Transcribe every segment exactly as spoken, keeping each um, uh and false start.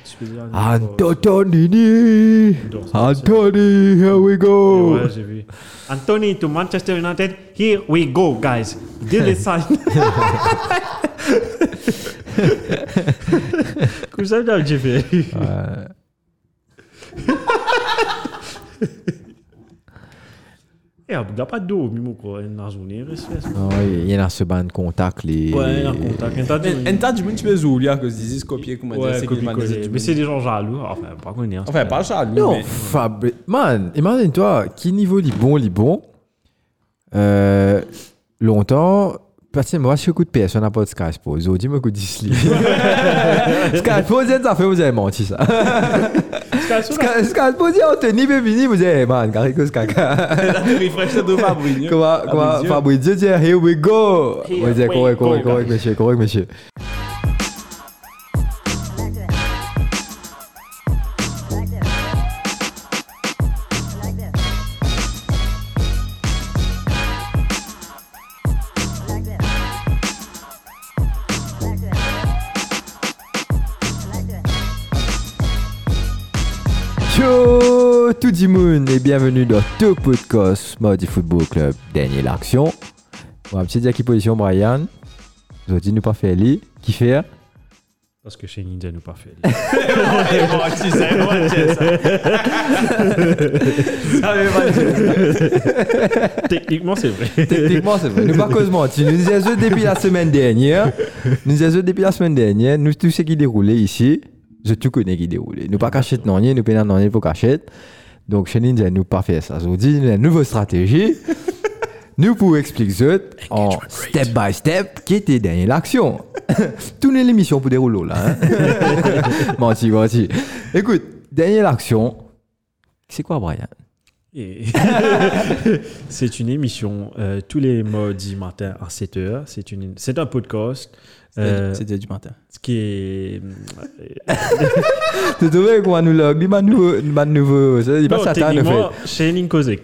Antonini, Anthony, here we go. Ouais, j'ai vu. Anthony to Manchester United, here we go, guys. Deal is signed. Comme ça, j'ai fait. Il n'y a pas d'eau, même quoi, dans la journée. Il y a ce ban de contact. Ouais, il y a un contact. Un tas de gens qui peuvent oublier que ils disent copier, comment dire, c'est qu'ils disent. Mais c'est des gens jaloux. Enfin, pas qu'on est. Enfin, pas jaloux. Non, Fabri... Man, imagine-toi, qui niveau li bon, li bon. Euh, longtemps, personne moi, je écoute personne n'a pas de Sky Sports. Aujourd'hui, me coûte dix livres. Sky Sports, ça fait, vous avez menti ça. Sky Sports, on tenait bien fini, vous avez, man, carré que Sky. Refresh de Fabrice. Comment, comment, Fabrice, dit, here we go. Vous dites, correct, correct, correct, monsieur, correct, monsieur. Yo tout le monde et bienvenue dans tout podcast Mardi Football Club dernière l'action. On va petit dire qui position Brian. Aujourd'hui nous pas fait lui qui fait parce que chez Ninja nous pas fait. Techniquement c'est vrai. Techniquement c'est vrai. Nous pas cause mentir. Nous disons depuis la semaine dernière. Nous disons depuis la semaine dernière. Nous tout ce qui déroulait ici. Je tout connais qui déroule. Nous pas cacher non rien, nous pas non rien pour cacher. Donc chez Ninja nous pas faire ça. Aujourd'hui, une nouvelle stratégie. Nous pour expliquer ça en step by step qui était derrière l'action. Toute l'émission pour dérouler là. Hein? menti, menti. Écoute, derrière l'action, c'est quoi Brian? Et c'est une émission euh, tous les mardis matin à sept heures. C'est, une, c'est un podcast. Euh, C'était du matin. Ce qui est. Tu trouvais quoi nous log? Dis-moi nouveau. C'est pas ça, t'as fait. Chez Ninkozek.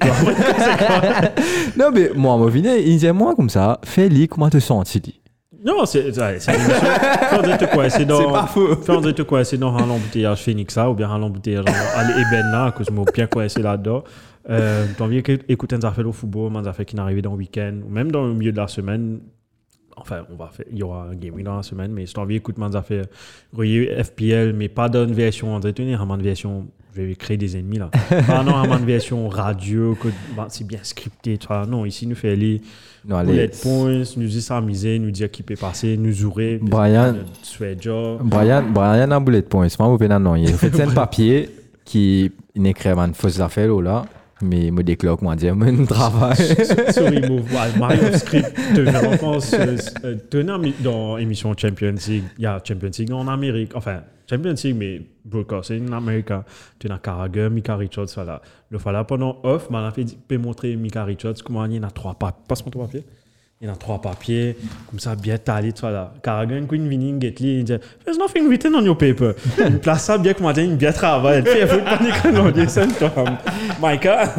Non, mais moi, moi, venez, il disait moi comme ça. Fais-le, comment te sens-tu? Non, c'est, c'est, c'est une émission. Fais-en quoi, c'est dans. C'est pas faux. Fais-en quoi, c'est dans un embouteillage Phoenixa ou bien un embouteillage à l'Eben là, que je m'ai bien coincé là-dedans. Euh, t'as envie d'écouter un affaire au football, un affaire qui n'arrivait dans le week-end, ou même dans le milieu de la semaine. Enfin, on va faire, il y aura un gaming dans la semaine, mais si tu as envie d'écouter mes affaires, F P L, mais pas dans une version entretenue, une version, je vais créer des ennemis là. Ah non, une version radio, que, bah, c'est bien scripté, tu vois. Non, ici, nous fait les bullet points, nous dit s'amuser, nous dire qui peut passer, nous jouer. Brian, Brian, Brian a bullet points, c'est pas vous pouvez non, il fait un papier qui n'écrit une fausse affaire là. Mais me déclare comment dire mon travail sorry move Mario Script je pense tenant dans émission Champions League il y a Champions League en Amérique enfin Champions League mais broadcasting en Amérique tu as Carragher Mika Richards voilà le fallait pendant off m'a fait peut montrer Mika Richards comment il y en a trois papiers passe-moi ton papier il y en a trois papiers comme ça bien taillé tout là Carragher Queen Winning Get Lee il dit there's nothing written on your paper il place ça bien comment dire bien travail il fait pas d'écran non listen to him Micah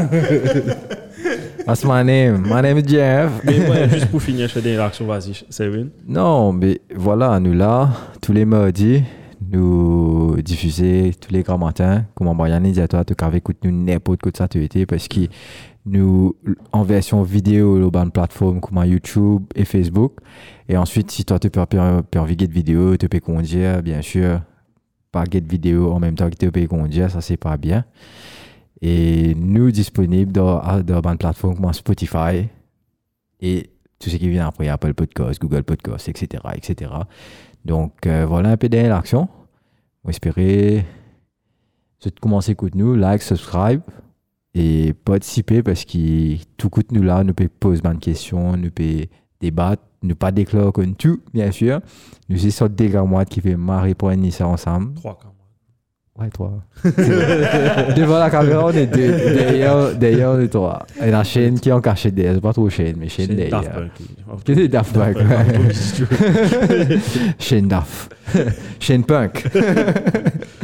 What's my name? My name is Jeff. Mais ouais, juste pour finir, je fais des réactions, vas-y, Sevin. Non, mais voilà, nous là, tous les mardis, nous diffusons tous les grands matins. Comme Brian dit à toi, tu peux écouter nous n'importe quoi de ça, tu étais, parce que nous, en version vidéo, sur une plateforme comme YouTube et Facebook. Et ensuite, si toi, tu peux envie de vidéo, tu peux conduire, bien sûr, pas get vidéo en même temps que tu peux conduire, ça, c'est pas bien. Et nous disponibles dans, dans une plateforme comme Spotify et tout ce qui vient après Apple Podcast, Google Podcast, et cetera, et cetera. Donc euh, voilà un peu derrière l'action. On espère que vous commencez à écouter nous, like, subscribe et participer parce que tout coûte nous là, nous peut poser une question, nous peut débattre, nous pas déclarer comme tout, bien sûr. Nous c'est sorte des gars qui fait marrer pour un ça ensemble. Trois gars. Ouais, toi. Devant la caméra, on est deux. D'ailleurs, d'ailleurs, on est trois. Et la chaîne qui est en cachée derrière, c'est pas trop chaîne, mais chaîne derrière. Qu'est-ce que c'est Daft Punk? Chaîne Daft. Chaîne Punk.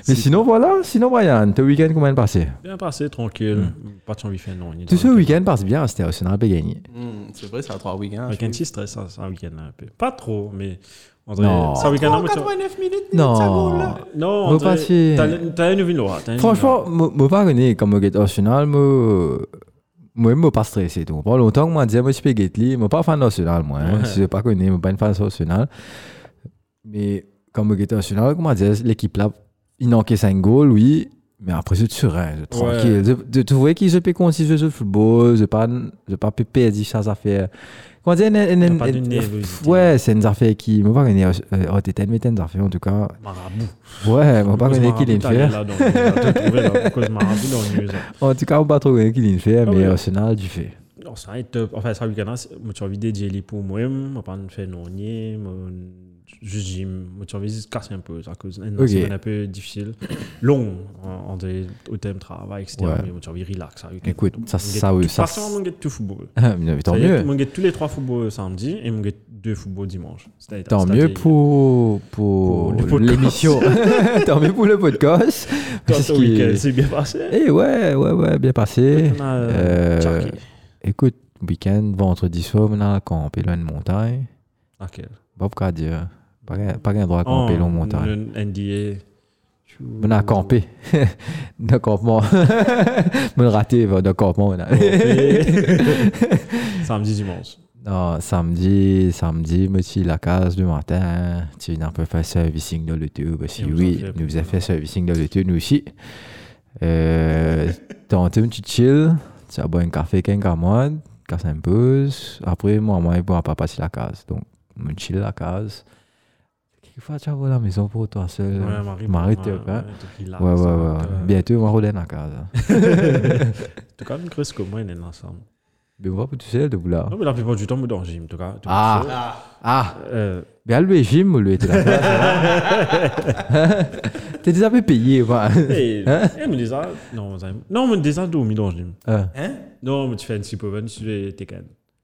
Mais sinon, voilà. Sinon, Brian, ton week-end, comment est passé? Bien passé, tranquille. Pas de envie de faire non. Tout ce week-end passe bien, c'était Arsenal a gagné. Hmm, c'est vrai, ça a trois week-ends. Avec un petit stress, ça, ça, un week-end là, un peu. Pas trop, mais. On Non. ça week-end là, quatre-vingt-neuf minutes, Non. ça goal, là. non, Moi, on pas si- dirait- t'as t'as une nouvelle loi. t'as une Franchement, moi, moi pas connais comme moi, Arsenal, moi, moi, moi, pas stressé. Donc, pas longtemps que moi, disais, moi, je suis Gately, moi, pas fan d'Arsenal, moi. Hein. Ouais. Si je pas connais, moi, pas une fan d'Arsenal. Mais, comme moi, Arsenal, comment dire, l'équipe là, il manquait cinq goals, oui. Mais après, c'est serein, c'est tranquille. Je, je, tu vois qu'ils se paient comme si je jouais au football, je pas, je pas perdre ça, ça fait. Comment dire, T'as pas de nervosité. ouais, c'est une affaire qui, moi, pas connais, oh, t'es tellement une affaire, en tout cas. Marabout. Ouais, moi, pas connais qui l'est fait. Là, donc, t'as trouvé là, à cause de Marabout dans le news. En tout cas, on pas trop connais qui l'est fait, Ah mais ouais. Arsenal, du fait. Non, ça est top. Enfin, ça week-end là, moi, tu as envie de dire pour moi, moi, pas de faire non, nier, moi, juste gym, moi, tu as envie de casser un peu, à cause d'une Ok. semaine un peu difficile, long, en des au thème travail, et cetera. Ouais. Mais moi, tu as envie de relax. Ça, week-end. Écoute, ça, Mon ça, get- oui, tout- ça. Pas seulement mon get tout football. Mais tant Ça y est, mieux. Mon get tous les trois footballs samedi et mon get deux footballs dimanche. C'est-à-dire- Tant c'est-à-dire- mieux pour, pour, Pour le podcast. l'émission. Tant mieux pour le podcast. Toi, Parce ton qu'il- week-end, c'est bien passé. Eh ouais, ouais, ouais, bien passé. On a, Euh, checké. écoute, week-end, vendredi soir, on a campé loin de montagne. Ok. Pas pourquoi dire. Pas gain- pas gain droit à camper loin de montagne. Le N D A. On a campé. D'un campement. On a raté d'un campement. on a- Samedi, dimanche. Non, samedi, samedi, moi, tu la case du matin, tu n'as pas fait servicing dans le tout. Parce que Et vous oui, en faites nous plus, avons fait non. servicing dans le tout, nous aussi. Euh, Tantôt, tu chill, tu as boire un café avec un camarade, casse un peu. Après, moi, moi, il ne pourra pas passer la case. Donc, on chill la case. Quelquefois, tu vas à la maison pour toi seul. Ouais, Marie. Marie, ouais, t'es ouais, pas. t'es relax, Ouais, ouais, ça, ouais. euh, Bientôt, on va rouler dans la case. En tout cas, une grosse comme moi, on est ensemble. Mais on va pour tout seul, de vous là. Non, mais la plupart du temps, moi, dans le gym, en tout cas. tout Ah. ça. Ah! Euh, Mais le gym, ou lui, était là. T'es déjà peu payé, quoi. Et, et me disait, non, ça- non, me disait dormir dans le gym. Euh, Hein? Non, mais tu fais un petit peu, tu fais Tekken.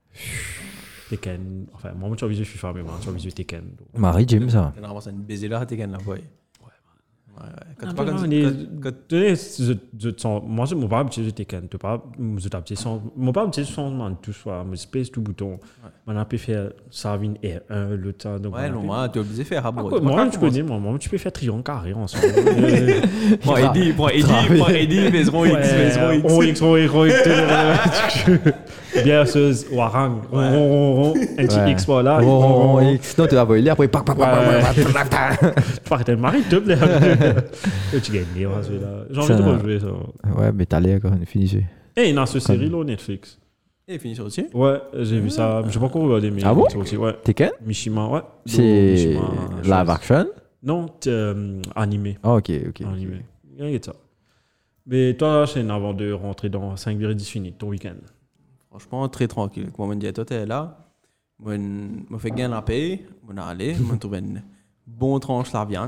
Tekken, enfin, moi, tu as vu jouer FIFA, mais moi, tu as vu jouer Tekken. donc. Marie Jim, ça. T'as vraiment une baiser là, t'es qu'un là, ouais. Ouais, ouais. Quand Ah, tu pas mais quand non, tu- les- quand- quand- tu sais, je- je te sens- moi, je ne pas habitué de Tekken. Tu pas, je t'habitué sans, moi, pas habitué sans man tout soit, mais space tout bouton. On a pu faire ça une R un le temps. Donc, Ouais, on a non, pu- moi, t'es obligé de faire à Ah, bout. quoi, moi, tu connais, moi, moi, tu peux faire triangle carré ensemble. Euh, Prends Eddie, prends Eddie, prends Eddie, faiseront X, faiseront Ouais, X. on X, on X, on X. Bien sûr, Warang, on, on, on, un petit Ouais. X par là. Oh, on- oh, X. Non, tu vas voler après. Pac, pac, pac, Ouais. pac, pac, pac, pac. Tu pars tes maris, te plaît. Tu gagnes, hein, celui-là. J'ai envie Ça, de non. rejouer ça. Ouais, mais t'as l'air quand on est fini. j'ai- Et il y a ce série là, Netflix. Et fini sur dessus. Ouais, j'ai vu ça. Je sais pas encore regardé, mais Ah bon? c'est aussi. Ouais. Tekken? Mishima, ouais. C'est Mishima, live chose. action? Non, t'es, euh, animé. Ah, ok, ok. Animé. Rien que ça. Mais toi, c'est avant de rentrer dans cinq virgule dix fini, ton week-end. Franchement, très tranquille. Comme on me dit, toi, t'es là. Moi, je fais gain la paix. On a allé. Je trouve une bonne tranche la viande.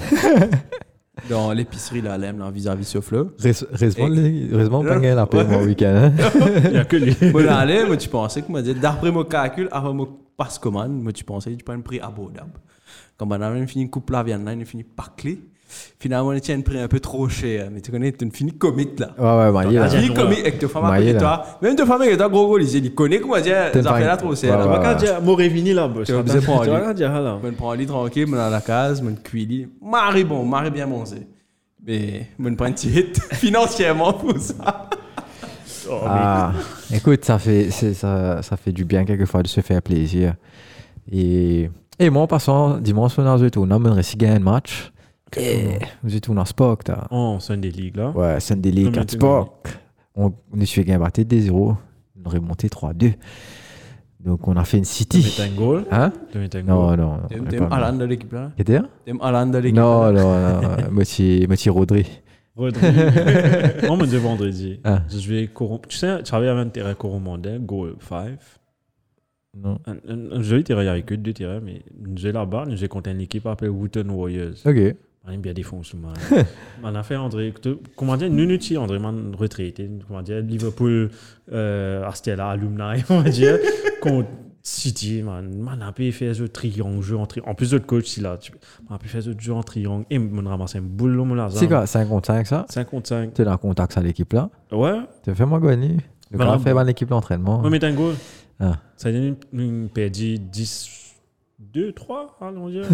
Dans l'épicerie, là, l'aime, là, vis-à-vis souffle. Heureusement, pas gagné la paix, Ouais. mon week-end. hein. Il n'y a que lui. Moi, allé, moi, tu pensais que, moi, dit, d'après mon calcul, avant mon passe commande, moi, tu pensais que tu prends un prix abordable. Quand on a même fini coupe la viande, là, on a fini par clé. Finalement, on tient un prix un peu trop cher. Mais tu connais, tu as fini comique, là. Ouais, ouais, marié, là. Ah, Fini ouais. comique avec ta femme à Maillé, côté de là. toi. Même ta femme avec toi, gros, gros, il connaît comment dire, T'es ça pas- fait là trop cher. Ouais, là. ouais, Moi, quand ouais. j'ai- Quand j'ai Mauvais vini là, boss. Tu vas obligé de prendre Tu lui. vas dire là. je me prends un lit tranquille, je me dans la case, je me cuis. Marie bon, Marie bien mangé. Mais je me prends un petit hit financièrement pour ça. Oh, mais- Ah, écoute, ça fait, c'est- ça, ça fait du bien quelquefois de se faire plaisir. Et, et moi, en passant, dimanche, on a joué tout. On a réussi à gagner un match. Et on joué tout dans Spock, t'as. Oh, c'est des ligues là. Ouais, Sunday League, Combien quatre tu Spock. On, on est suivi gagner battu deux zéro. On aurait monté trois deux. Donc, on a fait une Tu City. mets un goal. Hein? Tu mets un goal. Non, non. T'aimes on est t'aimes pas- Alan de l'équipe là? Qu'est-ce que T'aimes Alan de l'équipe Non, là? non, non. Moitié, moitié Rodri. Rodri. On me dit vendredi. Ah. Je vais Coron- Tu sais, tu travailles avec un terrain coromandais, Goal cinq. Non. Un, un, un joli terrain, il n'y avait que deux terrains, mais j'ai là-bas, j'ai contre une équipe appelée Wooten Warriors. Ok. On aime bien défoncer, man. On a fait André, comment dire, Nunucci, André, man, retraité, comment dire, Liverpool, euh, Astella, Alumni, on va dire, contre City, man, man a pu faire ce triangle, jeu en triangle. En plus de coach, si là, tu man a pu faire ce jeu en triangle. Et on ramasse un boule, on l'a. C'est quoi, cinq contre cinq ça? cinq contre cinq. Tu es dans le contact à l'équipe là? Ouais. Tu fais moi gagner. Le Voilà. gars fait mal l'équipe d'entraînement. On met un goal. Ah. Ça donne une, une perdue dix, deux, trois, allons dire.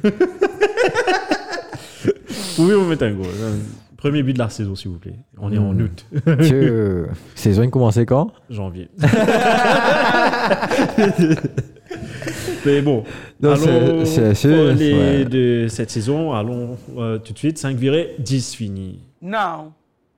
Oui, on met un goal. Premier but de la saison, s'il vous plaît. On est en Hmm. août, Que... Saison il commençait quand? janvier. Mais bon, Non, allons c'est- c'est sûr, pour les ouais. de cette saison, allons euh, tout de suite, cinq virés, dix fini. Now,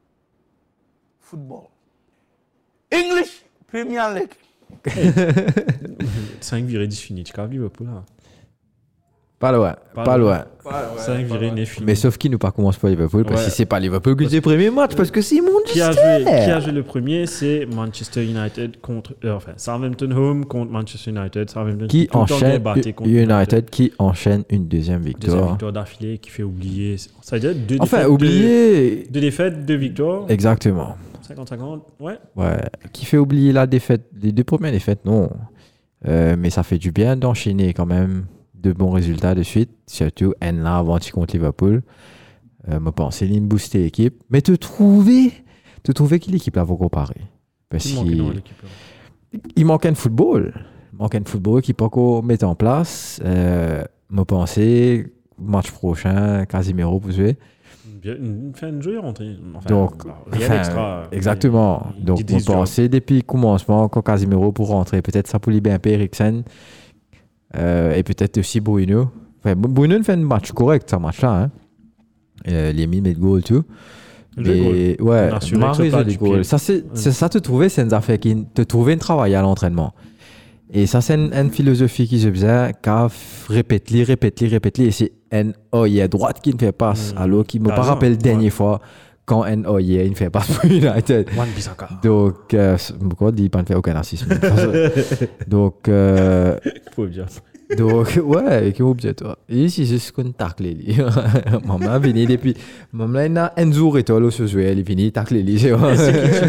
football. English Premier League. cinq virés, dix fini. Tu capes Liverpool là. Pas loin, Pas pas, loin. loin. cinq virés, neuf fini. Mais sauf qu'il nous pas commence pas Liverpool, parce Ouais. que c'est pas Liverpool qui dit premier match, parce que c'est mon Qui a, joué, qui a joué le premier, c'est Manchester United contre. euh, enfin, Southampton Home contre Manchester United. Southampton Qui tout le temps enchaîne batté contre United, qui enchaîne une deuxième victoire. Deuxième victoire d'affilée qui fait oublier. Ça veut dire deux Enfin, défaites. oublier. Deux, deux défaites, deux victoires. Exactement. cinquante cinquante, ouais. Ouais. Qui fait oublier la défaite, les deux premières défaites, non. Euh, mais ça fait du bien d'enchaîner quand même de bons résultats de suite, surtout N là avant tu contre Liverpool. Euh, me penser une booster l'équipe, mais te trouver, te trouver qui l'équipe là va comparer. Parce Qui manque qu'il dans l'équipe, là. il manque un football, il manque un football qui peut qu'on mette en place. Euh, me penser match prochain, Casemiro pour jouer. Bien, une fin de jeu rentrée. Enfin, Donc, bah, rien enfin, d'extra. exactement. Il- il Donc, dit on dix jours. pensait depuis le commencement, quand Casemiro pour rentrer, peut-être ça pour libérer un peu Eriksen, euh, et peut-être aussi Bruno. Enfin, Bruno fait un match correct, ce match-là. Hein. Euh, il a mis le goal, tout. Le Mais, goal. ouais, On a assuré que Mahrez c'est pas a des du goals. pied. Ça, c'est, c'est- ça te trouvait, c'est une affaire qui te trouvait un travail à l'entraînement. Et ça, c'est une, une philosophie qui se faisait, qu'à répète-li, répète-li, répète-li, et c'est un oeil à droite qui ne fait pas, Mm. alors qui me T'as pas raison, rappelle la dernière ouais. fois quand un oeil il ne fait pas pour United. Wan Bissaka. Donc, euh, pourquoi il ne fait aucun racisme. Donc, euh, Faut bien. donc, ouais, qui oublie toi. Et si c'est ce qu'on tacle les maman est venue depuis, maman il a un jour et tout, là, ce joueur, il est venu tacler les c'est vrai.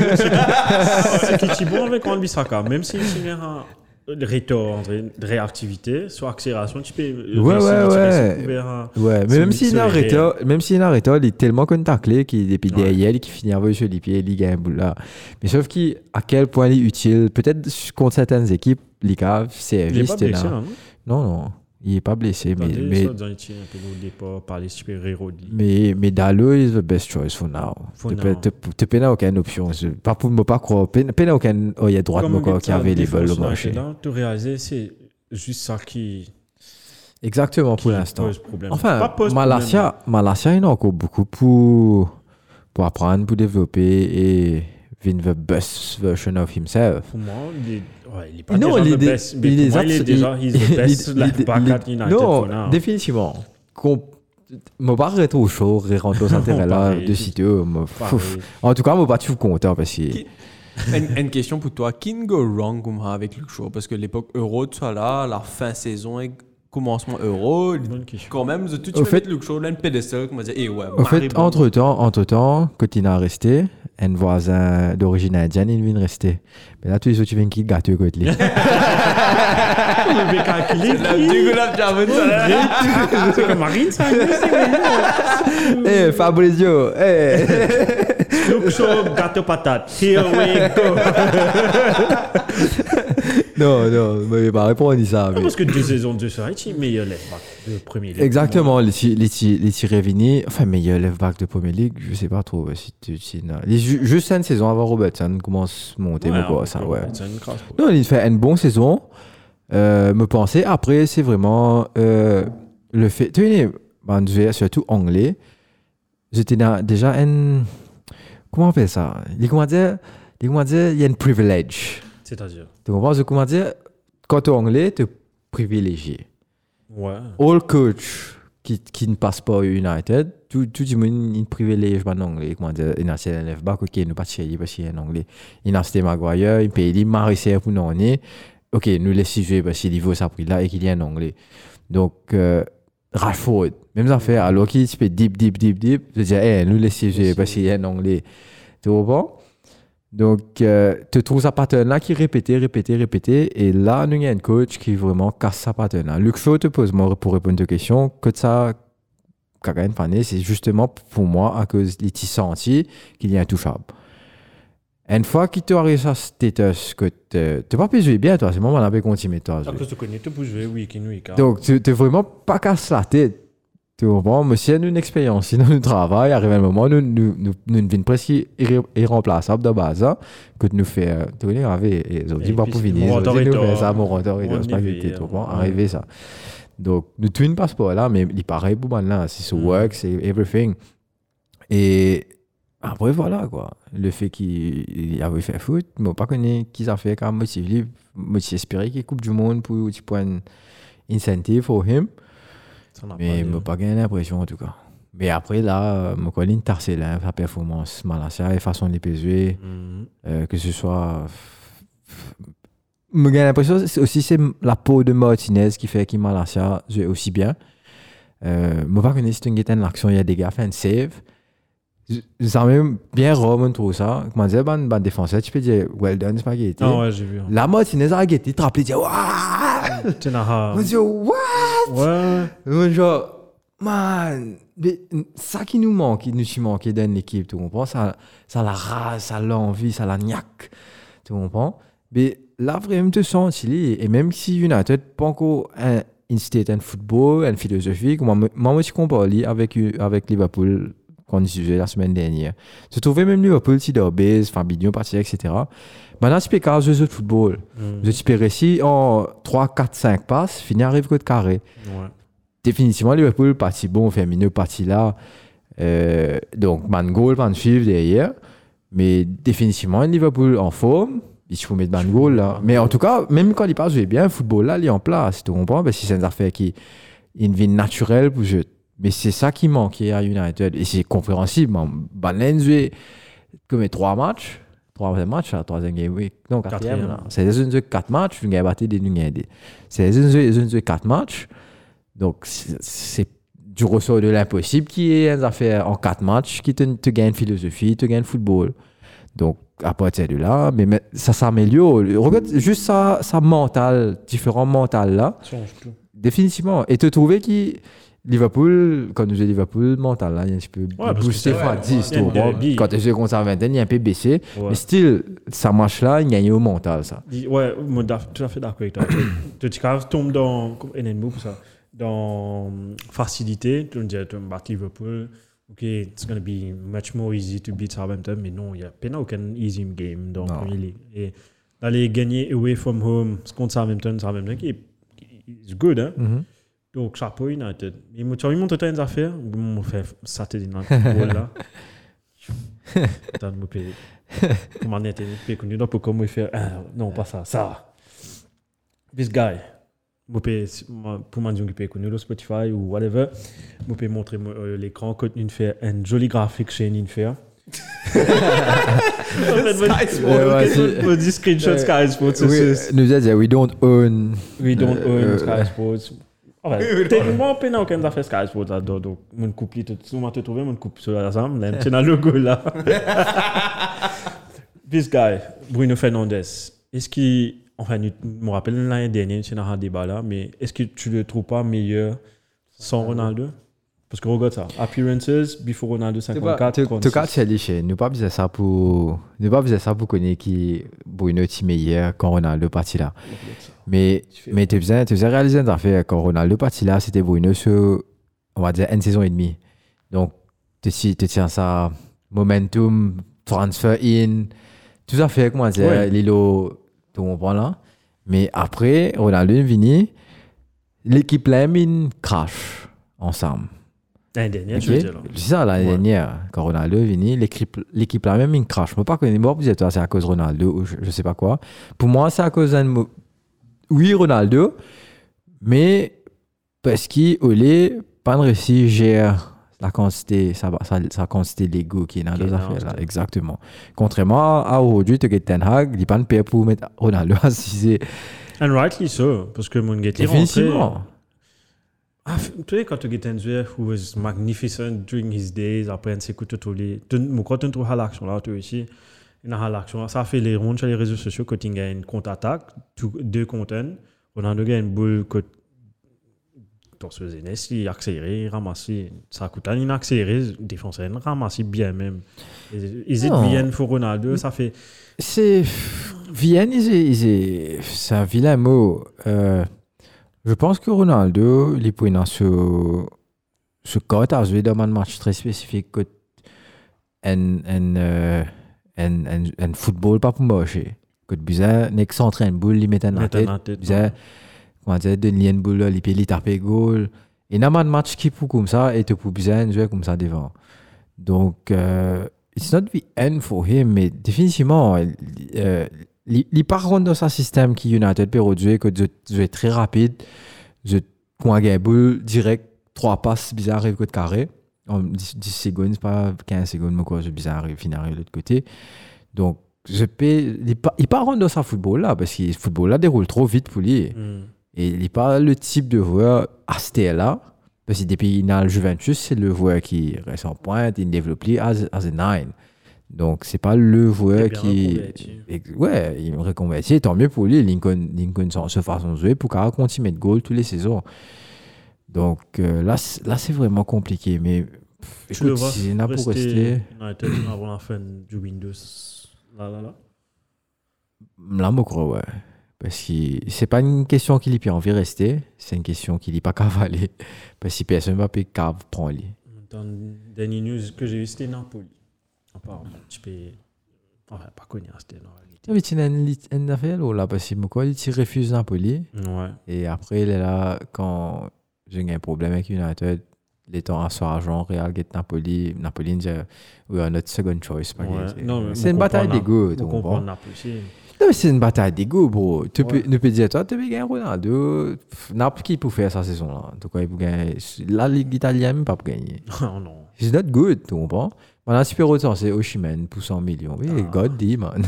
C'est qui est bon avec Wan Bissaka. Même s'il y a un retour entre réactivité, soit accélération, tu peux. Ouais, ouais, ouais. Ouais. Ouais, mais Ce même s'il mix a est arrêté, réel. même s'il a arrêté, il est tellement qu'on taclé qu'il depuis Ouais. derrière, qui finit avec sur les pieds, il gagne un bout là. Mais sauf qui, à quel point il est utile, peut-être contre certaines équipes, les gars, c'est Il est pas blessé, là. là, non? Non, non, il est pas blessé, mais, Attendez, mais, ça, dans les tirs, un peu au départ, par les super-héros de lui. mais, mais Dalo is the best choice for now. For Tu now. peux- Tu tu peux n'a aucune option. Je- Pas pour me pas croire. Tu peux n'a aucune, oh, il y a droite, moi, quoi, qui avait les balles au marché. Tu réaliser, c'est juste ça qui. Exactement, pour qui l'instant. pose problème. Enfin, Pas pose Malasia, Malasia, il a encore beaucoup pour, pour apprendre, pour développer et win the best version of himself. problème. Pour moi, il est, ouais, il est pas Non, déjà il est le dé- best. Mais il pour est moi, il est abs- déjà il- he's the best il- left il- back il- at United Non, for now. définitivement. Com- Moi, pas arrêter au chaud, rentrer aux intérêts là, Pareil, de tout- sitôt. moi, Pareil. fouf. En tout cas, moi, pas tout content parce que. Qui- une, une question pour toi. Qui ne go wrong comme ça avec Luke Shaw? Parce que l'époque Euro, tout ça là, la fin saison et commencement Euro, Bonne question. quand même, tout de Au suite fait- mettre Luke Shaw là, une pédestal, comme on dit, eh ouais, Au fait, Maribor. entre temps, entre temps, quand il a resté, un voisin d'origine indienne, il vient rester. Mais là, tous les autres, ils viennent qui gâteux côté lui. Le mec a clé. La dégueulasse, j'avais ça là. C'est comme Marine, ça. Eh, Fabrizio, eh. Look show, gâteau patate. Here we go. Non, non, mais il va pas répondre à ça. mais- Parce que deux saisons de ça, il est meilleur left back de premier ligue. Exactement, les ti- les ti- les tirés Vini, enfin meilleur left back de Premier League, je sais pas trop si tu si, non. Les ju- juste une saison avant Robertson commence à monter, mais quoi, ça, ouais. C'est une crasse. Non, il fait une bonne saison. Euh, me penser après, c'est vraiment euh, le fait. Tu sais, ben, je vais surtout anglais. J'étais dans- déjà un. Comment on appelle ça? Les comment dire, les comment dire, il y a une privilege. C'est-à-dire. Tu comprends? Je comment dire, quand tu es anglais, tu es privilégié. Ouais. All coach qui, qui ne passe pas au United, tout, tout le monde il privilège en anglais. Comment dire, il a un left back, ok, il n'a pas de chéri parce qu'il est en anglais. Il a un Maguire, il paye, il m'a pour nous en est. Ok, nous laissons jouer parce qu'il vaut sa prix là et qu'il est en anglais. Donc, euh, Rashford, même affaire, alors qu'il se fait deep, deep, deep, deep, je dis, hey, nous laissons jouer parce qu'il est en anglais. Tu comprends? Donc, euh, tu trouves sa pattern-là qui répétait, répétait, répétait. Et là, nous, il y a un coach qui vraiment casse sa pattern-là. Luc Shaw te pose, moi, pour répondre à ta question, que ça, Kagain Pané, c'est justement pour moi à cause des petits sentiers qu'il y a intouchable. Une fois qu'il t'arrive à ce status que tu n'as pas pu jouer bien, toi, c'est moi, on avait continué, toi. À cause de connaître, tu peux jouer week in, week out. Donc, tu n'es vraiment pas casse la tête. Tu comprends? Monsieur, nous, une expérience, sinon, nous travaillons, arrive un moment, nous, nous, nous, nous devenons presque irré- irremplaçables de base, hein, que nous fait, euh, tu connais, arriver, ils ont dit, pas pour finir, ils ont dit, nous, fait ça, mon renteur, ils ont pas quitté, tu comprends? Arriver ça. Donc, nous, tu ne passes pas là, mais il paraît pour moi, là, c'est sur work, c'est everything. Et après, voilà, quoi. Le fait qu'il avait fait foot, je ne pas connu qui ça fait comme motif. Moi, j'espérais qu'il coupe du monde pour, pour un incentive pour lui. Mais je n'ai pas gagné l'impression en tout cas. Mais après, là, je connais Tarcelin, sa performance, Malasia, la façon de les jouer, mm-hmm. euh, que ce soit. Je gagne l'impression que aussi c'est la peau de Martinez qui fait que Malasia joue aussi bien. Euh, je ne pas connais si tu as une action, il y a des gars qui font un save. Ça même bien rare, tout ça. Comment dire, ben, ben défenseur, tu peux dire well done, spaghetti. Ah ouais, j'ai vu. La Martinez a guetté, tu te rappelles, tu dis waouh! Tu n'as On dit what? Ouais. On genre, man, mais ça qui nous manque, qui nous manque dans l'équipe, tu comprends? Ça, ça la rage, ça l'envie, ça la niaque, tu comprends? Mais là, vraiment, tu sens, et même si United pas encore un instate un football, une philosophie, moi, moi, je compare avec, avec Liverpool. Qu'on utilisait la semaine dernière. Je trouvais même Liverpool, si d'Orbez, Fabinho, parti, et cetera. Maintenant, tu peux carrer jeu de football. Mm. Tu peux réussir en trois, quatre, cinq passes, finir arrive côté carré. Ouais. Définitivement, Liverpool, parti bon, Firmino, parti là. Euh, donc, man goal, man suivre derrière. Mais définitivement, Liverpool en forme. Il faut mettre man goal là. Mais en tout cas, même quand il passe jouer bien, le football là, il est en place. Tu comprends? Parce que c'est une affaire qui est une vie naturelle pour jouer. Mais c'est ça qui manquait à United. Et c'est compréhensible. Balen jouait comme trois matchs. Troisième match, la troisième game week. Non, quatrième. quatrième. C'est des jeux quatre matchs. Vous avez battu des nuits. C'est des jeux quatre matchs. Donc, c'est, c'est du ressort de l'impossible qui est une affaire en quatre matchs qui te, te gagne philosophie, te gagne football. Donc, à partir de là, mais, mais ça s'améliore. Regarde juste ça, ça mental, différent mental là. Ça change tout. Définitivement. Et te trouver qui. Liverpool, quand nous jouons Liverpool, mental, là, il y a un petit peu ouais, boosté fois dix. Ouais, ouais, quand tu joues contre la vingtaine, il y a un peu baissé. Ouais. Mais still, ça marche là, il y a au mental, ça. Ouais, moi, tout à fait d'accord avec toi. Tu tombes dans, pour ça, dans facilité, tu me dis, tu me bats Liverpool, ok, it's going to be much more easy to beat Southampton, mais non, il n'y a pas aucun easy game dans la Premier League. Et d'aller gagner away from home contre Southampton, Southampton, qui est good, hein? Mm-hmm. Donc, chapeau United. Il m'a montré une affaire. Il m'a fait Saturday Night Football là. Attends, je me paye. Comment on était connu dans le comment il fait. Non, pas ça. Ça. This guy. Je paye pour moi, je paye connu sur Spotify ou whatever. Je peux montrer l'écran quand il fait un joli graphique chez Ninfer. En fait, je dis screenshot Sky Sports. Nous a dit, we don't own. We don't own Sky Sports. Ouais, techniquement, on n'a aucun affaire Sky Sports là. Donc, mon coupe, si on m'a trouvé, mon coupe sur la zam, là, c'est un logo là. This guy, Bruno Fernandes, est-ce qu'il, enfin, je me rappelle l'année dernière, c'est un débat là, mais est-ce que tu le trouves pas meilleur sans Ronaldo? Parce que regarde ça, appearances before Ronaldo cinquante-quatre. En tout cas, c'est léché. Nous pas besoin ça pour, nous pas besoin ça pour connaître qui Bruno est meilleur quand Ronaldo parti là. Mais, mais tu faisais, tu faisais réaliser une affaire quand Ronaldo parti là, c'était Bruno sur, on va dire, une saison et demie. Donc, tu tiens ça, momentum, transfer in, tout ça fait, comment dire, ouais. Lilo, tu comprends là. Mais après, Ronaldo est venu, l'équipe là, il crash ensemble. L'année dernière, okay. je veux dire. C'est ça, l'année ouais. dernière, quand Ronaldo est venu, l'équipe, l'équipe là même, il crash. Je ne peux pas connaître, moi, vous êtes c'est à cause de Ronaldo ou je ne sais pas quoi. Pour moi, c'est à cause d'un. Oui, Ronaldo, mais parce qu'il n'est pas réussi à gérer la quantité, sa, sa, sa quantité d'ego qui est dans les affaires là. Exactement. Contrairement à aujourd'hui, tu as Ten Hag, il n'est pas de paix pour mettre Ronaldo à six. And rightly so, parce que mon gars est rentré. Ah, tu sais, quand tu as un joueur who was magnificent during his days, après un s'écoute tout les. Je crois que tu trouves l'action là, tu aussi. il y a l'action. Ça fait les rondes sur les réseaux sociaux quand il y a une contre-attaque, tout- deux contre un. Ronaldo gagne une boule côté dans ce zénès, il accélère, il ramasse. Ça coûte un, il accélère, défenseur, il ramasse bien même. Ils ils Non. viennent pour Ronaldo, ça fait. C'est. Vienne, ils est- ils est- c'est un vilain mot. Euh, je pense que Ronaldo, il est pour dans ce. Ce code a joué dans un match très spécifique que un, un, euh, un, un, un football pas pour marcher. Que bizarre, n'est que s'entraîne boule, il met un Mettre tête. en tête, Bizarre, comment dire, donne une boule, il peut il taper goal. Et il y a un match qui pour comme ça et tu pour bizarre jouer comme ça devant. Donc, euh, it's not the end for him, mais définitivement, euh, il il part rond dans un système qui United peut jouer, que de jouer très rapide, je quand un boule direct, trois passes bizarres arrivent côté carré. En dix, dix secondes, c'est pas quinze secondes, mais quoi, je bizarre arrive, finir de l'autre côté. Donc, je peux, il part, il part rond dans ce football-là, parce que le football-là déroule trop vite pour lui. Mm. Et il n'est pas le type de joueur à ce là parce que depuis dans le Juventus, c'est le joueur qui reste en pointe, il développe lui as, as a nine. Donc, c'est pas le joueur Il est bien qui. reconverti. Ex- Ouais, il me reconvertit, tant mieux pour lui. Lincoln, Lincoln sans se façon de jouer pour qu'il continue de goal tous les saisons. Donc, euh, là, c'est- là, c'est vraiment compliqué. Mais pff, Tu le écoute, vois s'il y en a pour rester rester, United avant la fin du Windows. Là, là, là. là, je crois, ouais. Parce que c'est pas une question qu'il a envie de rester, c'est une question qu'il n'a pas cavaler. Parce que personne ne va pas cave prendre lui. Dans le dernier news que j'ai eu, c'était Napoli. Apparemment, tu peux. Enfin, pas connu, c'était dans la réalité. Mais tu as une, lit- une affaire là, parce que moi, il refuse Napoli. Ouais. Et après, il est là, quand j'ai eu un problème avec United, les temps à soir argent, Real get Napoli. Napoli, dit, we are not second choice. pas Ouais. que- Non, mais c'est moi, une bataille comprends d'ego, Nap- tu moi, comprends? comprends Naples aussi. Non, mais c'est une bataille d'ego, bro. Tu Ouais. peux, ne peux dire, toi, tu peux gagner Ronaldo. Pff, Naples qui peut faire sa saison-là. En tout cas, il peut gagner. La Ligue italienne, même pas pour gagner. Oh non. It's not good, tu comprends? Maintenant, super autant, c'est Oshimen pour cent millions. Oui, Ah. God dit, man.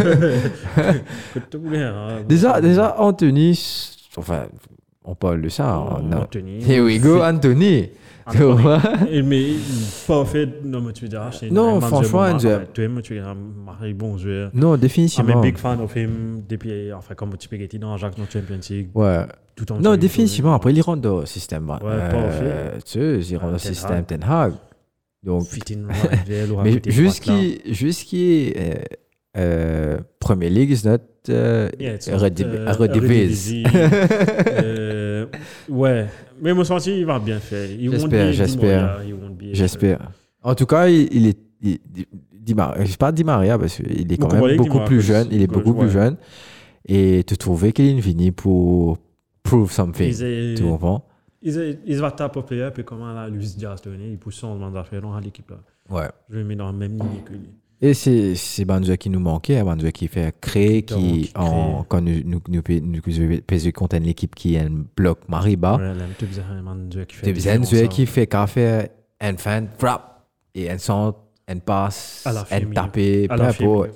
Écoute, tout bien, hein. déjà, déjà, Anthony, enfin, on parle de ça. Oh, on a- Anthony. Here we go, Anthony. Tu Anthony. vois? Et mais pas fait, non, mais tu veux dire, c'est Non, un franchement, man, je- tu es, tu es un mari bon joueur. Non, I'm a définitivement. big fan of him depuis, enfin, comme tu peux gagner dans Jacques dans Champions League. Ouais. Tout en Non, définitivement. Après, il rentre dans le système. Ouais, euh, pas au fait. Tu sais, il rentre dans le Ten système Hag. Ten Hag. Donc, Fit in right there, l'aura mais côté jusqu'y, jusqu'y, euh, euh, Premier League is not uh, Yeah, it's a not, redib- euh, a redivise. Eredivisie. Euh, ouais, mais mon senti, il va bien faire. Il won't J'espère, be j'espère. Di Maria, il won't be- J'espère. En tout cas, il, il est. Il, Di- Di Maria, je sais pas Di Maria parce qu'il est quand Beaucoup même parlé de Di beaucoup Maria, plus parce- jeune. Il est parce- beaucoup plus ouais. jeune. Et tu trouvais qu'il est venu pour prove something. Ils est- Tu comprends? ils est- ils va taper player, puis comment là, Luis Diaz donné, il pousse son mandat faire dans l'équipe là. Ouais. Je le mets dans la même ligne que lui. Et c'est c'est Banjo qui nous manquait, hein, Banjo qui fait créer, Qui- qui, qui en, crée. quand nous nous nous nous P S G contre l'équipe qui est un bloc Mariba, Ouais, là, tu besoin un man joueur qui fait. tu la besoin de joueur différence, qui hein. fait qu'à faire un fan frappe et un centre, un passe, À la un Firmino. tapé, À peu la importe.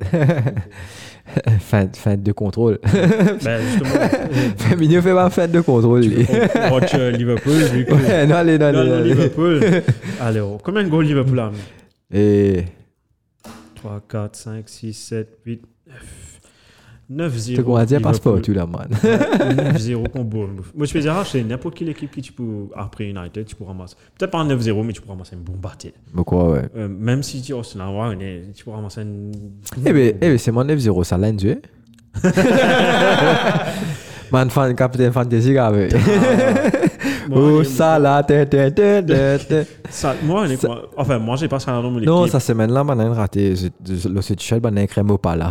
fin, fin de contrôle. Ben, justement, Firmino fait pas fin de contrôle. lui. on watch euh, Liverpool, vu que. Ouais, non, allez, non, Non, allez, non, allez. Liverpool. Allez, oh, combien de goals Liverpool a mis Et trois, quatre, cinq, six, sept, huit, neuf. neuf tu zéro. comprends dire passeport, Liverpool. tout là, man. neuf zéro contre Bournemouth. Moi, je peux dire, ah, c'est n'importe quelle équipe qui tu peux, après United, tu peux ramasser. Peut-être pas un neuf zéro, mais tu peux ramasser un bon bâti. Mais quoi, ouais. Euh, même si tu as Arsenal, ouais, on est- tu peux ramasser un. Eh bien, eh ben, c'est mon neuf zéro, ça l'a joué. Man, fan, capitaine fantasy, gars. ouais. Moi, Oh, on est- ça là, te, te, te, te, te. ça- moi, on est- Ça- moi- enfin, moi, j'ai pas ça dans mon équipe. Non, cette semaine-là, man, on a raté. Je- Le site Shell, man, on a crème au pas là.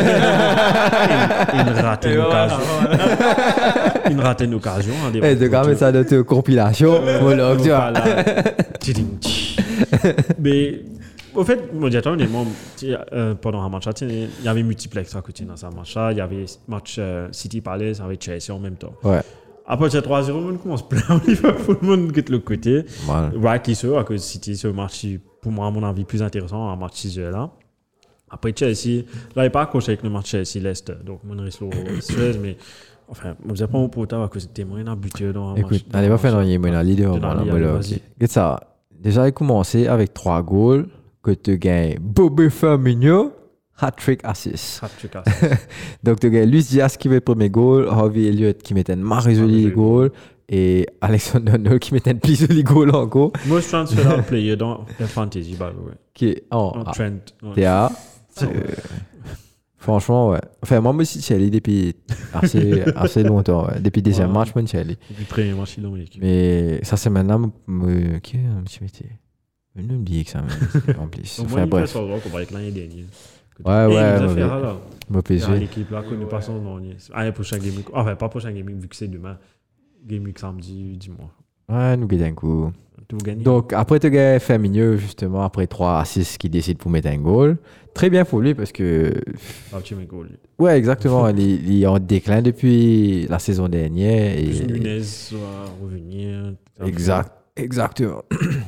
Il rate une occasion. Il rate une occasion. hein, des Eh, de gars, mais ça de te compilation. Voilà, tu vois. Voilà. Tiding, tch. Mais au fait, moi, dis honnêtement, tu sais, euh, pendant un match, tu sais, il y avait multiplex à côté dans ce match-là. Il y avait match euh, City Palace avec Chelsea en même temps. Ouais. Après, tu as trois zéro, le monde commence plein au Liverpool, le monde quitte le côté. Voilà. Rightly so, à cause City, c'est un match, pour moi, à mon avis, plus intéressant, un match six heures là. Après, Chelsea, là, il n'est pas accroché avec le match Chelsea-Leicester. Donc, mon risque seize, mais enfin, je ne sais pas mon pote à cause de témoin, il a buté dans un match. Écoute, allez, va faire dans les mains, leader. Dans Voilà, les- voilà, allez, ok. vas-y. Regarde ça. Déjà, il a commencé avec trois goals que tu gagnes Bobby Firmino, hat-trick assist. Hat-trick. Donc, tu as Luis Diaz qui met le premier goal, Harvey Elliott qui met un marre joli goal, et Alexander Arnold qui met un plus joli goal encore. Most transfer player dans le fantasy, by the way. Qui est en En ah, Trent. ouais. T A. Euh, franchement, ouais. Enfin, moi, moi aussi, Chelsea depuis assez, assez longtemps. Ouais. Depuis le deuxième Ouais. match, moi, Chelsea. Depuis le premier match, il a l'équipe. Mais ça, c'est maintenant. me- Qui est un petit métier? Je vais oublier que ça, mais en plus. Donc, Enfin, moi, il bref. fait ça qu'on va avec l'année dernière. Ouais, Et il ouais, nous a mauvais. fait alors. Moi, Il y a P S G. l'équipe là, que nous passons dans les. Ah, prochain game week. Enfin, pas prochain game week, vu que c'est demain. Game week samedi, dis-moi. Ouais, nous gagnons un coup. Tout gagné. Donc, après, tu as Firmino, justement, après trois assists qui décide pour mettre un goal. Très bien pour lui parce que. Ah, tu mets goal. Ouais, exactement. il, il est en déclin depuis la saison dernière. Plus Et... Nunez va revenir. Exact, exactement.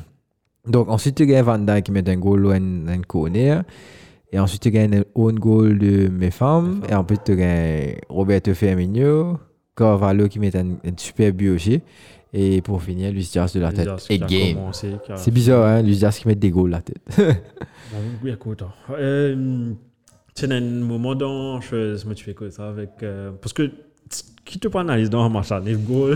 Donc, ensuite, tu as Van Dijk qui met un goal ou un, un corner. Et ensuite, tu as un own goal de mes femmes. Et ensuite, tu as Roberto Firmino, Carvalho qui met un, un super but aussi. Et pour finir, Luis Diaz de la tête. Et game. C'est bizarre, hein, Luis Diaz qui met des goals de la tête. Bon, oui, écoute. Euh, c'est un moment dans je me fais quoi ça avec. Euh, parce que qui te pas analyse dans un match à neuf goals.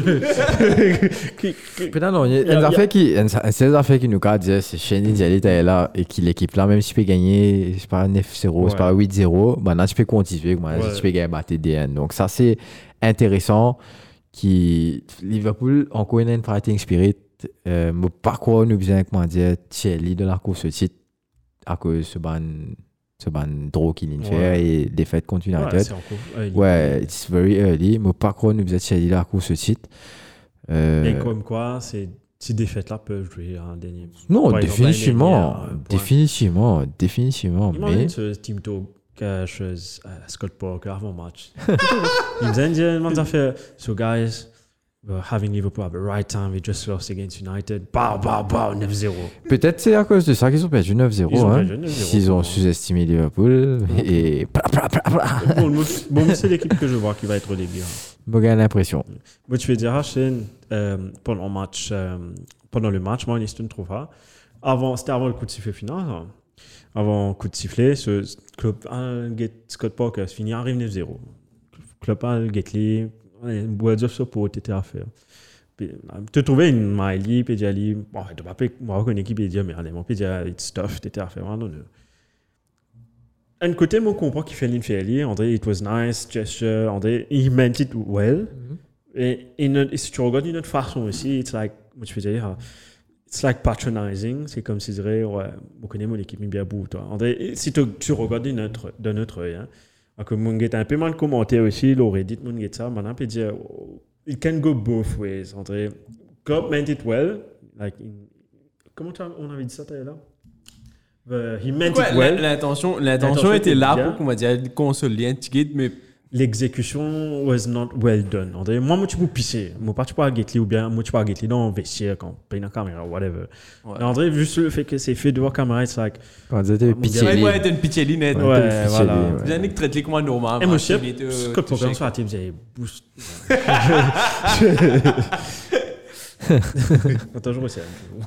Qui- qui- Putain, non, il y a Y a- une y a- affaire qui, une, une affaire qui nous dit c'est Chenny Diallo est là et qui l'équipe là, même si tu peux gagner, c'est pas neuf zéro, c'est Ouais. pas huit zéro, maintenant tu peux continuer, moi, Ouais. tu peux gagner battre D N. Donc ça, c'est intéressant. Qui, Liverpool, encore une fighting spirit, euh, mais par quoi nous besoin, comment dire, Thierry de la course au titre à cause de ce ban, ce ban draw qu'il vient faire Ouais. et défaite contre Ouais, United. c'est encore. euh, il- Ouais, it's very early, mais par quoi nous besoin Thierry de la course au titre. Euh, Et comme quoi, ces, ces défaites-là peuvent jouer en dernier. Non, Par exemple, définitivement, l'année dernière, euh, point. définitivement, définitivement. Imagine Mais ce team talk que je faisais à Scott Parker avant match. Il me disait, il m'a fait, so guys, we're having Liverpool at the right time, we just lost against United. Bah, bah, bah, neuf zéro. peut-être c'est à cause de ça qu'ils ont perdu neuf zéro. Ils ont Hein. perdu neuf zéro, Ils ont ouais. sous-estimé Liverpool et bla, bla, bla, bla. Bon, moi, bon, c'est l'équipe que je vois qui va être reléguée. hein. Moi, j'ai l'impression. Moi, tu veux dire, Hachin, euh, pendant, le match, euh, pendant le match, moi, Easton trouva. Avant, c'était avant le coup de sifflet final. hein. Avant le coup de sifflet, ce club un get Scott Parker se finit arrive neuf zéro. Club un get les bois de support était à faire. Puis, tu trouvais une Miley, puis Diali, bon, tu vas pas moi une équipe et dire mais allez, mon puis it's stuff, t'étais à faire. Non, non. Un côté, moi, comprend qu'il fait une fairly. André, it was nice, gesture. André, he meant it well. Et, et, une- et si tu regardes d'une autre façon aussi, it's like, moi, tu peux dire, it's like patronizing. C'est comme si je dirais, ouais, on connaît mon équipe, mais bien beau, toi. André, et si tu, tu regardes d'une autre, d'un autre œil, hein, que mon gars un peu mal commenté aussi, l'aurait dit, mon gars, ça, maintenant, peut dire, oh, it can go both ways. André, God meant it well. Like, in- comment tu as- on avait dit ça, t'as là? Uh, he meant Ouais, it well. l'intention, L'intention l'intention était était là bien. pour qu'on va dire consolider un ticket, mais L'exécution was not well done. On dirait, moi, moi, tu peux pisser. Moi, pas tu peux get ou bien moi, tu peux get dans le vestiaire quand tu dans la caméra, whatever. Ouais. Mais André, juste le fait que c'est fait devant la caméra, c'est like. Quand on disait mon pitié. gars, ouais, libre. ouais, t'as une pitié lunette. Ouais, Ouais, t'as une voilà. fichier, Vous avez que traite les comme un normal. Et moi, man, chef, tu les te- Scott tu Parker sais. sur la team, j'ai boost. On a toujours essayé.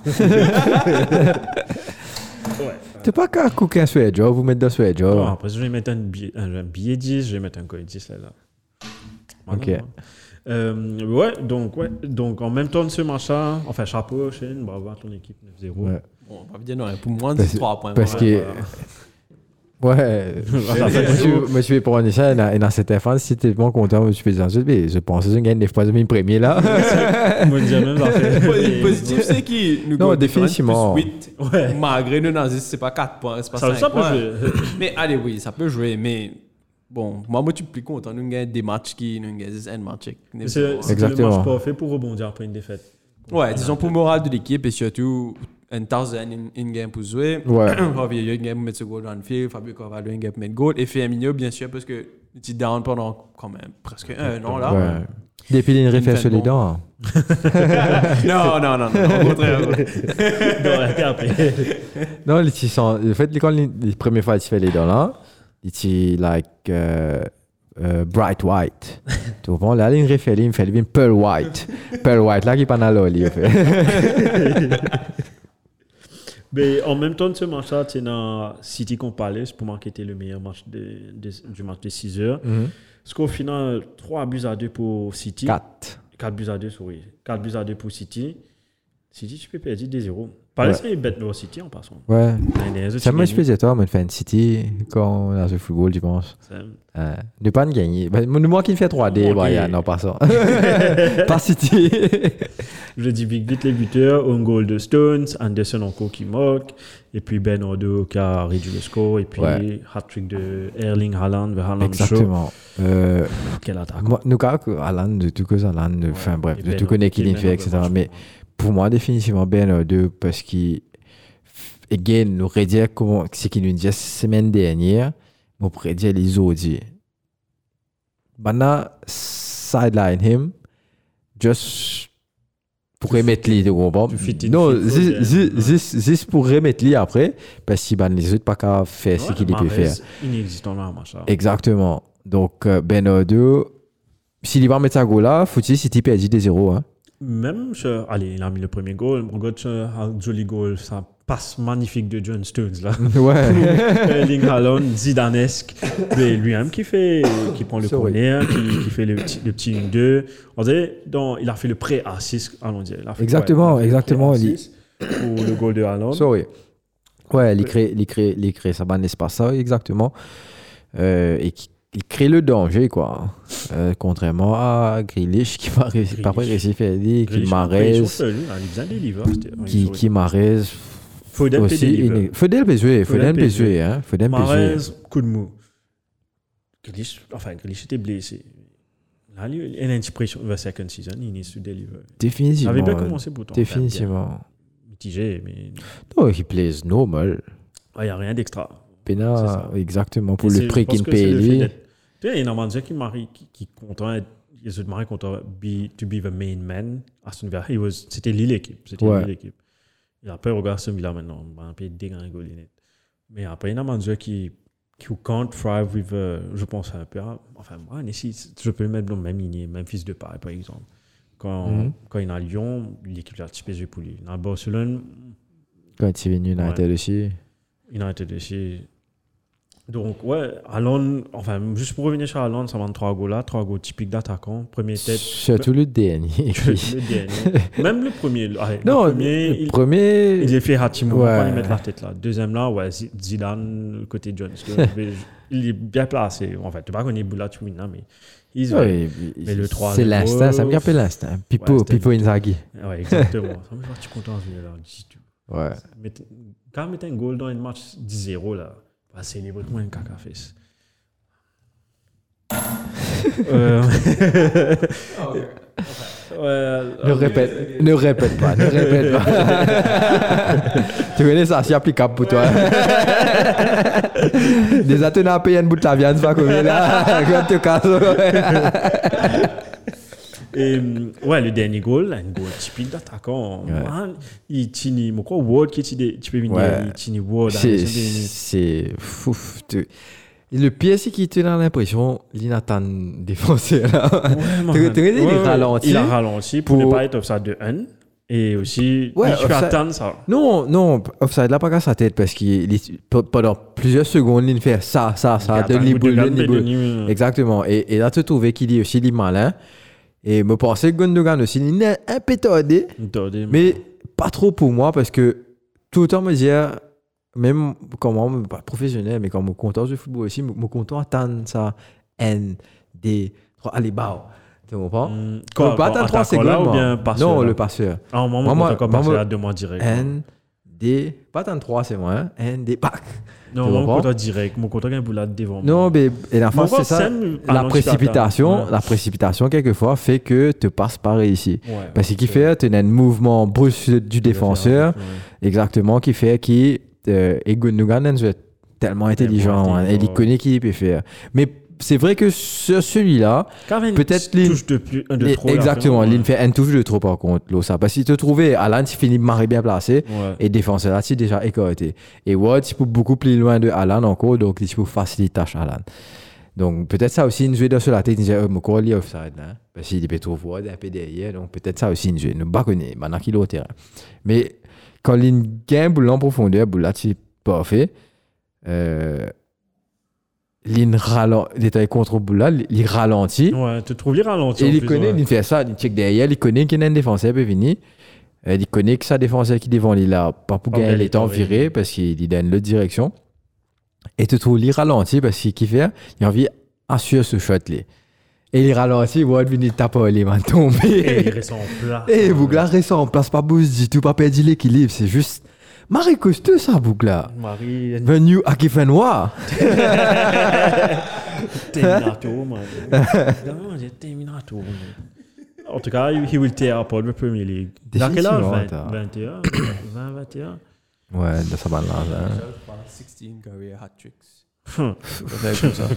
Ouais. T'es pas qu'à cooker un sweat job, vous mettre dans sweat Bon, job. après, je vais mettre un billet, un billet dix, je vais mettre un code dix là. là. Voilà. Ok. Euh, ouais, donc, ouais, donc en même temps de ce match-là, enfin, chapeau, Shane, bravo à ton équipe neuf zéro. Ouais. Bon, on va dire non, pour moi, Parce- c'est trois points. Parce Ouais, que. Ouais. Voilà. Moi, je- moi, je vais prendre ça et dans cette fin, si t'es vraiment content, je peux dire, mais je pense que je gagne des fois de premier là. Moi, je dirais même ça fait. Le positif, c'est qu'il nous Non, gagne définitivement. plus huit. Ouais. Malgré nous, nazis, c'est pas quatre points, c'est pas Ça, cinq ça peut points. jouer. Mais allez, oui, ça peut jouer, mais bon, moi, moi, tu plus content. Nous gagnons des matchs qui nous gagnent un match. C'est c'est le Exactement. match pas fait pour rebondir après une défaite. Ouais, disons pour le moral de l'équipe et surtout un Tarzan in game pour jouer. Ouais. Javier une game pour mettre ce goal dans le field, Fabio Carvalho une game pour mettre goal et Firmino bien sûr parce que il était down pendant quand même presque un an là. Ouais. Depuis une référence sur les dents. Non, non, non, non, au contraire. Non, après. Non, les petits sont. Le fait, quand les, les premières fois tu fais les dents là, ils sont like euh, euh, bright white. Tu comprends? Là, il y a une référence, il me fait une pearl white. Pearl white, là, qui est pas dans l'eau, il fait. Mais en même temps de ce match-là, tu as City contre Palace, pour moi qui était le meilleur match de, de, du match de six heures. Mhm. Parce qu'au final, trois buts à deux pour City. quatre. quatre buts à deux, oui. quatre buts à deux pour City. City, tu peux perdre deux zéro. Palace est bête de City en passant. Ouais. Les autres, Ça ils me gagnent. faisait toi, mon fan City, quand on a joué au football, je pense. Ça- Euh, ne pas gagner. Ben, moi qui me fait trois D, Ok. Brian, en passant. Pas City. Je dis vite vite les buteurs. Un goal de Stones, Anderson encore qui moque. Et puis Ben Odo qui a réduit le score. Et puis Ouais. hat-trick de Erling Haaland vers Haaland Show. Exactement. Euh, Quel attaque. moi, nous, quand Alan, de tout que Alan, de- enfin bref, Et de Ben tout Odo connaît qui est qu'il man fait, of et the cetera. match, Mais pour moi, définitivement, Ben deux parce qu'il, again, nous redire comment, c'est qu'il nous dit la semaine dernière, nous prédire les autres. Maintenant, sideline him, just pour remettre les, tu comprends? Tu fit in, Non, fit juste- out, juste ouais. juste- juste pour remettre les après, parce qu'il ben, les autres pas qu'à faire ce Ouais, qu'il peut Mahrez, faire. Inexistant dans le match. là. Exactement. Donc, euh, Ben deux, s'il va mettre sa goal là, faut-il si tu perds des zéro. Hein? Même, je- allez, il a mis le premier goal. Regarde, ce- un joli goal. Ça passe magnifique de John Stones là. Ouais. Erling Haaland, Zidanesque, mais lui-même qui fait, qui prend le Sorry. corner, qui, qui fait le petit, le petit un deux. On dirait, dans, il a fait le pré-assist, allons dire. Il a fait- Exactement, ouais, il a fait le exactement, pré-assist pour le goal de Haaland. Sorry. Ouais, il crée, il crée, il crée ça ban l'espace, ça, exactement. Euh, et qui il crée le danger, quoi. Euh, contrairement à Grealish, qui m'a réussi, pas Grealish. réussi à faire dire, qui Grealish, Mahrez, il chauffe, lui, il a besoin de deliver, c'était- qui, sorry. qui Mahrez, Foden peut aussi. deliver. il- Foden peut jouer, Foden peut jouer, hein. Foden peut Mahrez, jouer. coup de mou. Grealish, enfin, Grealish était blessé. Là, lui, il a une pression de la second season, il needs to deliver. Il Définitivement. avait bien commencé pourtant. enfin, bien Définitivement. Mitigé, mais Non, il plaise normal. il n'y a rien d'extra. C'est Pena, ça. exactement, pour Et le c'est- prix je pense qu'il que paye c'est le fait lui. d'être- Tu sais, il y a énormément de gens qui marient, qui, qui content d'être- ils se marient content be, to be the main man. Aston Villa, he was- c'était Lille l'équipe. C'était Ouais. Lille l'équipe. Et après, regarde Aston Villa maintenant, on va un peu dégringoler net. Mais après, il y a énormément de gens qui qui can't thrive with, euh, je pense un peu, à- enfin moi, ici, je peux le mettre dans le même lignée, même fils de Paris par exemple. Quand, Mhm. quand il est à Lyon, l'équipe est un petit peu pour lui. Dans Barcelone, Quand il est venu United aussi. il a été dessus. Donc, ouais, Haaland, enfin, juste pour revenir sur Haaland, ça va trois goals là, trois goals typiques d'attaquant. Premier tête, Surtout le dernier. le dernier. Même le premier, le, allez, Non, le premier, le il, premier. il est fait Hatim, on va Ouais. pas lui mettre la tête là. Deuxième là, ouais, Z- Zidane, le côté Jones. Mais il est bien placé. En fait, tu sais pas qu'on est Boula Tchouina, mais il Ouais, Mais le c'est troisième l'instinct, ça me goal, rappelle l'instinct. Pipo, ouais, c'était Pipo vite. Inzaghi. Ouais, exactement. Ça me fait partie content de là. dis tu. Ouais. Mettez- Quand mettre un goal dans un match dix zéro là, va célébrer tout le monde caca face. euh... ouais, Ne répète, ne répète pas, ne répète pas. Tu connais ça, c'est applicable pour toi. Des attenants à payer un bout de la viande, c'est pas comme là. Quand tu casses. Et hum, ouais, le dernier goal, un goal typique d'attaquant. Ouais. Man, il tini, moi quoi, Ward qui est tu peux venir, Ouais. il tini Ward. C'est, Anderson, il- c'est fou. tu- Et le pire, c'est qu'il te donne l'impression, il n'attend défenseur là. Ouais, man. Tu- tu connais, il Ouais, ouais, ralentit Il a ralenti pour, pour- ne pas être offside de un. Et aussi, Ouais, il peut offside- attendre ça. Non, non, offside là, pas qu'à sa tête, parce qu'il il- pendant plusieurs secondes, il fait ça, ça, ça, Il donne les attend boules, le donne les Gundogan, boules. mais Denis, Exactement. Et, et là, tu trouves qu'il est aussi il est malin. Et me pensais que Gundogan aussi, il est un peu tordé, euh, Attendez, mais pas trop pour moi, parce que tout le temps me dire, même comment, pas professionnel, mais comme content du football aussi, me content attendre ça, N, D, trois, allez, bah, tu comprends? Hum, On quoi, peut pas quoi, attendre trois attaquant là secondes, ou bien moi. passeur Non, là? le passeur. Ah, au moment Moi, où moi, on comme moi, passé moi- à deux mois direct. N, D, pas attendre trois, c'est moi, hein? N, D, pac. Non, tu mon comprends? content direct. Mon content qu'un boulot devant. Non, mais et la Moi, fois, c'est ça. Sam, La Alonso précipitation, Tata, ouais. la précipitation, quelquefois, fait que tu passes par ici. Ouais, Parce qu'il c'est- fait, tu as un mouvement brusque du défenseur, Ouais. exactement, qui fait qu'il. Euh, et Gundogan est tellement intelligent, intelligent, hein, et il ouais. connaît qu'il peut faire. Mais c'est vrai que sur celui-là, Quand même, Peut-être une l'in- touche de plus, un de les- trop. là, exactement, vraiment, il fait un touche de trop par contre, là, ça. Parce qu'il te trouvait, Alan, il finit marré bien placé, Ouais. et défenseur là, c'est déjà écarté. Et Ward, il peut beaucoup plus loin de Alan encore, donc il peut faciliter la tâche Alan. Donc peut-être ça aussi, une joueur dans la tête, il disait, oh, mon corps, il est offside, hein, parce qu'il peut trouver Ward un peu derrière, donc peut-être ça aussi, une joueur, ne pas connaître, maintenant qu'il est au terrain. Mais quand il gagne boule en profondeur, boule là, c'est parfait. Euh, il ralentit, il est contre boule là, il ralentit. Ouais, tu trouves les ralentis. Et en il plus, connaît, ouais. il fait ça, il check derrière, il connaît qu'il y a un défenseur peut venir. Euh, il connaît que sa défenseur qui est devant lui là, pas pour Pas gagner bien les temps les temps, virés oui. parce qu'il donne l'autre direction. Et tu trouves, il ralentit parce qu'il kiffe, il a envie d'assurer ce shot là. Et il ralentit, il va venir taper les mains Et il tomber. reste en place. Et Bougla reste en place, pas bouge du tout, pas perdre l'équilibre, c'est juste. Marie costaud ça, Bougla. Marie, Venu à Kifenwa. Terminator, man. Non, j'ai Terminator. En tout cas, he will tear apart the Premier League. Dans quel âge? Définitivement, vingt, t'as- vingt et un vingt, vingt et un Ouais, de sa balance. Hein. seize career hat-tricks. Hum. Ça fait comme ça.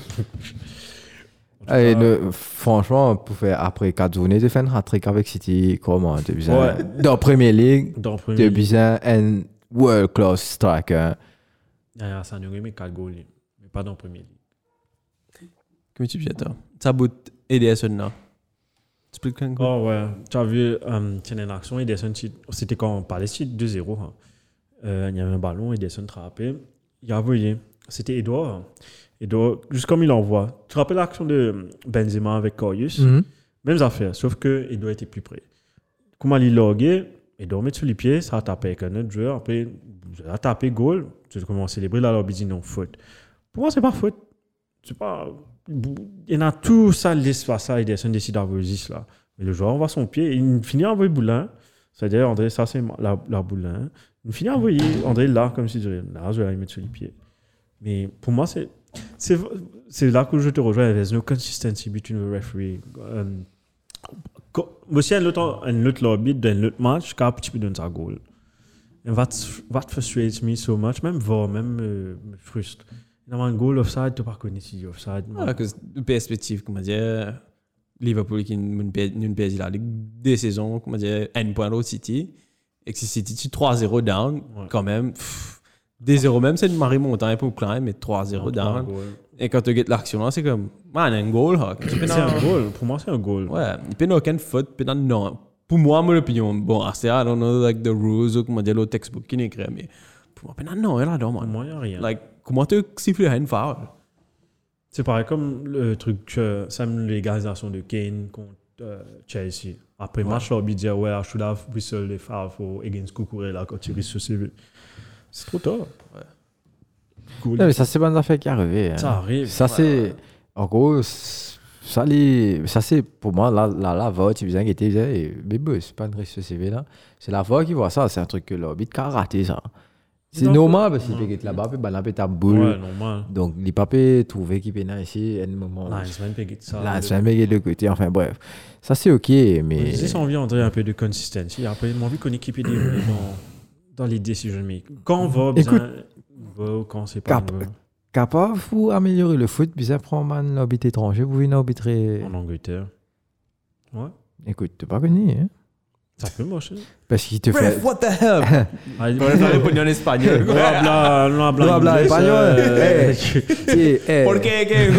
Et le, franchement, pour faire après quatre journées, de faire un hat-trick avec City, comment tu besoin Ouais. dans la Premier League, Dans le tu Premier as League. besoin un world class striker. Ah, ça nous remet quatre goals, mais pas dans le Premier League. Comment tu fais ça? Ça bout Ederson là. Explique quand même. Oh ouais, tu as vu, um, il y a une action, Ederson, c'était quand on parlait de deux zéro. Hein. Euh, il y avait un ballon, Ederson frappé. Il a envoyé, c'était Edouard. Hein. Edouard, juste comme il envoie. Tu te rappelles l'action de Benzema avec Karius? Mhm. Même affaire, sauf que Edouard était plus près. Comment il logué, Edouard met sur les pieds, ça a tapé avec un autre joueur. Après, ça a tapé goal. Tu commences à célébrer, là, l'arbitre dit non, faute. Pour moi, c'est pas faute. C'est pas. Il y en a tout ça, l'espace, ça, Ederson décide d'avoir dix là. Mais le joueur envoie son pied, et il finit à envoyer Boulin. C'est-à-dire, André, ça, c'est la, la Boulin. Il finit à envoyer André là, comme si je disais, là, je vais aller mettre sur les pieds. Mais pour moi, c'est. C'est, c'est là que je te rejoins. There's no consistency between the referee. Um, co- aussi, un autre, un autre l'arbitre d'un autre match, quand un petit peu donne sa goal. And that's, that frustrates me so much. Même voir, même euh, me frustre. Dans un goal offside, tu n'as pas connu si offside. Ah, que de perspective, comment dire, Liverpool qui nous perd la Ligue des saisons, comment dire, un point au City, et que si City tu trois zéro down, Ouais. quand même, pff, deux zéro même, c'est une marée montante pour Klein, mais trois zéro down. Et quand tu get l'action là, c'est comme, man, un goal, hein. C'est un goal. Pour moi, c'est un goal. Ouais, il peut aucune faute, peut non. Pour moi, mon opinion, bon, c'est I don't know like the rules ou comment dire le textbook qui n'est écrit, mais pour moi, peut non, là, non, Pour man. moi, il n'y a rien. Like, comment tu siffles une foul? C'est pareil comme le truc, euh, Sam, l'égalisation de Kane contre euh, Chelsea. Après Ouais. match, l'arbitre dit, ouais, I should have whistled the foul for against Kukurela quand il risque ce C'est trop tard. Ouais. Cool. Non, mais ça, c'est pas une affaire qui est arrivée. Hein. Ça arrive. Ça, Ouais, c'est. ouais. En gros, c'est- ça, les, ça c'est pour moi, là, là, la voix, tu disais, qui était. eh, Mais bon, c'est pas une risque C V là. C'est la voix qui voit ça. C'est un truc que l'arbitre a raté, ça. C'est Non, normal parce qu'il non. peut être là-bas, puis balancer ta boule. Ouais, normal. Donc, il pas pu trouver qu'il peut être ici à un moment. Là, une semaine, peut être ça. Là, c'est un mec de côté. Enfin, bref. Ça, c'est OK, mais. J'ai envie d'entrer un peu de consistency. Après, j'ai envie qu'on équipe évoluer dans, dans les decision making. Quand on va bien, Écoute, on va, quand c'est pas, cap- on va. Capable, vous améliorer le foot, puis ça prend man l'habit étranger, vous venez arbitrer. En Angleterre. Ouais. Écoute, t'es pas connu, hein? Ça peut marcher. Parce qu'il te fait. what the hell? Ah, il- On va répondre en espagnol. No habla, no habla No habla inglés, español. euh, Eh, eh. ¿Por qué? ¿Qué?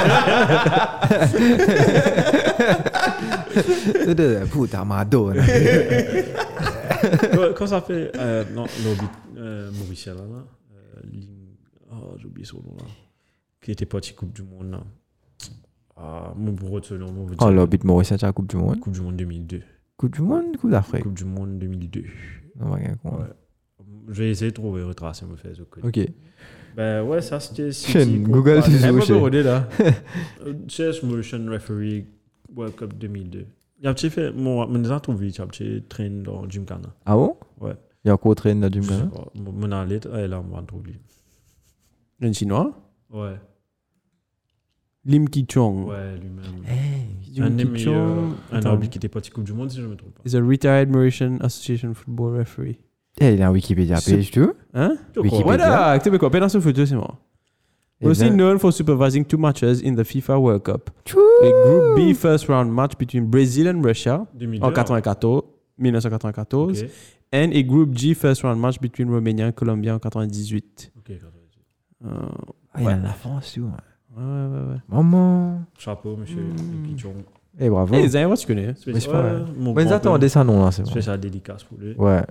Puta madonna. Quand- Quand ça fait. Euh, non, l'Orbit. Euh, Mauricien, là. là euh, Ling- oh, j'ai oublié son nom, là. Qui était parti Coupe du Monde, là. Ah, mon bureau de ce nom. mon bureau de Oh, ce nom. l'orbite Maurice, c'est la Coupe du Monde. Coupe du Monde deux mille deux. Coupe du Monde, Coupe d'Afrique. Coupe du Monde deux mille deux. Non, pas con. Ouais. Je vais essayer de trouver, retracer, me faire ce code. Ok. Ben ouais, ça c'était. Chaîne, City contre Google, Palace. c'est Un peu Zouché. rodé là. Euh, Chess Motion Referee World Cup deux mille deux. Il y a un petit fait. Mon mon a trouvé, il y a un petit train dans Gymkhana. Ah bon? Ouais. Il y a encore train dans du Je sais monde. pas. Mon mon allée, elle a on trouvé. Un chinois? Ouais. Lim Ki-chong. Ouais, lui-même. Eh, Un Lim des meilleurs. Ki-chong. Un Attends. arbitre qui était parti Coupe du Monde, si je ne me trompe pas. Is a retired Mauritian Association football referee. Eh, il est en Wikipédia, C'est- page, tu veux? Hein? Wikipédia. Voilà, tu sais quoi? Dans ce photo, c'est moi. Eh Also bien- known for supervising two matches in the FIFA World Cup. Tchou! A Group B first round match between Brazil and Russia deux mille deux. en quatre-vingt-quatorze, mille neuf cent quatre-vingt-quatorze. Ok. And a Group G first round match between Romania and Colombia en quatre-vingt-dix-huit. Ok, quatre-vingt-dix. Euh, Ah, il y a Ouais. de la France, tu vois. ouais, ouais, ouais. Maman. Chapeau, monsieur Hmm. Kichong. Eh, bravo. Eh, les Zaïrois, tu connais. Mais c'est pas vrai. Mon Mais grand-père, attendez ça, non, là, c'est bon. spécial dédicace pour lui. Ouais.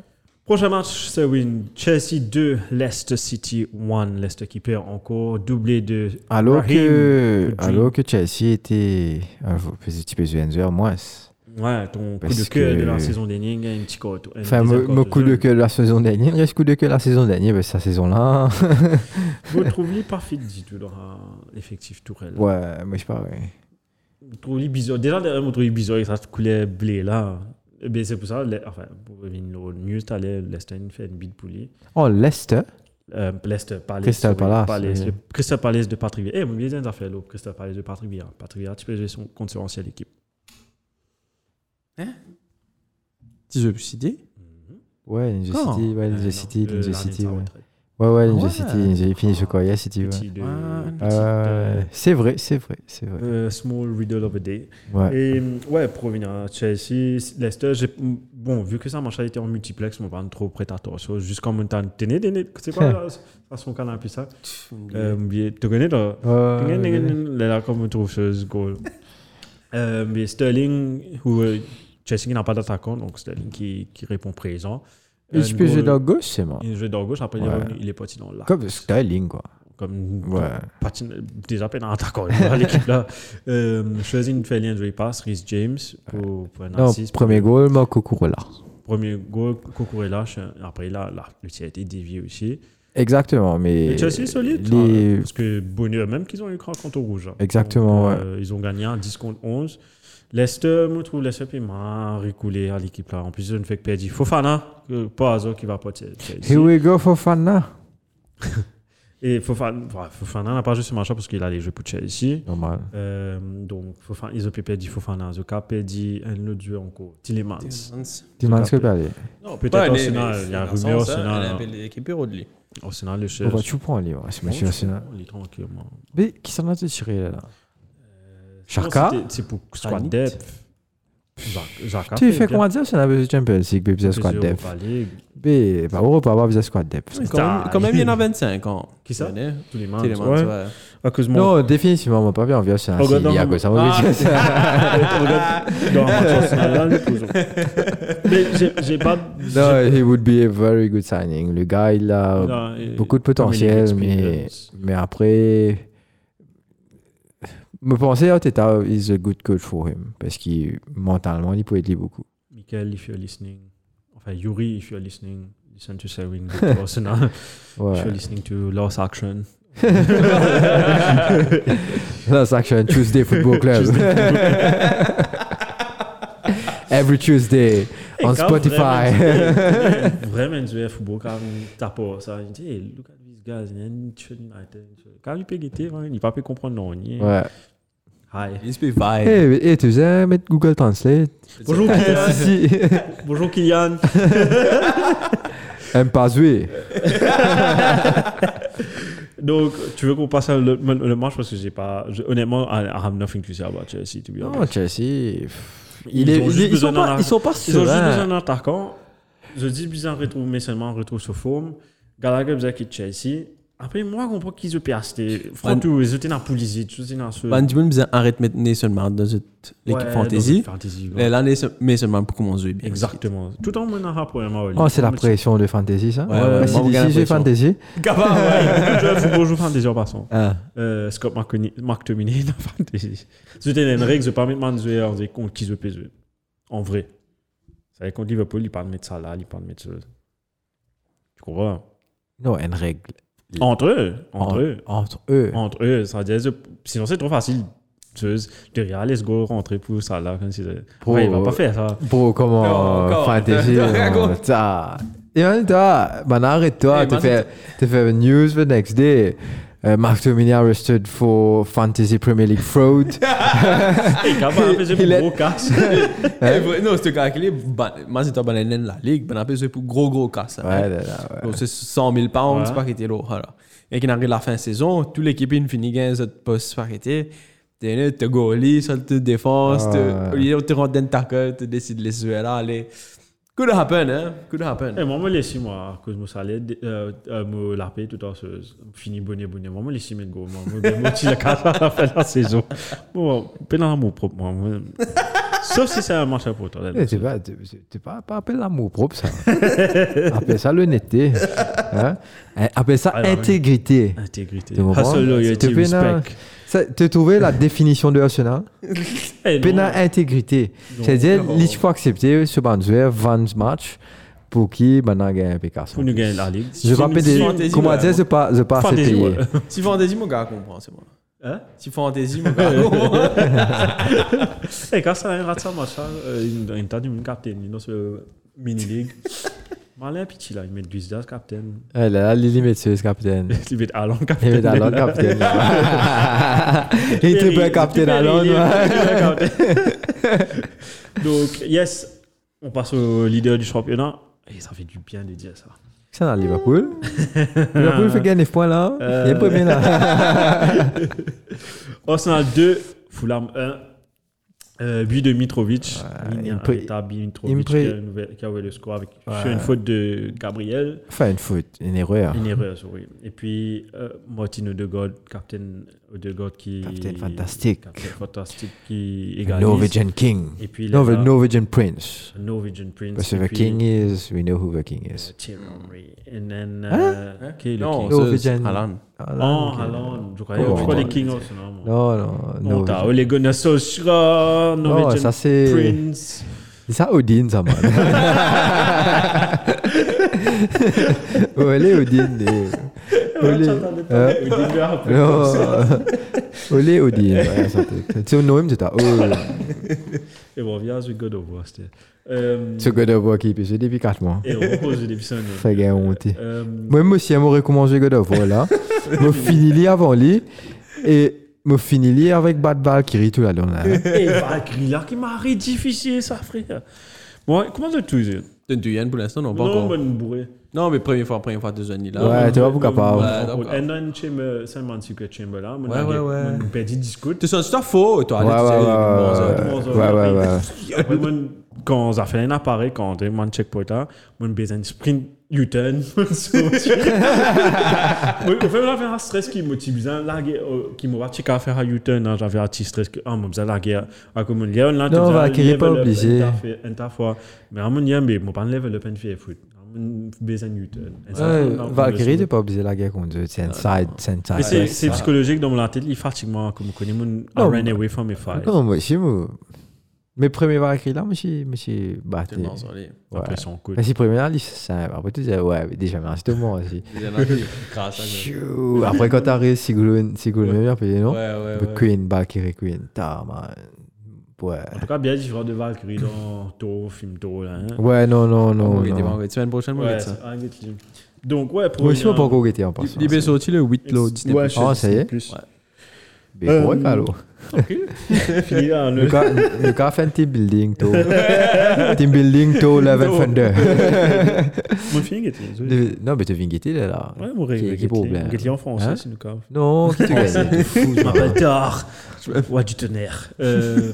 Prochain match, c'est win. Chelsea deux, Leicester City un. Leicester qui perd encore. Doublé de Alors Raheem que, Rodri. alors que Chelsea était un petit peu joueur, moins. Ouais, ton coup Parce de cœur que- de la saison dernière, il y a un petit côté. Enfin, mon mon coup de cœur de la saison dernière, il reste coup de cœur de la saison dernière, mais cette saison-là. Vous trouvez pas fit du tout dans l'effectif Tourelle. Ouais, moi je pareil. Vous trouvez bizarre. Déjà, derrière, vous trouvez bizarre, ça coulait blé là. Eh bien, c'est pour ça, le- enfin, pour revenir au news, t'allais, Leicester fait une bide pour lui. Oh, Leicester. Euh, Leicester Palace. Crystal oui, Palace, Palace, oui. le Crystal Palace de Patrick Vieira. Eh, mon bien des affaires, là, Crystal Palace de Patrick Vieira. Patrick Vieira, tu peux jouer son, contre son ancienne équipe. Tu veux citer? Ouais, Ninja Quand City, ouais, Euh, Ninja non, City, euh, Ninja l'année de City, sa ouais. retraite. Ouais, ouais, Ninja Ouais. City, j'ai fini ce Korea City, ouais. Petit de- Ouais, petit Euh, de- c'est vrai, c'est vrai, c'est vrai. euh, small riddle of a day. Ouais. Et ouais, pour revenir à Chelsea, Leicester, j'ai- bon, vu que ça marche, a été en multiplex, je ne pas trop prêt à attention. Jusqu'en montagne, tenez, tenez, c'est quoi la façon qu'on a appelé ça? Euh, oublié. Tu connais là? Ouais, Ding, ding, ouais. ding, Là, comme on trouve chose, goal. Euh, mais Sterling, où euh, Chelsea n'a pas d'attaquant, donc Sterling qui, qui répond présent. Et tu peux jouer dans gauche, c'est moi. Il joue dans gauche, après il est Ouais. revenu, il est parti dans l'axe. Comme Sterling, quoi. Comme Ouais. patine, déjà peine un attaquant à l'équipe là. Euh, choisi une fait lien de passe, Rhys James pour, pour un Non, assist. premier goal, Marco Cucurella. Premier goal, Cucurella. Après là, là, le tir a été dévié aussi. Exactement, mais. Et Chelsea est solide. les- hein, parce que bonheur, même qu'ils ont eu grand contre au rouge. hein. Exactement, Donc, euh, Ils ont gagné en dix contre onze. Leicester, je trouve Leicester puis m'a reculé à l'équipe là. En plus, ils ont fait perdre Fofana, que pas hasard qui va partir. Here we go, Fofana. Et Fofana, ouais, Fofana n'a pas joué ce match parce qu'il allait jouer pour Chelsea. Normal. Euh, donc, Fofana, ils ont perdu Fofana. Ils ont perdu un autre joueur encore, Tillemans. Dis-moi ce que tu as dit. Non, peut-être Arsenal. Il y a un rumeur Arsenal. Arsenal. L'équipe Rodri. Arsenal, le On chef. va tout prendre, lui. Ouais, c'est monsieur Arsenal. Il est tranquillement. Mais qui s'en a tiré là? Sinon, Chaka? c'était- C'est pour squad Anit. depth. Jacques- Jacques a Tu fais bien. comment dire si on a besoin de Champions League, mais besoin de squad Europa depth? League. Mais pas Europa, pas besoin de squad depth. Quand même- quand même, il y en a vingt-cinq ans. Qui ça? Tu connais? Tous les matchs. Télémans, ouais. ouais. À cause de mon. Non, définitivement, moi, pas bien envie Arsenal. Regarde Il y a dans- quoi ça Ah. va ça. Regarde, dans un match Arsenal, là, nous posons. Mais j'ai- j'ai pas. Non, he would be a very good signing. Le gars, il a Non, et- beaucoup de potentiel, Dominic mais, Experience. mais après. Me penser, oh, Teta is a good coach for him. Parce que mentalement, il peut aider beaucoup. Michael, if you're listening. Enfin, Yuri, if you're listening. Listen to Sewing to Arsenal. If Ouais. you're listening to Lost Action. That's actually Tuesday Football Club. Every Tuesday on Quand Spotify. Vraiment, vraiment jouer football quand t'as pas ça. Il dit, hey, look at these guys. Il y a une Sheffield United. Quand il peut guetter, il ne peut pas comprendre non. il- Ouais. Hi. Il se fait vibe. Et tu sais, mettre Google Translate. Bonjour Kylian. Si, si. Bonjour Kylian. Aime pas jouer. Donc, tu veux qu'on passe à le, le match parce que j'ai pas. je- honnêtement, I, I have nothing to say about Chelsea, to be Non, honest. Chelsea. pff, Ils il est- ont juste il- ils, besoin sont d'un pas, ar- ils sont pas Ils ont juste sereins. besoin d'un attaquant. Je dis bizarre retrouve, mais seulement retrouve sa forme. Gallagher besoin quitte Chelsea. Après, moi, je comprends qu'ils ont perdu. Franchement, ils étaient dans la police. Ils étaient dans ce. Van Diemen besoin arrête de mettre Nelson Mount dans cette- l'équipe Ouais, fantasy. dans fantasy. Et là, Nelson- Mason Mount pour commencer bien. Exactement. Tout en menant à premièrement. Oh, c'est la pression de fantasy, ça. Ouais, ouais, si moi, si j'ai j'ai l'impression. fantasy. Gaba, ouais. Je football joue fantasy en passant. Ah. Euh, Scott McTominay McTominay dans fantasy. C'était une règle, je ne pas mettre Manzoué en disant contre qui je peux jouer. En vrai. Ça veut dire contre Liverpool, il parle de mettre ça là, il parle de mettre ça. Tu comprends? Non, une règle. Entre eux. Entre En- eux. Entre eux. Entre eux. Ça veut dire, sinon, c'est trop facile. De rien, let's go rentrer pour ça là. Comme si c'est- Pro- ouais, il va pas faire ça. Bro, comment Non, euh, comment fantasy. Non, non, raconte. ça. Et en même temps, man, arrête-toi. Hey, Tu man, fais, tu fais news the next day. Uh, Mark Tomini arrested for fantasy Premier League fraud. Et quand on a fait Il est- un gros casse. Eh, vrai, non, c'est calculé. Moi, c'est pas dans la ligue. Ben, après, c'est pour gros, gros casse. hein. Ouais, là, là, ouais. Donc, c'est cent mille pounds, Ouais. c'est pas qu'il était là. Voilà. Et qu'il arrive à la fin de saison, toute l'équipe il finit gain cette poste par été. T'es là, t'es goalie, ça te défense, Ah, t'es- ouais. au lieu de te rendre dans ta queue, tu décides de les jouer là, allez. Could happen, hein? Could happen. Et moi, je laisse moi, à cause de mon salaire, euh, euh, me la paye tout en ce fini bonnet bonnet. Moi, je laisse mes go. Moi, je me motive la casse à la fin de la saison. Bon, pas dans mon propre. Moi, moi, Sauf si c'est un match important. Eh, C'est pas, c'est- c'est pas, pas appelé l'amour propre, ça. Appelle ça l'honnêteté. Hein? Eh, Appelle ça Alors, intégrité. Intégrité. Tu comprends? Hustle, loyalty, Tu peux na- respect. Ça, tu as trouvé la définition de Arsenal? Eh, Pena non. intégrité. Non. C'est-à-dire, Non. il faut accepter ce banzouer vingt matchs pour qui maintenant gagne un P K. Pour nous gagner la Ligue. Je vais pas Si- péter. Comment dire, je pas, je pas assez Fantasy, payé. ouais. Si fantaisie, mon gars comprend, c'est bon. Hein? Si fantaisie, mon gars comprend. Eh, quand ça rate ça, match, euh, il il t'a dit mon captain, il est sur mini-league. Malin petit là, il met Luis Diaz captain. Eh là, Lily Metzeus, capitaine. Il met Alon Il captain. est alors capitaine. Il est très capitaine alors. Donc, yes, on passe au leader du championnat. Et ça fait du bien de dire ça. C'est dans Liverpool. Liverpool fait gagner neuf points là. Il est premier là. Arsenal deux, Fulham un. Euh, but de Mitrovic. Ouais, Ligne il pré- Arteta, Mitrovic il me qui, pré- a ouvert- qui a ouvert le score avec Ouais. sur une faute de Gabriel. Enfin, une faute, une erreur. Une erreur, oui. Et puis, euh, Martin Odegaard, capitaine Odegaard qui... Capitaine fantastique. Capitaine fantastique qui égalise. Norwegian King. Et puis, No, là, the Norwegian Prince. Norwegian Prince. Parce que et the puis, king is, we know who the king euh, is. Thierry Henry. And then... Hein? euh, qui est le Non, king? Norwegian. Alan. Oh, Haaland, ok. Haaland. Je crois Oh, je crois les oh. Kings aussi, non? moi. Non, non, Non, t'as Norwegian. Ole Gunnar Solskjaer, Non, Norwegian ça c'est. Prince. C'est ça Odin, ça, man. Olé Odin. eh. Olé. Hein? Non. Olé Odin. Ouais, ça te- Tu sais, nom, tu t'as. Oh. Et bon, viens sur God of War, c'était. Euh, Ce God of War qui peut jouer depuis quatre mois. Et on repose des épisodes. Fait gagner honte. Euh, Moi, moi aussi, moi, recommencé God of War là. Moi, fini li avant lui. Et moi, fini li avec Bad Valkyrie tout là dedans là. Et Valkyrie, là, qui m'a arrêté difficile, ça, frère. Bon, comment tu te dis? Tu es Yann pour l'instant, non, pas Non, encore. bonne bourrée. Non, mais première fois, première fois, deux années là. Ouais, t'es pas pour capable. Ouais, d'accord. Et dans Chamber, Simon Secret Chamber, là, mon Ouais, ouais, ouais. mon petit discours. Tu sens ça faux, toi. Ouais, allez, tu sais, ouais, bon, ça- ouais, ouais, ouais, ouais, ouais. Après, moi, quand ça fait un appareil, quand on mon checkpoint là, mon besoin de sprint U-turn. Moi, au fait, là, faire un stress qui me motive bien, la guerre, qui me va checker à faire un U-turn, hein, j'avais un petit stress que, ah, moi, ça, la guerre, à comme une guerre, là, Non, Valkyrie, pas obligé. Un tas fois. Mais à mon dire, mais moi, pas un level up and fait foot. Mon besoin de U-turn. Et ça, Ouais, on a- Valkyrie, t'es pas obligé de la guerre contre eux. C'est un side, c'est un Mais c'est side. c'est psychologique dans la tête, il fatigue moi, comme je connais mon I Non, ran away from my fight. Non, moi aussi, moi. Mes premiers Valkyrie là, moi, je me suis battu. Tellement solide. Ouais. Après son coup. Mais si premier là, c'est simple. Après, tu disais, ouais, mais déjà, merci tout le monde aussi. Il y en a qui crassent, hein, Chou. Après, quand t'arrives, si Goulon, si Goulon, bien payé, non? Ouais, ouais, The ouais. Queen, Valkyrie Queen. Ta, man. Ouais. En tout cas, bien différent de Valkyrie dans Toro, film Toro là. Hein. Ouais, non, non, non. On va guetter, on non. va guetter. Semaine prochaine, on va Ouais, guetter ça. c'est- ah, get you. Donc, ouais, pour Moi aussi, on revenir- peut encore guetter en passant. Il est sorti le huit là, Disney+. Ouais, Ah, ça y est. plus. Ouais. Mais quoi, Euh, Carlo? Fini là, le. Le gars, le gars fait un team building, to. Team building, to Level Thunder. Mon film est désolé. Le- Non, mais tu viens guetter là. Ouais, mon Qui- rêve. qui problème? Get en français, Hein? c'est nous cas. Non, qui te gagne? T'es fou, Je m'appelle genre. Tar. Ouais, du tonnerre. Euh.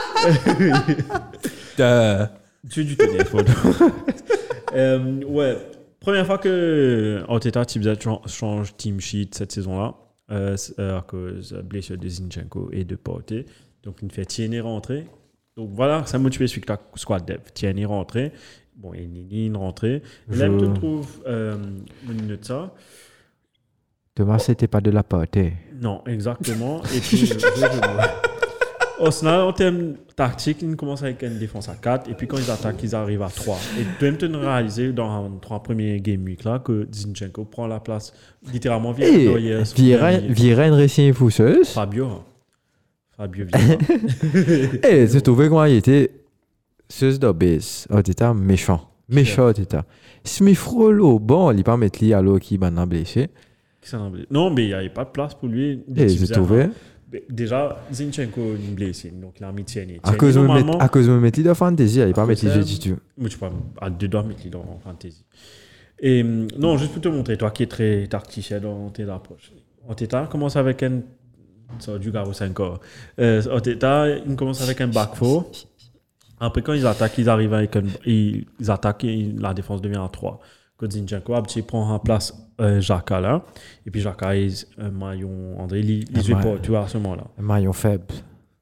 Euh, Dieu du tonnerre, Paul. Euh, ouais, première fois que Arteta Tibza change team sheet cette saison-là, euh, c'est, euh, à cause de la blessure de Zinchenko et de Porté. Donc, il fait Tierney rentrer. Donc, voilà, ça m'a motivé celui que la squad dev. Tierney rentrer. Bon, et Nini une rentrée. Et là, Je- je trouve euh, une note ça. Thomas, c'était pas de la pâté. Non, exactement. Et puis, je- je- Arsenal, en termes tactiques, ils commencent avec une défense à quatre. Et puis, quand ils attaquent, ils arrivent à trois. Et tu dois me réaliser dans les trois premiers game week là que Zinchenko prend la place littéralement via Et Neuer. Vieira Vieira une récine fousseuse. Fabio. hein. Fabio Vieira. Et tu trouvais comment il était Ceuse d'obèse. Oh, t'étais méchant. Méchant, t'étais. Smith Rollo, bon, il pas mettre lui à l'eau qui m'a blessé. Qui s'en a blessé. Non, mais il n'y avait pas de place pour lui. Et je trouvais. Mais déjà, Zinchenko est blessé. Donc, il a mis Tierney. À Tierney, cause de me normalement- mettre- à cause de me mettre lui dans Fantasy, il pas mettre cause les de- jeux du tout. Moi, je sais pas, à deux doigts, mettre dans Fantasy. Et hum, non, juste pour te montrer, toi qui es très tacticien dans tes approches. Arteta commence avec un. Ça, du Garo cinq ans. Euh, Arteta, il commence avec un back four. Après, quand ils attaquent, ils arrivent avec un. Ils, ils attaquent et la défense devient à trois. Quand Zinchenko il prend en place euh, Xhaka là. Et puis Xhaka, il, euh, Maillon, André, il les Ah, jouait pas, tu vois, à ce moment-là. Un maillon faible.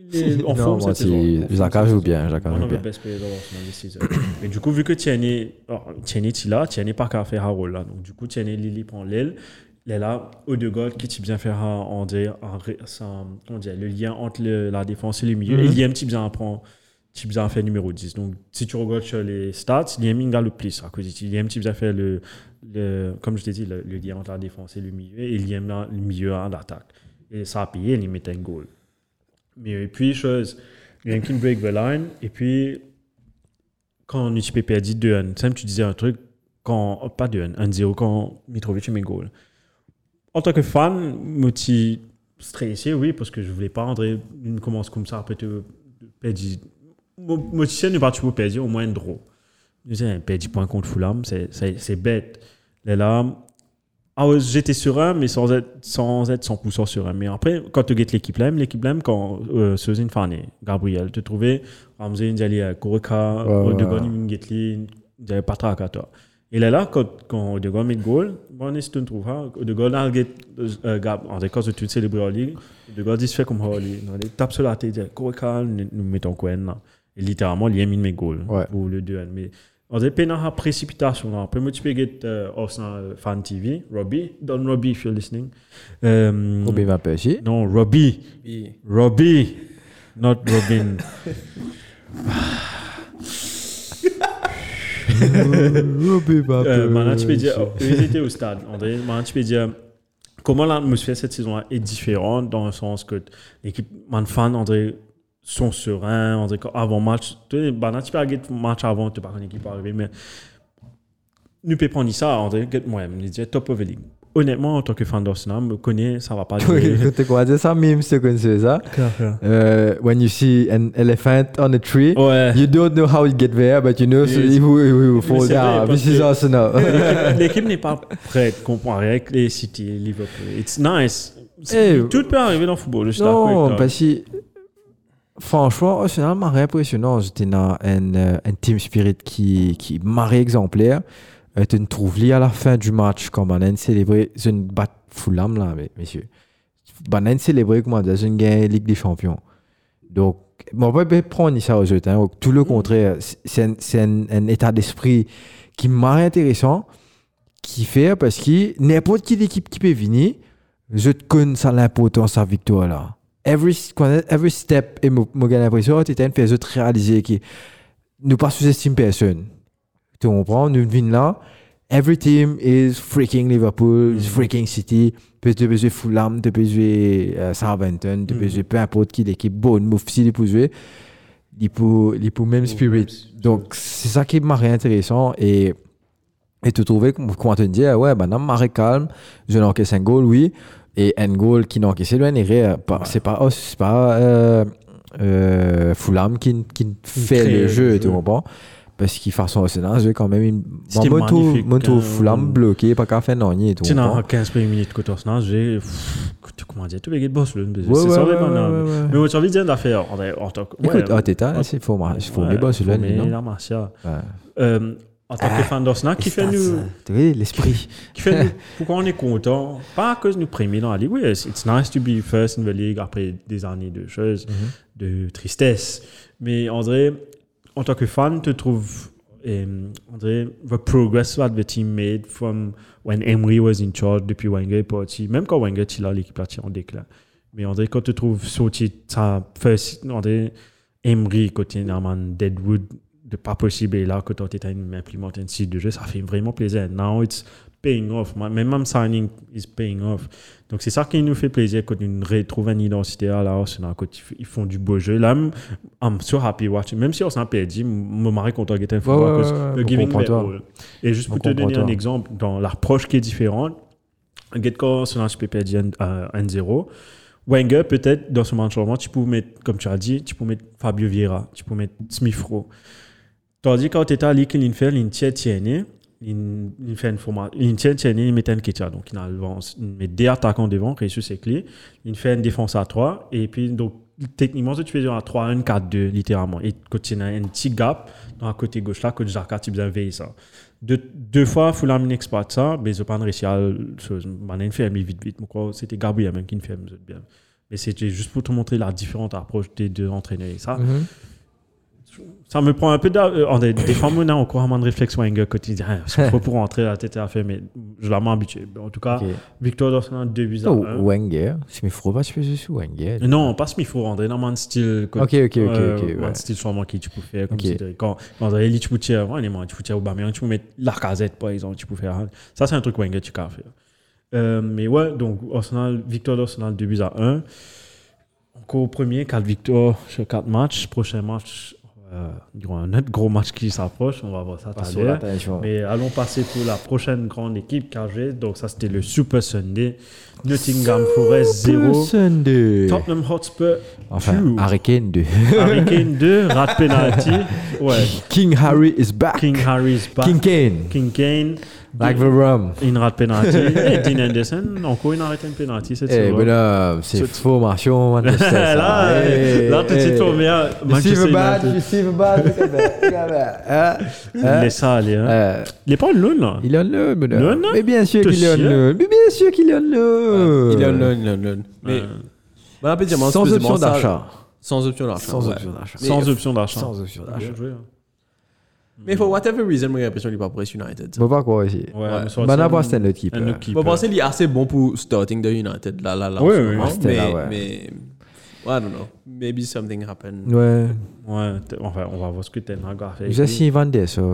les, en Non, forme moi, cette saison. si- En forme Jacques cette joue saison. bien, Jacques One joue of bien. the best players of Arsenal this season. Mais du coup, vu que Tierney, oh, Tierney est là, Tierney pas qu'à faire un rôle là. Donc du coup, Tierney, Lily prend l'aile. Là, là, Odegaard qui tient bien faire un, on dit, un, ré- un- on dit, le lien entre le- la défense et le milieu. Mhm. Et Liam, tu bien prend, tu bien fait numéro dix. Donc si tu regardes sur les stats, Liam il a le plus à cause de Liam, tu bien fait le, le, comme je t'ai dit, le, le lien entre la défense et le milieu. Et Liam là, le milieu à l'attaque. Et ça a payé, il met un goal. Mais et puis chose, Liam qui break the line. Et puis quand on est perdu deux un, Sam, tu disais un truc quand pas deux un, un zéro quand Mitrovic met goal. En tant que fan, je suis stressé, oui, parce que je ne voulais pas André une commence comme ça, peut-être perdre. Moi, je sais ne pas tu perdre au moins un draw. Je disais, perdre point contre Fulham, c'est, c'est, c'est bête. Là, là ah ouais, j'étais serein, mais sans être, sans être cent pour cent serein. Mais après, quand tu gagnes l'équipe là, l'équipe là, quand euh, Sozine Fane, Gabriel, tu trouvais Ramsey, Ndiaye, Koreka, Odegaard, Mingetli, Ndiaye, Patra, Kata. Et là, là, quand, quand Odegaard met le goal, bon, on se trouve, Odegaard a un gap, en cas de tu célébrer en ligue, Odegaard il se fait comme Holly, il tape sur la tête, il dit, Koreka, nous mettons quoi là. Et littéralement, il a mis mes goals Ouais. pour le deux un. Mais on dirait qu'il y a une précipitation. Après, moi, tu peux get uh, Arsenal Fan T V, Robbie, Don Robbie, if you're listening. Um, Robin va pêcher. Non, Robbie. Oui. Robbie, not Robin. Robin va euh, maintenant, tu peux pêcher. dire, oh, ils étaient au stade, André. Maintenant, tu peux dire, comment l'atmosphère cette saison est différente dans le sens que l'équipe, man fan, André, sont sereins, André, avant match. Tu sais, maintenant, tu peux regarder le match avant, tu n'as pas une équipe arrivée, mais nous pouvons prendre ça, André, moi, je me disais top of the league. Honnêtement, en tant que fan d'Arsenal, je me connais, ça ne va pas durer. Oui, tu quoi dire ça, même si tu connais ça. Uh, when you see an elephant on a tree, Ouais. you don't know how it get there, but you know Yes. so he will, he will Mais fall c'est vrai, down. parce This is que- Arsenal. L'équipe- L'équipe n'est pas prête comparée avec les City, Liverpool. It's nice. Eh, Tout peut arriver dans le football, je suis d'accord avec Non, toi. parce que franchement, Arsenal m'a impressionnant. J'étais dans un, euh, un team spirit qui, qui m'a exemplaire. Euh, tu ne trouves li à la fin du match quand on a célébré une batte Fulham là, mais, messieurs. On a célébré comment dire, une gagne Ligue des Champions. Donc, on va pas prendre ça aux autres. Hein. Tout le contraire, c'est un, c'est un, un état d'esprit qui m'a intéressant, qui fait parce que n'importe quelle équipe qui peut venir, je te connais ça l'importance de sa victoire là. Every, every step, et moi j'ai l'impression que tu as fait de réaliser que nous pas sous-estime personne. Tu comprends? Nous venons là, every team is freaking Liverpool, is freaking City, tu peux jouer Fulham, tu peux jouer euh, Southampton, tu peux jouer peu importe qui l'équipe bonne, mais si tu peux jouer, il peut, il peut même spirit. Donc c'est ça qui m'a intéressant et et tu trouvais comment te dire ouais ben non marée calme, je n'ai encaissé un goal oui et un goal qui n'a encaissé loin et c'est pas oh, c'est pas euh, euh, Fulham qui qui fait crée le le jeu, jeu. tu comprends? Parce qu'ils font son Arsenal, j'ai quand même une C'était bon, moto magnifique, moto euh, Fulham bloqué pas qu'à faire non ni tu Tu comprends? n'as quinze premières minutes côté Arsenal, j'ai. pff, Comment dire, tu veux que boss le. Ouais, C'est ouais, ça, ouais, vraiment. ouais, non. ouais, ouais. Mais moi, tu as envie de dire d'affaire en tant que. Écoute, ouais, ah, t'es là, ouais, c'est faut il faut ouais, les boss faut là, mettre non? la Martia. Ouais. Euh, En tant que fan d'Arsenal, qui fait nous. Tu vois l'esprit. Qui fait nous. Pourquoi on est content? Pas à cause de nous premiers dans la ligue. Oui, it's nice to be first in the league après des années de choses, de tristesse. Mais André, en tant que fan, tu trouves. Um, André, the progress that the team made from when Emery was in charge depuis Wenger est parti, même quand Wenger est là, l'équipe est en déclin. Mais André, quand tu trouves sorti ça, first, André, Emery, côté Norman Deadwood, de pas possible, et là, quand tu as implémenté un site de jeu, ça fait vraiment plaisir. Now it's paying off. Même même signing is paying off. Donc c'est ça qui nous fait plaisir quand nous retrouvons une identité à l'Arsenal, quand ils font du beau jeu. Là, I'm so happy watching. Même si on s'en perdu, je me marie content de gagner un football parce que the giving their all. Et juste pour te donner un exemple, dans l'approche qui est différente, get quand Arsenal peut perdre un zéro, Wenger peut-être dans ce match-là, tu peux mettre, comme tu as dit, tu peux mettre Fabio Vieira, tu peux mettre Smith Rowe. Tandis quand tu étais à l'I K, il fait une tienne tienne. Il, il fait une formation, il tient tienne, il met un Ketia, donc il a le vent, il met des attaquants devant, réussit ses clés, il fait une défense à trois, et puis donc techniquement tu fais à trois un quatre deux littéralement, et quand tu as un petit gap dans la côté gauche là, que Jacques tu bien veiller ça. Deux, deux fois Fulham exploite ça, mais ils n'ont pas réussi à le faire, il fait vite vite, c'était Gabriel même qui fait bien. Mais c'était juste pour te montrer la différente approche des deux entraîneurs. Et ça, Mhm. ça me prend un peu d'heure. Des, des fois, on a encore un de réflexe Wenger quotidien. Il faut pour rentrer la tête à faire, mais je l'ai habitué. En tout cas, Ok. Victor d'Arsenal, deux buts à Oh, un. Wenger. Si me faut pas, je fais juste Wenger. Non, pas Smith, il faut rentrer dans mon style. Ok, ok, ok, euh, ok, mon ouais. style changement qui tu peux faire. Comme Ok. si, quand quand tu as tu peux tirer, ouais, tu peux tirer Aubameyang, tu peux mettre Lacazette, par exemple, tu peux faire. Ça, c'est un truc Wenger tu peux faire. Euh, mais ouais, donc Arsenal, victoire d'Arsenal, deux buts à un. Encore au premier, quatre victoires sur quatre matchs. Prochain match, euh, il y aura un autre gros match qui s'approche. On va voir ça tout Pas à sur l'heure. l'attention. Mais allons passer pour la prochaine grande équipe K G. Donc ça, c'était le Super Sunday. Nottingham Forest zéro. Sunday. Tottenham Hotspur Enfin, two. Harry Kane deux. Harry Kane deux, rat penalty. Ouais. King Harry is back. King Harry's back. King Kane. King Kane. Like the rum. Une rat penalty. Et Dean Henderson, encore une arrêté une penalty cette Eh, saison. bonhomme, c'est Ce- formation, Manchester. ça. là, Eh, là, tout de suite, eh. on vient You see Manchester the badge, you United. see the badge, look at that, look at that. Hein? Hein? Laisse ça aller. Hein. Euh, Il est pas en loan, là. Il est en loan, bonhomme. Loan, hein? Mais bien sûr Te qu'il est en chier. loan. Mais bien sûr qu'il est en loan. Il est en loan, il est en loan. Mais, Euh, bon, après, diamant, Sans excusez-moi, option ça- d'achat. Sans option d'achat. Sans ouais. option d'achat. Mais- Sans option d'achat. Sans option d'achat. Bien joué, hein. Mais for whatever reason, moi, j'ai l'impression qu'il n'est pas pour United. Bon, pas quoi ici. Ouais, Ouais. mais soit Mana c'est pas un- c'était notre keeper. un autre keeper. Bon, penser qu'il est assez bon pour starting de United. Là, là, là. Oui, en ce oui, moment. oui. C'était mais, là, ouais. mais, I don't know. Maybe something happened. Ouais. Ouais, t- enfin, on va voir ce que Ten Hag a fait. Vous avez vendé ça.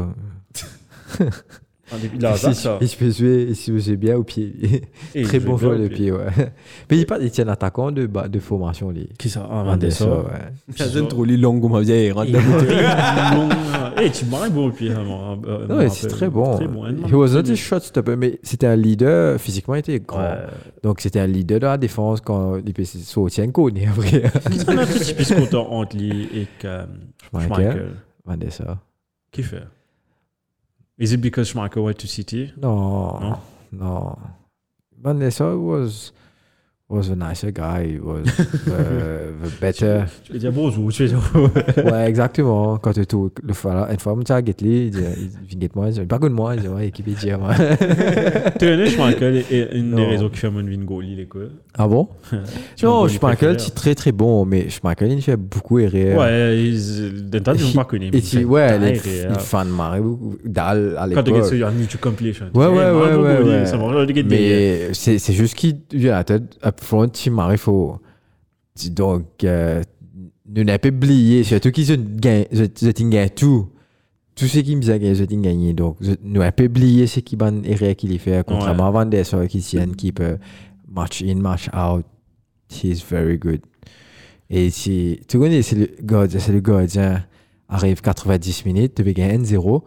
En début de la date, ça. Il se fait jouer, il se fait bien au pied. Et il Très joue bon bien joueur au de pied. pied, ouais. Mais il, pas- il tient un attaquant de, ba- de formation, lui. Qui ça? Ah, Van Van der der Sar, Sar. ouais. C'est un trop long comme on dit. rentre Et dans le- long. Eh, tu marres beau au pied, vraiment. Euh, Non, je me c'est rappelle. très bon. Très bon. He was not a shot stopper, mais c'était un leader, physiquement, il était grand. Ouais. Donc, c'était un leader de la défense quand il peut sortir un cône, après. Qui est un petit peu content entre lui et que Schmeichel. Schmeichel? Van der Sar. Qui fait? Is it because Schmeichel went to City? Non, Non? non. Van der Sar was, was a nicer guy, was the, the better. Tu veux dire bonjour, tu veux dire. Ouais, exactement. Quand tu tout le fois une fois, tu as guetté, il dit, il vient moi, il dit, pas que moi, il dit, ouais, équipe est dire, moi. Tu connais Schmeichel est une des Non. raisons qui fait mon vin goal, il est quoi? Ah bon? Tu Non, vois, Schmeichel, préféré. c'est très très bon, mais Schmeichel, il fait beaucoup erreur. Ouais, il- d'un temps, je ne pas connu. Et tu, ouais, il est- il il fan marre beaucoup d'Al à Quand tu l'époque. regardes sur YouTube compilation. Ouais, ouais, ouais, ouais, ouais. Ça va regarder des. Mais c'est c'est juste qu'il y a la tête up front, il m'arrive faut. Donc, euh, nous n'avons pas oublié, surtout qu'ils ont gagné, ils ont gagné tout. Tout ce qui me disait qu'ils ont gagné. Donc, je- nous n'avons pas oublié ce qui ban erreur qu'il fait, contrairement à Van der Sar, qui est un keeper match in, match out. He's very good. Et si, tu connais, c'est le gardien, c'est le gardien, arrive quatre-vingt-dix minutes, tu veux gagner un zéro.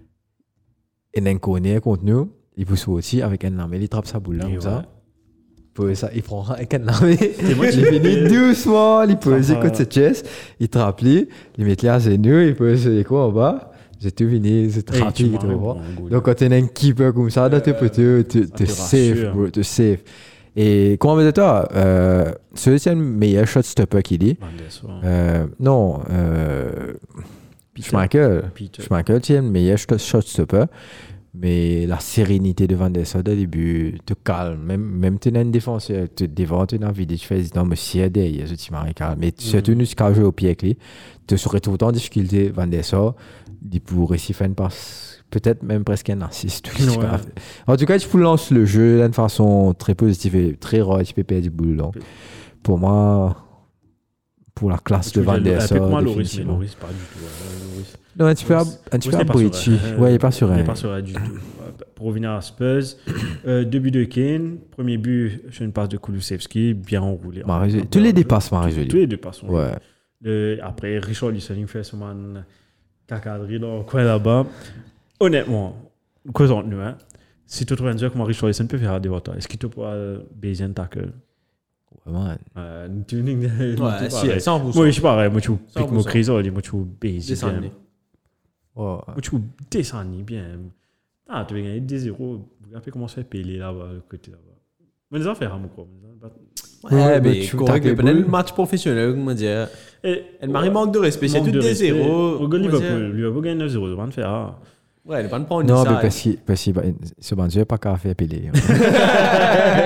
Et d'un connaît contre nous, il peut sortir avec un armé, il trappe sa boule là, Et comme ça. ouais. Pour ça, il prend avec un armé. moi Il qui- finit doucement, il pose Ça il côté va. sa chest, il trappe lui, il met les à genoux, il pose les coups en bas. J'ai tout fini, c'est Hey, rapide, tu il est marres trop bon, bon. goal. Donc quand tu as un keeper comme ça, dans tes poteaux, tu ça te te safe, rassure. bro, tu safe. Et comment on dit toi, euh, celui-ci est le meilleur shot stopper qu'il est. Van der Sar. Euh, non, euh, Peter. Schmeichel. Peter. Schmeichel, c'est le meilleur shot shot stopper. Mais la sérénité de Van der Sar, au début, te calme. Même, même tu as une défenseur, tu devant, tu as envie de faire, non, mais si elle est, je te marie calme. Mais surtout, nous, quand jouer au pied avec lui, tu serais tout le temps en difficulté, Van der Sar, il pourrait s'y faire une passe, peut-être même presque un assist. tout ce qu'il Ouais. a fait. En tout cas, tu peux lancer le jeu d'une façon très positive et très rare, tu peux perdre du boulot. Donc, pour moi, pour la classe de Van der Sar, Avec moi, Loris, mais définitivement. Loris, pas du tout. euh, Loris. Non, un petit peu, un Loris- petit peu Loris n'est pas abruti. serein. Ouais, il est pas serein. Il n'est pas serein du tout. Pour revenir à Spurs, euh, deux buts de Kane. Premier but sur une passe de Kulusevski, bien enroulé. Mal résolu. Tous les dépassements Tous résolus. les deux passes. Ouais. Le- après, Richard Lisson, il fait son man cacadré dans le coin là-bas. Honnêtement, causons nous, hein. Si tu trouves un jeu comment Richard Lisson peut faire des votes, est-ce qu'il te pourra baiser un tackle? Ouais, man. Euh, tu n'es Ouais, si, cent pour cent. Moi, je suis pareil. Moi, tu piques cent pour mon cent. crise, moi, tu baiser. Descendez. bien. Ouais. Moi, tu descends bien. Ah, tu vas gagner deux zéro. Vous avez commencé à payer là-bas, le côté là-bas. Mais les affaires, hein, quoi. Ouais, Ouais, mais mais tu correct, tapes les mais le boules. match professionnel, comment dire. Et Elle m'a manque de respect, c'est tout des zéros. Au goal Liverpool, Liverpool gagne neuf zéro, ça va te faire. ah. Ouais, elle va pas prendre Non, ça. mais parce qu'il parce qu'il ce bandit n'a pas qu'à faire appeler.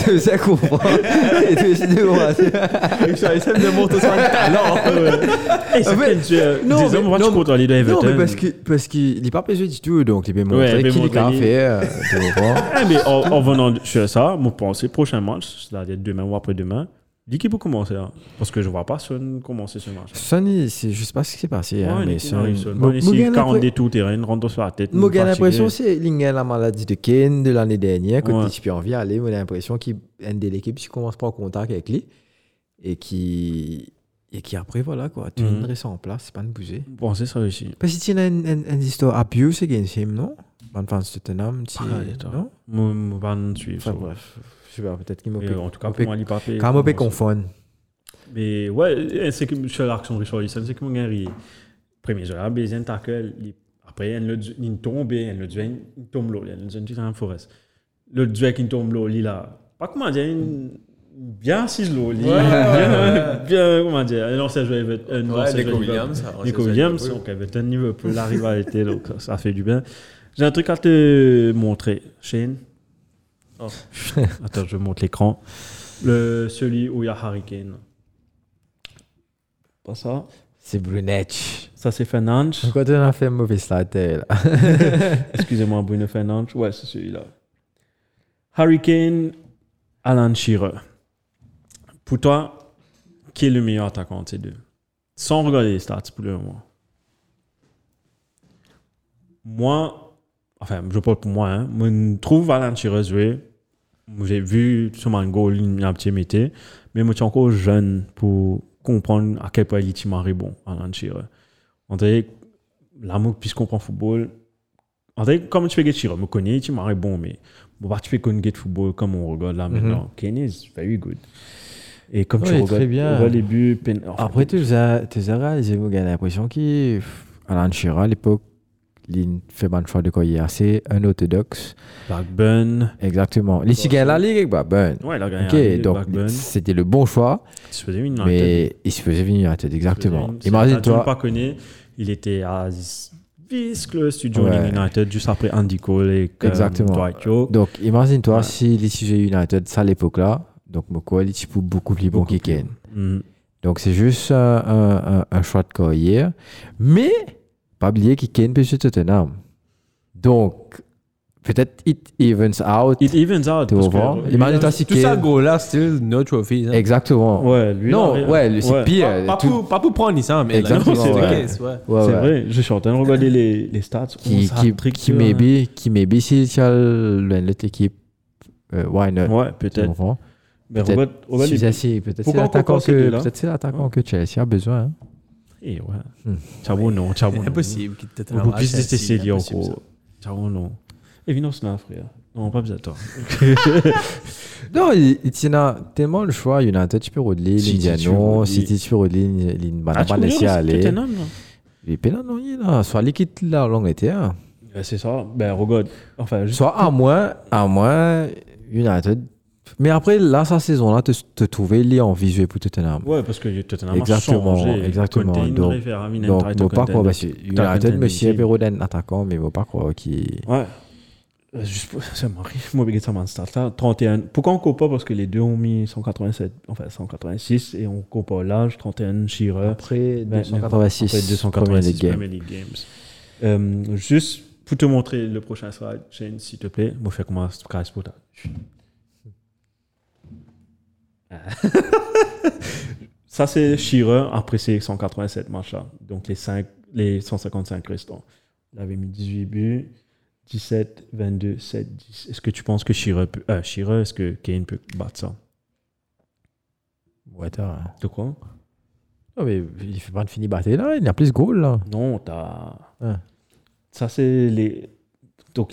Tu sais comprendre. Et tu sais comprendre. Ça essaie de montrer son talent. Et c'est quel Dieu. non, Disons, mais- moi, tu non, contrôles les Non, mais Everton. parce que parce qu'il n'est pas besoin du tout, donc il peut Ouais, montrer il peut qu'il est montrer qu'à qu'il- faire. Tu comprends? Eh, mais en, en venant sur ça, mon pensée, prochain match, c'est-à-dire demain ou après-demain, l'équipe peut commencer. Hein, parce que je ne vois pas Son commencer ce match. Sonny, c'est- je sais pas ce qui s'est passé, hein, Ouais, mais il Son. arrive, Son. Mo- Bon, ici, Morgan quarante après- des tout terrain, rentre sur la tête. Moi, j'ai fatigué. l'impression c'est qu'il a la maladie de Kane de l'année dernière, quand Ouais. il n'a envie d'aller. Moi, j'ai l'impression qu'il est de l'équipe qui commence pas en contact avec lui et qui et qui après voilà quoi, tu Mhm. restes en place, c'est pas de bouger. Bon, c'est ça aussi. Parce que tu as une, une, une histoire abuse against him, non? Van Van Tottenham, tu Ah, d'accord. non? Moi, moi, pas nous suivre. Enfin ça. bref, je sais pas, peut-être qu'il m'a Et, fait. en tout cas, m'a pour fait- moi, il pas fait. Quand moi, confondre. Mais ouais, c'est que sur l'action de Richarlison, c'est que mon gars, il premier jour, il besoin de tackle, il- après, il le- il tombe, il le duel, il tombe l'eau, il le duel dans la forêt. Le duel qui tombe l'eau, il a, pas comment dire, une- bien assise l'eau, il- bien, bien, comment dire, un ancien joueur, Everton- un Ouais, ancien Nico joueur Williams. Liverpool. Nico Williams, donc Everton, Liverpool, la rivalité, donc ça, ça fait du bien. J'ai un truc à te montrer, Shane. Oh. Attends, je montre l'écran. Le, celui où il y a Harry Kane. Pas ça. C'est Brunette. Ça, c'est Fernandes. Pourquoi tu as fait un mauvais slide là? Excusez-moi, Bruno Fernandes. Ouais, c'est celui-là. Harry Kane, Alan Shearer. Pour toi, qui est le meilleur attaquant de ces deux? Sans regarder les stats pour le moment. Moi, enfin, je parle pour moi, hein, je trouve Alan Shearer jouer. J'ai vu sur mon goal, il y a un petit métier, mais moi, je suis encore jeune pour comprendre à quel point il est marré bon, Alan Shearer. On dirait, l'amour puisse comprendre le football. On dirait, comme tu fais Shearer, je me connais, tu marré bon, mais bon, bah, tu fais connaître le football comme on regarde là maintenant. Kane is very good. Et comme Ouais, tu il est regardes, très bien. regardes les buts, pen- enfin, Après, tu as réalisé, j'ai l'impression qu'il Alan Shearer à l'époque, il fait un choix de quoi il est assez unorthodoxe. Blackburn. Exactement. Les Cigars la Ligue avec Blackburn. Ouais, il a gagné Ok, la Ligue, donc Blackburn. c'était le bon choix, Il se faisait une United. mais il se faisait venir à tête, exactement. Il Imagine-toi. pas connu. Il était à Viscle Studio Ouais. United juste après Andy Cole et comme Exactement. Dwight York. Donc, imagine-toi Ouais. si les sujets United, ça à l'époque-là, donc Moko, il est beaucoup plus bon Beaucoup qu'il plus Kane. Mm. Donc, c'est juste un, un, un, un choix de carrière. Mais, pas oublier qu'il Kane peut sur Tottenham. Donc, peut-être it evens out. It evens out. Tu parce vois? que- Imagine-toi si Tout ça, Kane. go là, still no trophies. hein. Exactement. Ouais, lui. non, là, ouais, le- c'est ouais. pire. Pas, pas tout- pour, pas pour prendre ça, mais là, Exactement, c'est ouais. le case, ouais. ouais, C'est ouais. vrai, je suis en train de regarder les, les stats. Qui, Oh, ça qui, trick, qui, tu vois, maybe, qui maybe, si tu as l'autre équipe, euh, why not? hein. Ouais, Tu peut-être. comprends? Mais Peut-être. regarde, regarde Si les c'est buts. assez, peut-être c'est Pourquoi on l'attaquant compare ces que, deux-là peut-être c'est l'attaquant que Chelsea a besoin. Hein. Eh ouais. Hmm. Ciao, non. Ciao, non. Impossible. qu'il te On peut plus Chelsea, détester les impossible, ça. encore. Ciao, non. Évidence, là, frère. Non, pas besoin de toi. Non, il, il tient à tellement le choix. United, tu peux rodeler, City, tu peux l'Indiano, rodeler. City, tu peux rodeler, Ah, tu l'Indiano, peux dire, aller. c'est Tottenham, là. Et puis là, non, il est là. Soit l'équipe là, l'Angleterre. Ouais, c'est ça. Ben, regarde. Enfin, juste. Soit à moins, à moins, United. Mais après, là, sa saison-là, te, te trouver lié en visuel pour Tottenham. Ouais, parce que Tottenham Exactement, a changé. exactement. Conte, il Donc- réfère à une Donc, title ne pas croire, contender. parce que Title United, monsieur contender. Péroden, attaquant, mais ne pas croire qu'il. Ouais. Euh, Juste pour, ça m'arrive, moi, regarde ça, man, start là, trente et un. Pourquoi on compare? Parce que les deux ont mis cent quatre-vingt-sept, enfin cent quatre-vingt-six, et on compare l'âge, trente et un, Shearer. Après Ben, deux cent quatre-vingt-six, après deux cent Premier quatre-vingt-six League Game. Premier League Games. Euh, juste pour te montrer le prochain slide, Shane, s'il te plaît, moi, fais comment Sky Sport. Ça, c'est Shearer après ces cent quatre-vingt-sept matchs-là. Donc, les, cinq, les cent cinquante-cinq restants. Il avait mis dix-huit buts, dix-sept, vingt-deux, sept, dix. Est-ce que tu penses que Shearer peut. Euh, Shearer, est-ce que Kane peut battre ça? Ouais, t'as. De quoi? Non, mais il fait pas de fini battre là, il y a plus de goals là. Non, t'as. Ah. Ça, c'est les. Donc,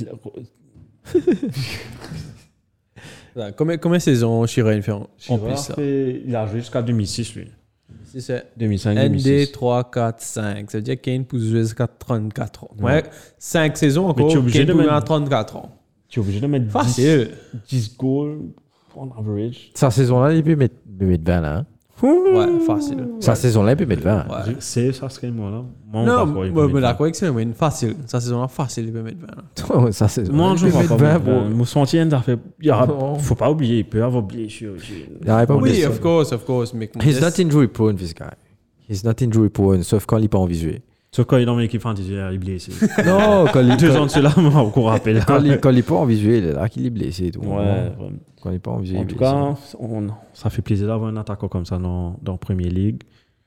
Ouais, Combien, combien de saisons Shearer fait en en Shearer plus ça? fait- il a joué jusqu'à deux mille six, lui. Si c'est deux mille cinq, N D deux mille six. trois, quatre, cinq. Ça veut dire Kane peut jouer jusqu'à trente-quatre ans. Ouais. Ouais. cinq saisons Mais encore, tu es obligé Kane de peut mettre- jouer à trente-quatre ans. Tu es obligé de mettre dix, Facile. dix goals en average. Sa saison-là, il peut mettre, il peut mettre vingt là. Hein. Ouais, facile. Sa saison-là, il peut mettre vingt. Ouais. C'est ça serait moi là. Moi, on Non, va pas, il moi, peut moi, mettre d'accord avec ça, mais une facile. Sa saison-là, facile, il peut mettre vingt. Ouais, sa saison. Moi, il je peut vois mettre pas. vingt, Bon, bro. Moussantien, ça fait. Il y aura- Non. faut pas oublier, il peut avoir blessure aussi. Il arrête pas On de est Oui, sûr. of course, of course. Mais He's not injury prone, this guy. He's not injury prone, sauf quand il n'est pas en visuel. Sauf quand il est dans l'équipe fantasy, il est blessé. Non, quand il, Deux quand, ans de cela, moi, on court rappel. quand il, quand il est pas en visuel, là qu'il est blessé. Tout. Ouais. Quand il est pas en visuel. En il est tout blessé. cas, on, ça fait plaisir d'avoir un attaquant comme ça dans, dans Premier League.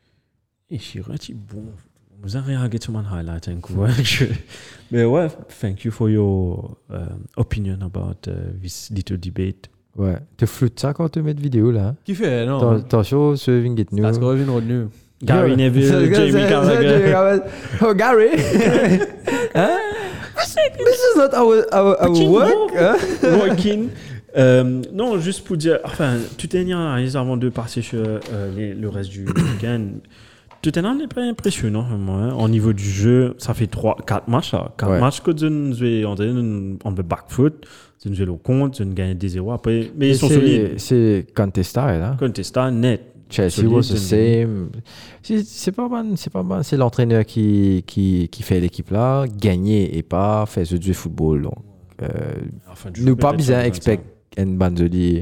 Et Chirac, il est bon. Vous avez regardé sur mon highlight un coup. Ouais. Mais ouais, thank you for your uh, opinion about uh, this little debate. Ouais. Tu floutes ça quand tu mets de vidéo là. Qui fait, non? T'as- Attention, ce Vinget New. Parce qu'on revient retenu. Gary Neville, Jamie Carragher. Oh, Gary! Hein? This is not our, our, our work. Hein? Roy Keane. Euh, non, juste pour dire, enfin, Tottenham, avant de passer sur euh, les- le reste du week-end, Tottenham n'est pas impressionnant, vraiment, hein. Au niveau du jeu, ça fait trois, quatre matchs, là. quatre Ouais. matchs que nous avons on the back foot, nous avons le compte, nous avons gagné des zéro après, mais ils sont C'est- solides. C'est Contesta, là. Contesta, net. Chelsea Solide, was the c'est same. C'est c'est pas mal, c'est pas mal. C'est l'entraîneur qui, qui, qui fait l'équipe là, gagner et pas faire ce du football. Donc, euh, Enfin, du nous jeu, pas peut-être, bien ça, expect un Banzoli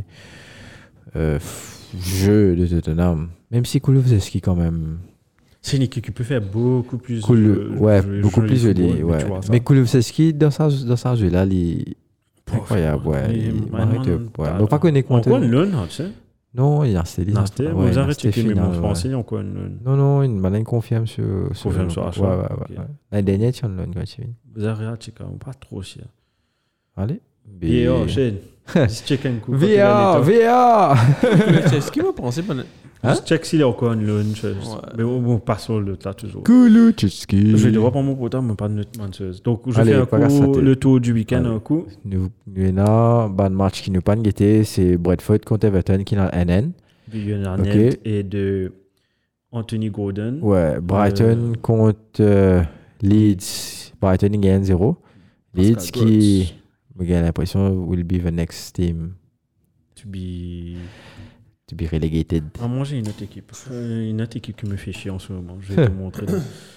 euh, jeu de Tottenham. Même si Kulusevski quand même. C'est une équipe qui peut faire beaucoup plus. Cool, jeu- ouais, jeu- beaucoup jeu plus football, joli. mais Ouais. tu vois ça. Mais Kulusevski dans sa dans sa jeu là, il incroyable. Ouais, Mais- il mais- m'arrête. mais- Ouais. Mais pas connaître On comment. connaît l'un, tu sais. Non, il y a Stéphane. Non, c'était. Vous avez checké, mais mon français, on connaît l'un. Non, non, une malin confirme sur. sur- Confirme sur Ouais, Achat. ouais, ouais. Ok. ouais. L'année dernière, tu en as une quand tu viens. Vous avez checké, pas trop aussi. Allez. V R, Shane. Just check un coup. quand V il a R, les V R! C'est ce qui m'a pensé pendant. temps. Hein? Just check s'il est encore un lunch. Ouais. Mais bon, bon, passons le là toujours. Kulusevski. Je vais devoir prendre mon potin, mais pas de notre mancheuse. Donc, je Allez, fais un pas grave, ça coup, t'est- le tour du week-end, Allez. un coup. Nous, nous avons un match qui nous pas guetté, c'est Bradford contre Everton qui est dans le N N. Du United Ok. et de Anthony Gordon. Ouais, Brighton contre euh, Leeds. Brighton il gagne zéro. Leeds Pascal qui, j'ai l'impression, will be the next team To be. to be relegated. Ah, moi, j'ai une autre équipe. Euh, une autre équipe qui me fait chier en ce moment. Je vais te montrer.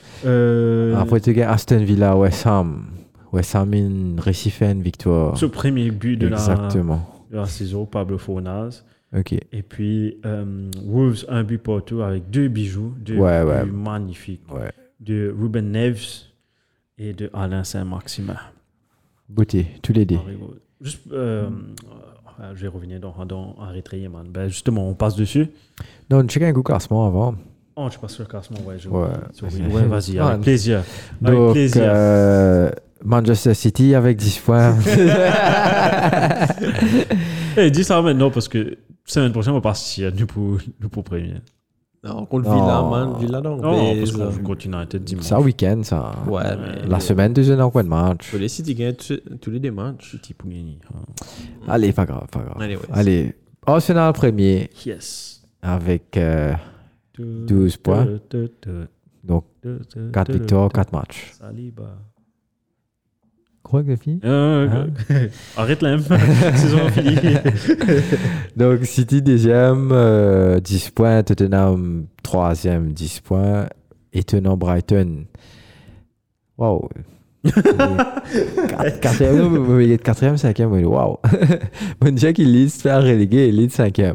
Euh, Après, tu gagnes Aston Villa, West Ham. West Ham, une récifée, une victoire. ce premier but de la, Exactement. de la saison, Pablo Fornaz. Ok. Et puis, euh, Wolves, un but partout avec deux bijoux, deux Ouais, buts ouais. magnifiques Ouais. de Ruben Neves et de Alain Saint-Maximin. Beauté, tous les deux. Arrivo. Juste, euh, euh, je vais revenir dans, dans Eritrea, man. Ben, justement, on passe dessus. Non, check un coup classement avant. Oh, je passe sur le classement, ouais. Je... Ouais. Ouais, ouais, vas-y, avec Man. plaisir. Avec Donc, plaisir. euh, Manchester City avec dix points. Eh, dis ça maintenant parce que semaine prochaine, on va partir nous pour, nous pour premier. Non, contre Non. Villa, man. Villa, non. Non, mais parce ça- qu'on joue contre United dimanche. C'est un week-end, ça. Ouais, mais. La semaine, deux heures en de match. Faut les City gagnent tous tous les deux matchs. Petit pour gagner. hein. Allez, pas grave, pas grave. Allez, ouais. Allez, Arsenal premier Yes. avec euh, douze points. Donc quatre victoires, quatre matchs. Saliba. Quoi, les filles? Euh, Arrête là, saison finie. Donc City deuxième, euh, dix points. Tottenham troisième, dix points. Étonnant Brighton. Waouh. Quatre- Quatrième, non, mais- mais quatrième, cinquième, oui, waouh. Bon, déjà qu'il Leeds se fait reléguer, Leeds cinquième.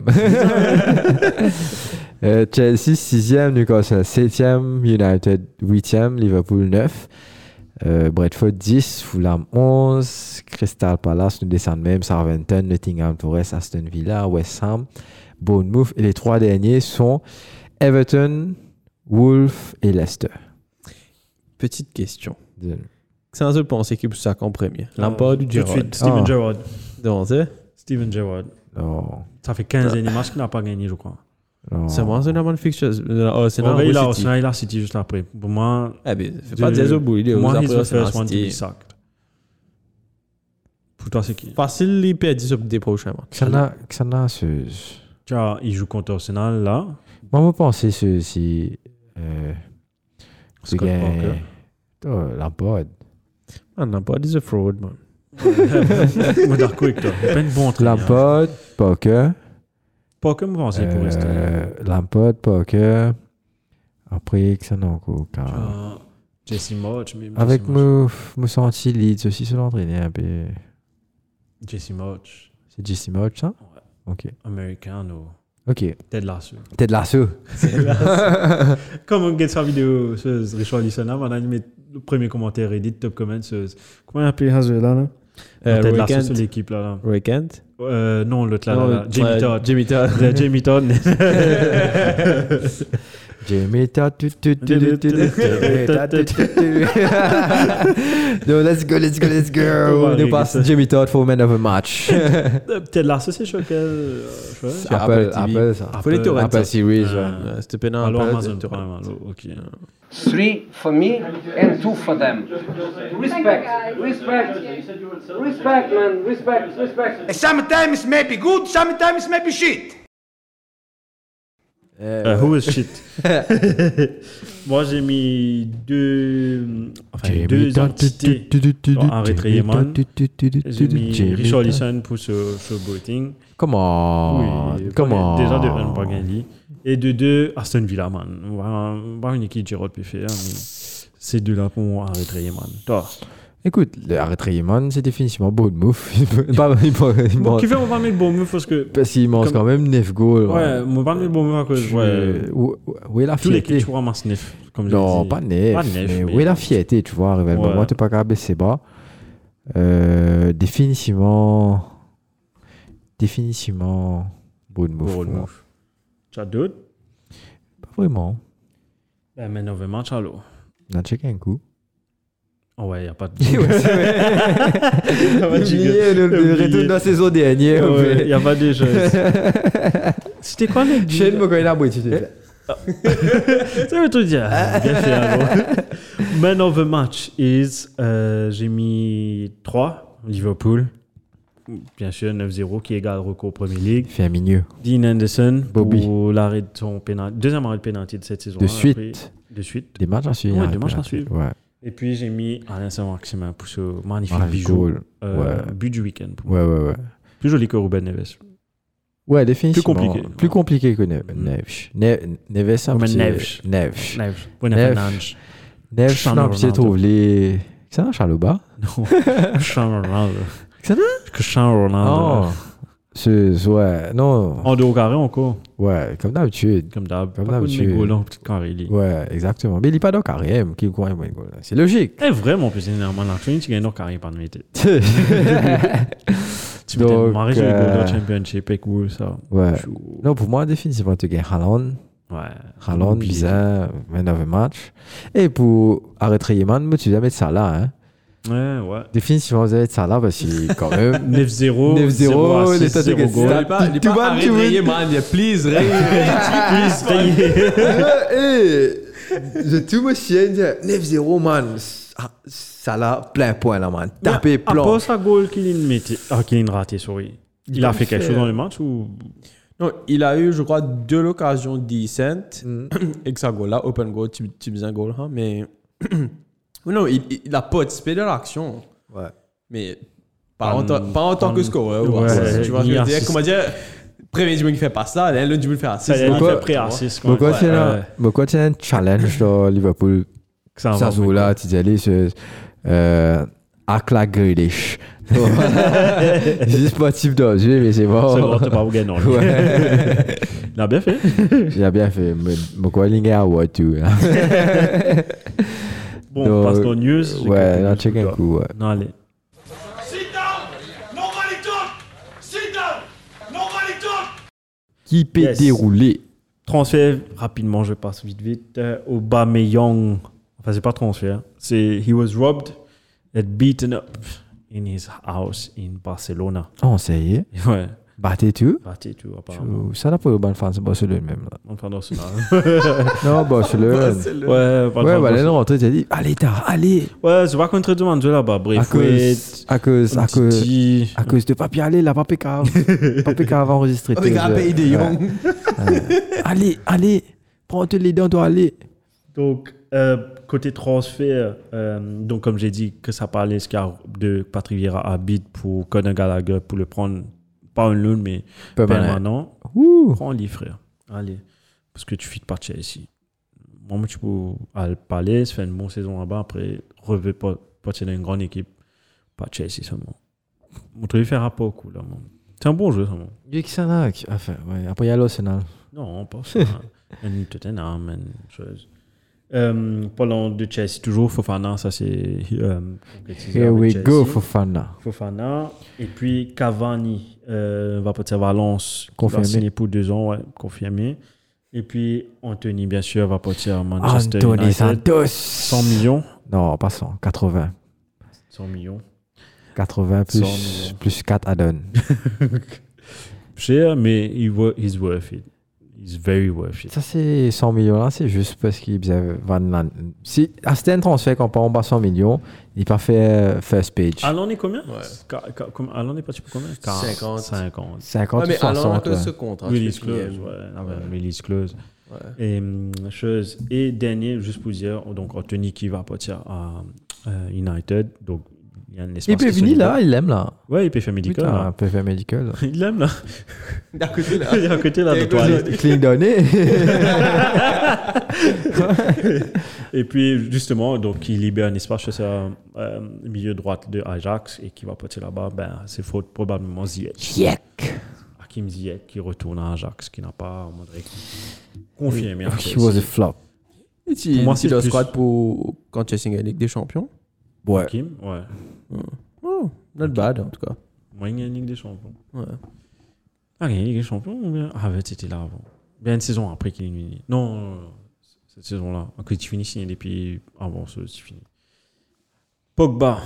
Euh, Chelsea sixième, Newcastle septième, United huitième, Liverpool neuf, euh, Brentford dix, Fulham onze, Crystal Palace nous descend même, Southampton, Nottingham Forest, Aston Villa, West Ham, Bournemouth et les trois derniers sont Everton, Wolves et Leicester. Petite question. De- C'est un seul pensée qui peut ça en premier. Lampard ou Tout de Gerrard? suite, Steven Ah. Gerrard. Non, c'est Steven Gerrard. Oh, Ça fait quinze derniers matchs qu'il n'a pas gagné, je crois. non. c'est moi, c'est une bonne fiction. Oh, c'est Bon, un ben, il a City. Arsenal, il a City juste après. Pour moi, Eh bien, fais de- pas des au bout. Il est pour aux moi, he's après the Arsenal first one to be City. sacked. Pour toi, c'est qui? Facile, il perd sur des prochains matchs. Xana, Xana, ce... Tu vois, il joue contre Arsenal, là. Moi, vous pensez ceci. Euh, ce Scott gars- Parker. Oh, Lampard. Ah, Lampard is a fraud, man. Moi, d'accord avec toi. Il est pas une bonne entraîneur. Lampard, Parker. Parker, me pensais pour rester. Euh, Lampard, Parker. Après, que ça n'a encore. car- Ah, Jesse March. mais Avec Jesse March. me, me senti Leeds aussi sur l'entraîner un peu. Jesse March. C'est Jesse March, ça? Ok. Americano. Ok. Ted Lasso. Ted Lasso. Comme on regarde sa vidéo, ce Richard Lisson, on a mis le premier commentaire Reddit, top comment. ce- Comment il appelle ça là, là? Euh, Ted Roy Lasso Kent. sur l'équipe là. là. Roy Kent. Euh, non, l'autre là, Non, là, là. Jamie euh, Todd. Jamie Todd. Euh, Jamie Todd. Jamie Todd. tu, tu, tu, tu, tu, tu, Jamie Todd, tu, tu, tu. No, let's go, let's go, let's go. Ouais, Nous passe ça. Jamie Todd for man of a match. Ted Lasso, c'est sur quel. euh, chose? Sur Apple, Apple T V. Apple, ça. Faut les torrents, Apple ça. Series, Ah. ouais. Ouais, C'était pénal. Alors Apple, Amazon c'était Prime, torrent. alors, ok. Three for me and two for them. Respect, respect, respect, man, respect, respect. Sometimes maybe good, sometimes maybe shit. Euh, who is shit? Moi, j'ai mis deux, enfin, Jamie deux Todd, entités. tu, tu, tu, tu, dans Henry Jamie Treyman. Todd, tu, tu, tu, tu, J'ai tu, mis Jamie Richard Todd. Lisson pour ce, ce voting. Comment? Oui, Comment? Déjà de un, pas gagné. Et de deux, Aston Villa, man. On va- on va une équipe Gérard peut faire, mais ces deux-là pour moi, Henry Treyman. Toi. Écoute, le Arrêt Treyman, c'est définitivement beau de move. Pas- il peut- il Bon, mange- qui fait, on va mettre le bon move parce que. Parce qu'il mange Comme- quand même neuf goals. Ouais, on va mettre le bon move à cause. Je- Ouais. Où, où est la Tous les fierté? clics, tu vois, masse neuf. Comme j'ai Non, dit. pas neuf. Pas neuf, mais mais- où est la fierté, tu vois? Arrivé à un Ouais. moment, t'es pas capable de baisser bas. Euh, définitivement. Définitivement. Beau de move. Bon pour moi. move. Tu as d'autres? Pas vraiment. Ben, mais on veut match alors. On a checké un coup. Oh ouais, il n'y a pas de. Le, le retour de la saison dernière. Il n'y a pas de choses. C'était quoi les Shane me connaît la boîte, tu te fais. Ça veut tout dire. Bien fait alors. Man of the match is. euh, J'ai mis trois. Liverpool. Bien sûr, neuf zéro qui égale record Premier League. Fait un milieu. Dean Anderson Bobby. pour l'arrêt de son pénalty. Deuxième arrêt de pénalty de cette saison. De suite. de suite. Des matchs à suivre. Ouais, hein, des matchs à penalty. suivre. Ouais. Et puis j'ai mis Alain Saint-Maximin pour ce magnifique Ah, bijou. goal. Euh, Ouais. But du week-end. pour Ouais, moi. ouais, ouais. Plus joli que Ruben Neves. Ouais, définitivement. Plus compliqué. Plus compliqué que Neves. Mm. Neves. Ne- Neves, c'est un Ouais, mais petit- Neves. Neves. Neves. Bruno Neves. Fernandes. Neves, Cristiano non, puis c'est Ronaldo. trouvé les. C'est un Chalouba? Non. Cristiano Ronaldo. C'est Cristiano Ronaldo. Oh. C'est, c'est- ouais, non. En deux au carré encore. Ouais, comme d'habitude. Comme d'hab. Comme Pas de d'habitude. mégots là, petit carré. lui. Ouais, exactement. Mais il n'est pas dans le carré, qui court un goal. C'est logique. Eh, vraiment, plus généralement, la train, tu gagnes au carré par nuit. Tu peux Donc, marrer sur les goals euh, de Championship et cool, ça. Ouais. Chou. Non, pour moi, définitivement, tu gagnes Haaland. Ouais. Haaland, Oublié. bizarre, man of the match. Et pour arrêter Yeman, moi, tu dois mettre ça là. Hein. Ouais, ouais. Définitivement, vous allez mettre ça là parce qu'il quand même. neuf zéro. neuf zéro, les zéro têtes de goal. Gaston. Il est pas, il est Tu pas vois, arrête tu de vois. rayer, man. Il y a please, raye. Please, payez. Hey, je tout me chien, neuf zéro, man. Ah, ça là, plein point là, man. Tapé À plan. part sa goal qu'il mettait. Ah, qu'il a raté, sorry. Il a fait quelque chose dans le match ou. Non, il a eu, je crois, deux occasions decent. Mm. Et que ça goal là, open goal, tu tu faisais un goal, hein, mais. non, il, il a participé de l'action. Ouais. Mais pas, Pas en, tant- en- pas en tant pas que en- scoreur. Ouais, Ouais, tu vois ce que ni je veux dire? assist. Comment dire? Premier du monde qui fait pas ça, l'autre du monde fait assist. Ça, il a Pourquoi- fait pré-assist. Mais quoi, c'est Ouais. un- mais quoi, c'est un challenge dans Liverpool. Que ça Ça va, joue là, tu dis, allez, c'est. Euh. Akla Grealish. C'est sportif dans le jeu, mais c'est C'est bon. bon, t'es pas au gagnant. lui. Ouais. Il a bien fait. Il a bien fait. Mais mais quoi, il y a Award tout. hein. Bon, Donc, on passe dans news. J'ai Ouais, quelques là, news check pour un toi. coup, ouais. Non, allez. Sit down. Nobody talk. Sit down. Nobody talk. Qui peut Yes. dérouler? Transfert, rapidement, je passe vite vite. Euh, Aubameyang. Enfin, c'est pas transfert. C'est he was robbed and beaten up in his house in Barcelona. Oh, ça y est. Ouais, Battez tout. parti tout, apparemment. Ça n'a pas eu bonne fan, c'est Barcelone même. Là. Enfin, dans ce Non, Barcelone. Ouais, pas Ouais, de- bah là, non, tu as dit, allez, t'as, allez. Ouais, c'est pas contre tout le monde là-bas. À Bref, cause, à cause, à cause, Titi. à cause de papier, allez, là, papier cave. Papier cave enregistré. Avec un pays de Young. Allez, allez, prends-te les dents, toi, allez. Donc, euh, côté transfert, euh, donc comme j'ai dit, que ça parlait ce qu'il y a de Patrick Vieira à bid pour Conor Gallagher pour le prendre pas un loan, mais Permanent. permanent. Ouh. Prends-les, frère. Allez. Parce que tu fites pas de Chelsea. Moi, tu peux aller parler, faire une bonne saison là-bas, après, revenir pas, pas dans une grande équipe. Pas de Chelsea seulement. Montre-lui faire rapport, cool, là, man. C'est un bon jeu, ça, man. Il y a qui ça là? Enfin, ouais. Après, il y a l'Arsenal. Non, pas ça. Un Tottenham, une chose. Euh, parlant de Chelsea, toujours, Fofana, ça c'est. Euh, concrétisé Here avec we Chelsea. go, Fofana. Fofana. Et puis Cavani euh, va partir à Valence. qui Confirmé. Va signer pour deux ans, ouais, confirmé. Et puis Anthony, bien sûr, va partir à Manchester Anthony United. Santos. cent millions. Non, pas cent. quatre-vingts. cent millions. quatre-vingts cent plus, millions. plus quatre add-on. Cher, mais he wo- he's worth it. He's very worth it. Ça, c'est cent millions là, c'est juste parce qu'il faisait Van Lan. Si à c'était un transfert quand on bat cent millions, il pas fait euh, first page. Allons est combien? Ouais. Ca- ca- comme- Allons est parti pour combien? cinquante. cinquante. cinquante Ouais, ou mais alors, soixante. à Ouais. ce contrat. Release tu peux finir. clause, ouais. Ah ouais, release clause. Ouais. Et, hum, chose. Et dernier, juste pour dire, donc Anthony qui va partir à euh, United. Donc, il y a un espace. Il peut qui se venir libère. là, il l'aime là. Ouais, il peut faire médical. Putain, là. il peut faire médical. Il l'aime là. D'à côté, là. Il est à côté là de Et toi. Clean donné. Et puis, justement, donc, il libère un espace chez sa euh, milieu droite de Ajax et qui va partir là-bas. Ben, c'est faute probablement Ziyech. Yek. Hakim Ziyech qui retourne à Ajax, qui n'a pas on dirait, confirmé. à He Chelsea. was a flop. Et tu, Pour moi, tu c'est dois plus- squad pour quand Chelsea gagne la Ligue des Champions. Ouais. Hakim, ouais. Oh, not bad en tout cas. Moi, il y a une Ligue des Champions. Ouais. Ah, il y a une Ligue des Champions ou bien Ah, ouais, c'était là avant. Bien une saison après qu'il est fini. Non, non, non, non. Cette saison-là. Que tu finis signé depuis avant, ça, c'est fini. Pogba.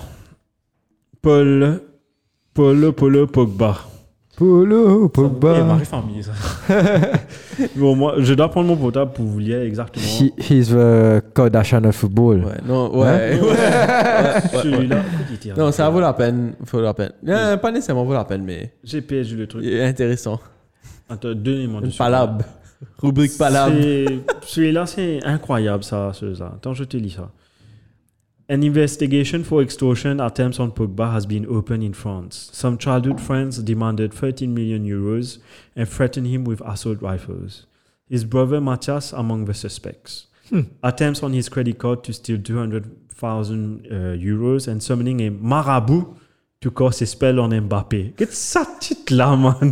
Paul. Paul, Paul, Pogba. Polo, Eh, Pogba. Marie famille, ça. Bon, moi, je dois prendre mon portable pour vous lire exactement. He, he's the Kardashian of football. Ouais, non, ouais. ouais, ouais, ouais. Celui-là. il était Non, un ça peu- vaut la peine. Faut la peine. Euh, pas nécessairement vaut la peine, mais J'ai perdu le truc. il est intéressant. Attends, donnez-moi Une dessus. palabre. Rubrique palabre. C'est- Celui-là, c'est incroyable, ça, ce- ça. Attends, je te lis ça. An investigation for extortion attempts on Pogba has been opened in France. Some childhood friends demanded thirteen million euros and threatened him with assault rifles. His brother Matthias among the suspects. Attempts on his credit card to steal two hundred thousand uh, euros and summoning a marabout to cause a spell on Mbappé. Qu'est-ce que ça titre là, man?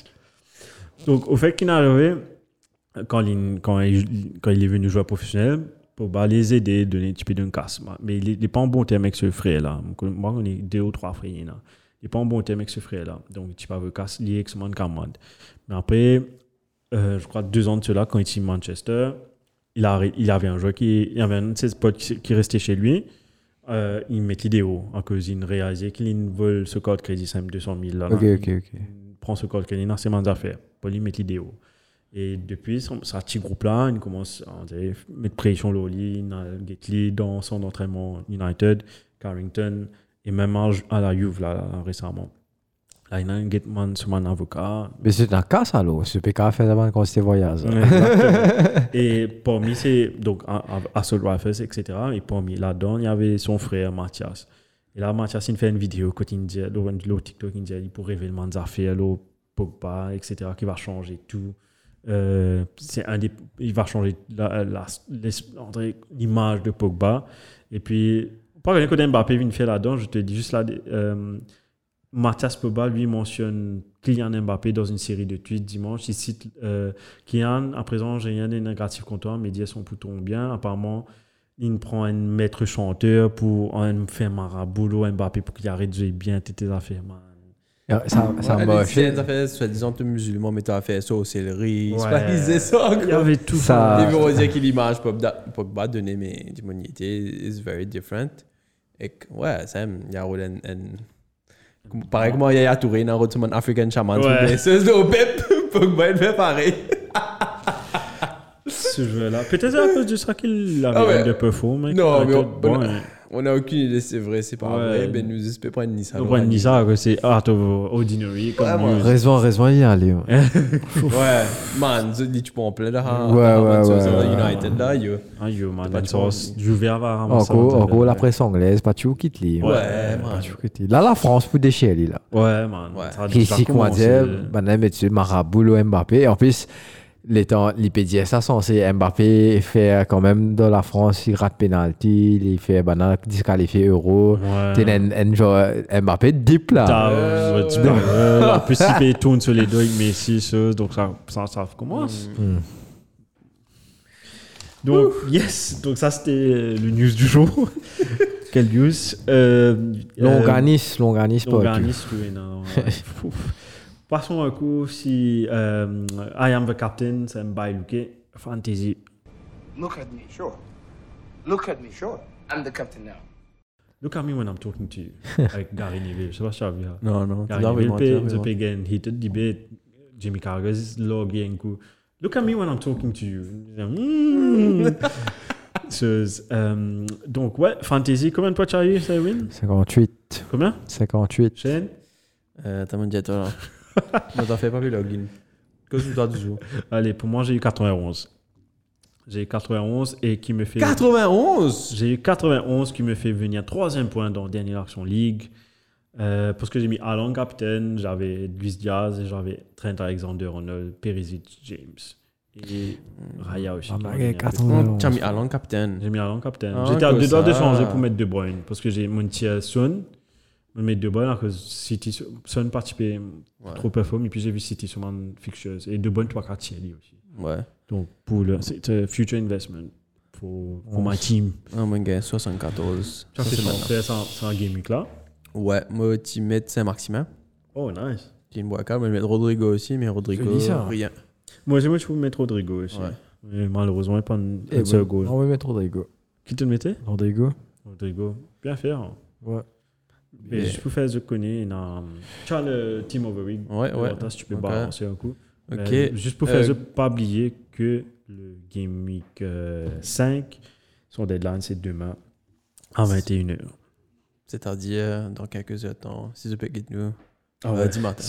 Donc, au fait qu'il est arrivé, quand il, quand, il, quand il est venu joueur professionnel, pour bah, les aider, donner un petit peu d'un casse. Mais il n'est pas en bon terme avec ce frère-là. Moi, on est deux ou trois frères. Là. Il n'est pas en bon terme avec ce frère-là. Donc, tu peux avoir casse lié avec ce monde camarade. Mais après, euh, je crois deux ans de cela, quand il était à Manchester, il, a, il avait un joueur qui. Il y avait un de ses potes qui, qui restait chez lui. Euh, il met l'idéo en cause. Il réalisait qu'il vole ce code crédit simple deux cent mille. Là, Ok, là. ok, ok. Il prend ce code crédit dans ses mains d'affaires. Pour lui mettre l'idéo. Et depuis, ce petit groupe-là, il commence à dire, mettre pression sur lui, Gately dans son entraînement United, Carrington, et même à, à la Juve là, là, récemment. Là, il y a un Gateman sur mon avocat. Mais c'est un cas, ça, là. C'est pas fait avant quand c'était voyage. Exactement. Et parmi ces, donc, Assault Rifles, et cetera. Et parmi là-dedans, il y avait son frère Mathias. Et là, Mathias, il fait une vidéo, quand il dit, le TikTok, il dit, pour révéler les affaires, le Pogba, et cetera, qui va changer tout. Euh, c'est un des, il va changer la, la, l'image de Pogba. Et puis, pas rien que Mbappé vient faire là-dedans, je te dis juste là, euh, Mathias Pogba lui mentionne Kylian Mbappé dans une série de tweets dimanche. Il cite euh, Kylian, à présent, j'ai rien de négatif contre toi, mes dieux sont plutôt bien. Apparemment, il prend un maître chanteur pour un faire marabout Mbappé pour qu'il arrête de jouer bien tes affaires, man. Ça, ça Ouais, moche. les affaires, soi-disant, tu musulman, mais tu as fait ça au céleri. Ouais. C'est pas qu'ils disaient ça. Il y avait tout Ça- Il veut dire que l'image Pogba donnée, mais l'humanité is very different. Et que, ouais, ça, il y a un. Pareil que moi, il y a Touré dans le African Shaman. Ouais. C'est au Pep, Pogba, il fait pareil. Ce jeu-là. Peut-être à cause de ça qu'il avait Ah ouais. un peu faux, mais Non, mais on- bon, on- hein. On n'a aucune idée, c'est vrai, c'est pas Ouais. vrai. Ben, nous espérons prendre Nissa. Donc, on dit ça, que c'est Art of Ordinary. Comme Ouais, moi, news. Raison, raison y aller. Ouais. Ouais, man, tu dis, tu peux en plein là. Ouais, ouais, ouais, ouais. ouais. United là, yo. Ah, yo, man, Pas une trop sauce. envie. Je vais avoir un Encore, encore la presse anglaise, pas tout quitte les. Ouais, Pas man. tout quitte les. Là, la France pour déchirer là. Ouais, man. Ouais. Ça a déjà Ici, comment commencé. dire, maintenant, monsieur Marabout, Mbappé. Et en plus, les temps, l'I P D S, ça censé Mbappé fait quand même dans la France, il rate penalty, il fait banane disqualifié euro. Ouais. T'es un, un genre Mbappé deep là. T'as, Ouais, euh, ouais, tu ouais. peux, euh, en plus, il fait tourne sur les deux avec Messi, ça, donc ça, ça, ça commence. Hmm. Donc, yes, donc ça c'était le news du jour. Quelle news euh, Longanis, Longanis, pas. Longanis, oui, non. ouais. Ouf. Passons un coup si euh, I am the captain, c'est Mbaye Luque, fantasy. Look at me, sure. Look at me, sure. I'm the captain now. Look at me when I'm talking to you. Avec Gary Neville, je sais pas si tu as vu ça. Non, non, Gary Neville, pe- the big and heated debate. Jimmy Carragher's log un coup. Look at me when I'm talking to you. Mm. So, euh, donc, ouais, fantasy, combien de points tu as eu, ça, Win? cinquante-huit. Combien? cinquante-huit. Shane? Euh, t'as mon diète là. Non, t'en fais pas plus login. Que tu dois du jour. Allez, pour moi, j'ai eu quatre-vingt-onze. J'ai eu quatre-vingt-onze et qui me fait. quatre-vingt-onze J'ai eu quatre-vingt-onze qui me fait venir troisième point dans Dernière Action League. Euh, parce que j'ai mis Alan capitaine, j'avais Luis Diaz et j'avais Trent Alexander-Arnold, Perisic, James. Et Raya aussi. Ah, qui bah, m'a venu un peu. quatre-vingt-onze. Tu as mis Alan capitaine. J'ai mis Alan capitaine. Ah, J'étais à que deux doigts de ça. changer pour mettre De Bruyne. Parce que j'ai mon tiers Son. Je vais mettre De Bruyne à cause City. Son participait Ouais. trop performé. Et puis j'ai vu City sur mon fixtures. Et De Bruyne, trois quatre Thierry aussi. Ouais. Donc pour le. C'est un future investment pour, pour ma team. Ah, mon gars, soixante-quatorze. Ça, c'est fait ça c'est un game week là. Ouais, moi, tu mets Saint-Maximin. Oh, nice. Tu une boîte, mais je mets Rodrigo aussi, mais Rodrigo, Joli, ça. rien. Moi, j'aimerais que je peux mettre Rodrigo aussi. Ouais. Mais malheureusement, il n'y a pas un Eh un seul bon, goal. on va mettre Rodrigo. Qui te le mettait? Rodrigo. Rodrigo. Bien faire. Ouais. Mais Mais- je peux faire ce que je connais. dans- Tu as le Team of the Week. Ouais, ouais. Là, si tu peux Ok. balancer un coup. Ok. Mais juste pour faire Euh, ce, pas oublier que le Game Week euh, cinq, son deadline, c'est demain à vingt et une heures. C'est-à-dire, dans quelques heures de temps, si je peux quitter nous, Ah euh, dis matin.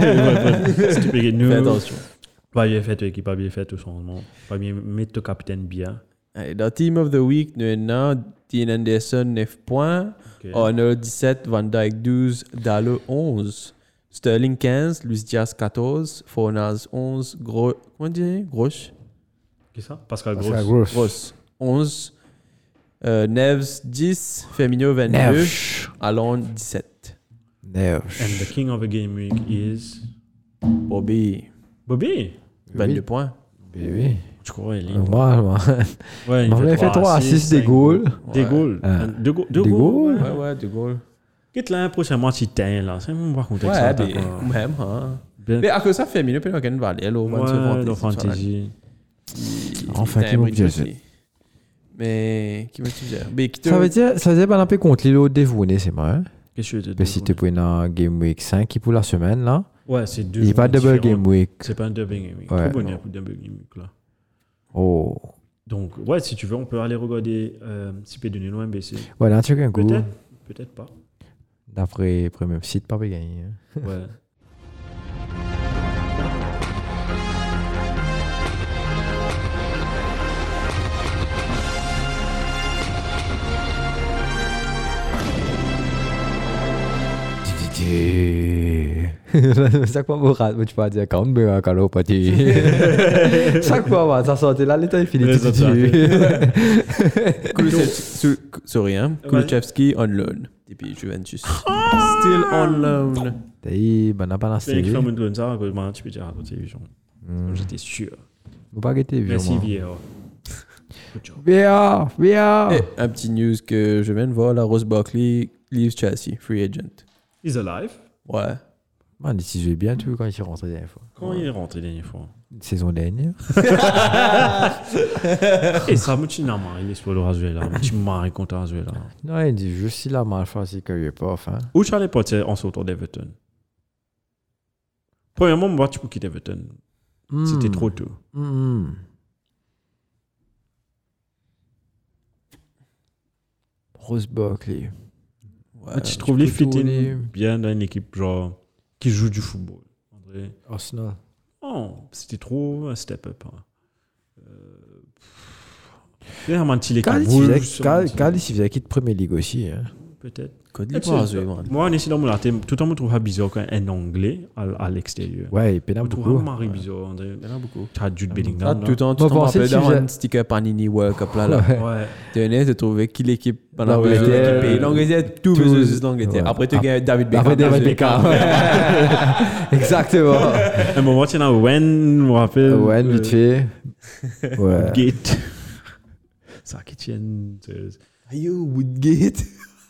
Si tu peux gagner nous. Fais attention. Pas bien fait, l'équipe, pas bien fait au changement. Pas bien mettre ton capitaine bien. Allez, dans Team of the Week, nous avons Dean Anderson, neuf points. Ok. Arnold, dix-sept. Van Dijk, douze. Dallo, onze. Sterling, quinze. Luis Diaz, quatorze. Fornals, onze. Gros... Comment on dit? Grosch? Qu'est-ce que ça? Pascal C'est Gross. la grosse. Gross, onze. Euh, Neves, dix. Firmino, vingt-deux. Neuf. Alon, dix-sept. And Neuf. the king of the game week is... Bobby, Bobby. vingt-deux points. Oui. Je crois qu'il est Normal, man. Ouais, On avait fait trois assists, des goals. Des Ouais. goals. Ah. Deux goals. Deux Des goals. goals. ouais. Ouais, ouais, de goal. Quitte là, prochainement, tu t'es là. C'est même pas raconter Ouais, ça. mais t'as même, hein. Bien- Mais à cause ça, Firmino, peut-être qu'il va aller, là, au Ouais, dans Fantasy. Enfin, qui m'a dit Mais, qui m'a dit Mais qui te. Ça veut dire, ça veut dire, ben, un peu contre l'îlot dévoué, c'est moi, hein. Qu'est-ce que tu veux te Mais si tu peux dans Game Week cinq qui pour la semaine, là, Ouais, c'est deux. il n'y a pas de jours double différents. Game Week. C'est pas un double game week. Ouais, Trop bonheur non. pour double game week là. Oh. Donc, ouais, si tu veux, on peut aller regarder euh, si peut donner loin M B C. Ouais, là, tu as un coup. Peut-être, peut-être pas. D'après le premier site, pas gagné. hein. Ouais. Chaque fois, vous ratez, tu vas dire quand même, quand on partit. Chaque fois, ça sortait là, l'état est fini. Les tu autres, dis. Kulusevski, sorry, hein. Kulusevski on loan. Depuis Juventus. Still on loan. T'as ben, on n'a pas la C'est une série. femme de ça, que maintenant, tu peux dire à la télévision. J'étais sûr. Vous pas guetter, vieux. Merci, Vieira. Good job. Viens, viens. Et un petit news que je viens de voir, la Rose Barkley leaves Chelsea, free agent. He's alive. Ouais. Man, ici, je vais bien tout quand il est rentré la dernière fois. Quand il est rentré la dernière fois. Saison dernière. Et ça me tient mal, il est sur le rasuel là. Tu m'as contre le rasuel là. Non, il dit juste si la malface, c'est qu'il n'y a pas, enfin. Où tu allais partir en sortant d'Everton? Premièrement, moi, tu peux quitter Everton. C'était trop tôt. Mm. Rose Barkley. Ouais, tu trouves les fit-in bien dans une équipe genre qui joue du football. André. Arsenal. Oh, c'était trop un step-up. Hein. Euh... un petit l'équipe. Quand il faisait quitte Premier League aussi. Hein. Peut-être. Moi, on est ici dans mon latte. Tout le monde trouve ça bizarre quand un anglais à, à l'extérieur. Ouais, il y en a beaucoup. On trouve ça bizarre, André. Il y en a beaucoup. Tu as Jude Ah, Bellingham. tout le temps, tu t'en rappelles d'un sticker Panini World Cup là. Ouais. Tu venais de trouver qui l'équipe pendant l'Angleterre. L'Angleterre, tout juste l'Angleterre. Après, tu gagnes David Beckham. Après, David Beckham. Exactement. Un moment, tu as Wen, je me rappelle. Wen, vite fait. Ouais. Gate. Ça qui tient. Ayo, Woodgate.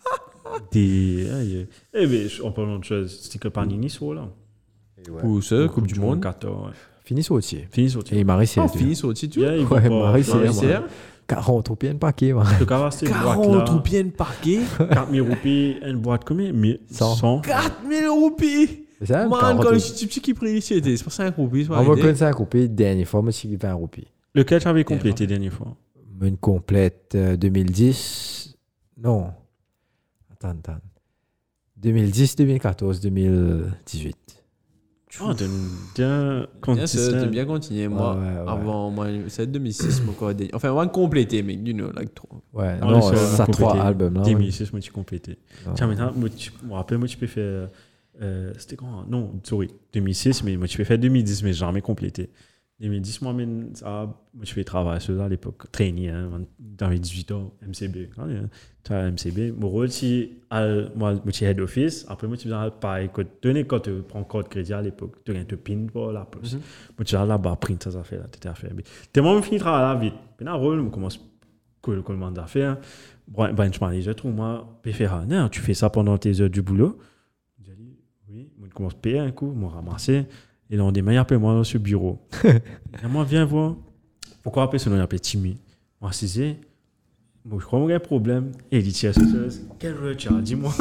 Des. Eh bien, en parlant de choses, sticker Panini sur là. Pour ça, Coupe du Monde. Fini sorti. Fini sorti. Et Marie, c'est. Ah, fini sorti, tu vois. Ouais, Marie, c'est. quarante roupies, un paquet, man. quarante roupies, un paquet. quatre mille roupies, une boîte combien? cent. quatre mille roupies! Man, quand je suis petit qui prie ici, c'est pas cinq roupies. On va connaître cinq roupies, dernière fois, moi, c'est vingt roupies. Lequel tu avais complété dernière fois? Une complète deux mille dix. Non. Attends, attends. deux mille dix, deux mille quatorze, deux mille dix-huit. Oh, t'es bien consistant. T'es bien continué. Moi, ouais, ouais, avant, moi, c'est deux mille six, mon corps. Enfin, on va compléter, mais you know, like trop. Ouais, ah, non, ça trois albums là. deux mille six, moi, tu complété. Tiens, maintenant, moi, tu me rappelles, moi, tu peux faire. Euh, c'était quand? Non, sorry, deux mille six, mais moi, tu peux faire deux mille dix, mais jamais complété. deux mille dix, moi, ça, moi je fais travailler sur ça à l'époque. Trainee, hein, dans les dix-huit ans, M C B. Quand tu as M C B, mon rôle, c'est, moi, je suis head office. Après, moi, tu faisais pareil. Quand tu prends code crédit à l'époque, tu as un pin pour la poste. Moi, tu as là-bas, print ça, ça fait là, tu t'es affaire. Tu as fini de travailler vite. Puis, dans le rôle, on commence à le commande d'affaires. Branch manager, trouve moi, puis faire, non, tu fais ça pendant tes heures du boulot. Je dis, oui, on commence à payer un coup, on ramasser. Et là, on dit, mais appelle-moi dans ce bureau. Et moi, viens voir. Pourquoi appeler ce nom? Il appelle Timmy. Moi, c'est moi, je crois qu'il y a un problème. Et il dit, tiens, c'est ça. Quel jeu tu as? Dis-moi.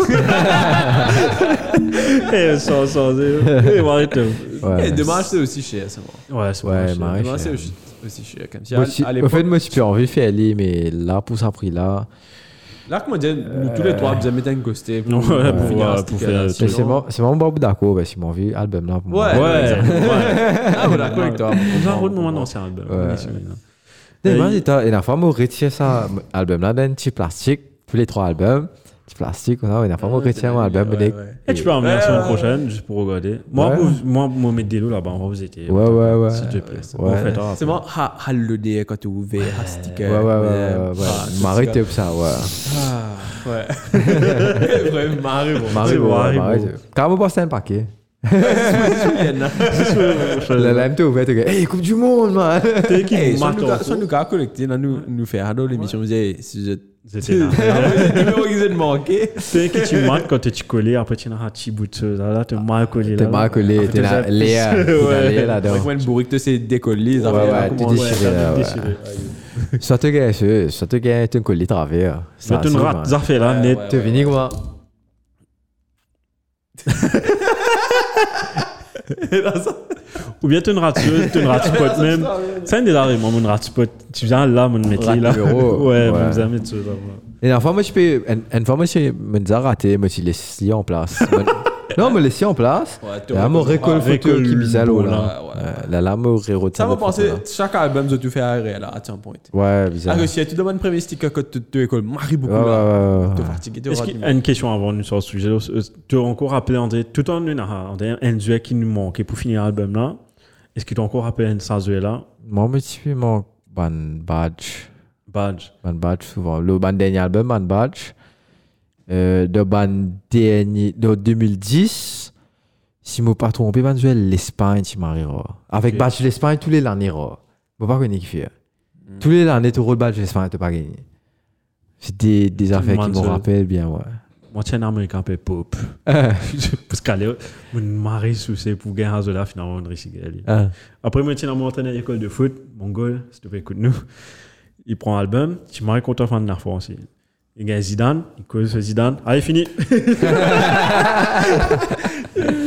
Et sans, sans, et m'arrête. Et dommage, c'est aussi cher, ça. Ouais, c'est ouais, dommage, c'est aussi, aussi cher. Comme si, à, à au fait, moi, tu peux envie de faire aller, mais là, pour ça, prix là. Là, comme on dit, nous tous les trois, vous avez mis un ghosté pour, non, ouais, pour, pour finir ouais, pour faire. C'est vraiment pas d'accord parce qu'ils m'ont vu album là. Ouais, ouais. ouais. Ah, ouais, d'accord avec toi. On a un rôle de moment d'ancien album. Et la fois, on retire ça album là dans un petit plastique, tous les trois albums. Petit plastique, on a une fois, on retire mon album. Et tu peux en venir la semaine prochaine juste pour regarder. Moi, moi, moi, mettre des lots là-bas, on va vous aider. Ouais, ouais, ouais. S'il te plaît. C'est bon, hallodé quand tu ouvres un sticker. Ouais, ouais, ouais. M'arrêter pour ça, ouais. Ouais. Vraiment, Marie, bon. Marie, bon. Quand on passe un paquet. La lame t'es ouverte, hey, Coupe du Monde, man! Hey, soit nous avons collecté, nous faisons l'émission, vous avez. C'était là. Le numéro qu'ils ont manqué. C'est que tu marques quand tu es collé, après tu as un petit bout de chose. Là, tu es mal collé. Tu es mal collé, tu es là, l'air. Ouais, là-dedans. Avec moi, le bourrique, tu sais décoller. Ouais, ouais, tu déchiré. Soit tu gagnes, soit tu gagnes, tu es collé travers. Ça, tu rates, ça fait là, net. Tu es venu comment? Ou bien tu as une ratieuse, tu as une ratipot même. C'est un des arrêts, moi, mon ratipot. Tu viens là, mon mettre là. Ouais, mon vous mettre ça là. Et une fois, moi, je peux. Une fois, moi, je me dis raté, moi, je laisse en place. Non, me laisser en place. Là, mon récolte photo qui bizarre là. Là, là, mon récolte. Ça m'a pensé, chaque album, je te fais arrêter là, à un point. Ouais, bizarre. Ah, si tu demandes un premier sticker que tu te récoltes, Marie beaucoup là. Tu es fatigué. Est-ce qu'il y a une question avant de sur ce sujet? Tu as encore rappelé, André, tout en une, un duet qui nous manque pour finir l'album là. Est-ce que tu as encore rappelé un sans duet là? Moi, je suis mon badge. Badge. Ban badge, souvent. Le ban dernier album, ban badge. Euh, de ban dernier, de deux mille dix, si je ne me pas trompé, ban jouer l'Espagne, tu m'arriveras. Avec okay. Badge l'Espagne, tous les l'année, je ne pas connaître qui fait. Mm. Tous les l'année, tu roules badge l'Espagne, tu n'as pas gagné. C'est des, des affaires qui me rappellent bien, ouais. Moi, je suis un Américain peu pop. Parce qu'elle mon mari sous c'est pour gagner un là, finalement, on réussit à gagner. Après, moi, je suis un entraîneur d'école de foot, mongol, s'il te plaît, écoute-nous. Il prend l'album, tu m'arrêtes content de faire une fois aussi. Il gagne Zidane, il cause Zidane. Allez, fini.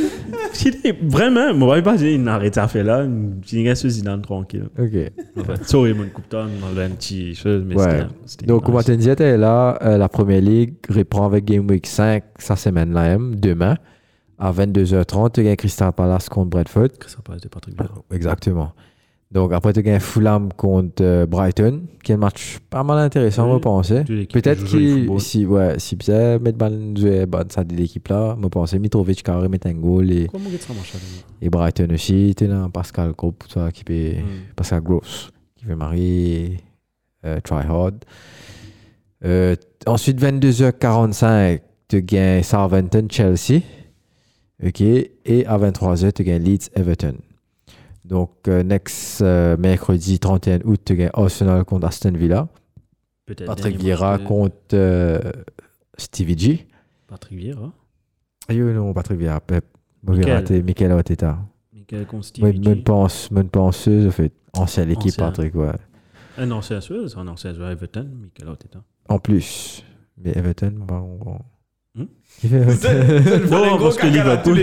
Vraiment, moi, je pas dire, il arrête à faire là, il reste Zidane tranquille. Ok. Enfin, sorry, mon coupe temps, on a un petit chose, mais Ouais. c'était- c'était. Donc, comme nice. tu disais, t'es là, euh, la Première Ligue reprend avec Game Week cinq, sa semaine-là, même, demain, à vingt-deux heures trente, tu gagnes Crystal Palace contre Bradford. Ça passe de Patrick Vieira. Exactement. Donc, après, tu gagnes Fulham contre euh, Brighton, qui est un match pas mal intéressant, Oui, je pensais. deux équipes Peut-être qui jouent au que football. si, ouais, si bien mettre balle jouer bonne ça de l'équipe là, je pensais Mitrovic carré mettre un goal et, Comment ça marche avec et Brighton aussi, tu là Pascal Gross, ça qui peut Mm. Pascal Gross qui veut marier euh, try hard. Euh, ensuite vingt-deux heures quarante-cinq, tu gagnes Southampton Chelsea. OK, et à vingt-trois heures tu gagnes Leeds Everton. Donc euh, next euh, mercredi trente et un août tu gagnes Arsenal contre Aston Villa. Peut-être Patrick dernier Vieira match de- contre euh, Stevie G. Patrick Vieira. Ah yo, non, Patrick Vieira, Pep. Mauvais Michael. raté, Michael Arteta. Michael contre Moi, Stevie bonne G. pense, bonne penseuse, en fait. Ancienne équipe, Ancien. Patrick, ouais. Un ancien joueur, c'est un ancien joueur Everton, Michael Arteta. En plus. Mais Everton, on va... On... va- Hmm? Qui fait Everton? Non, parce que Liverpool.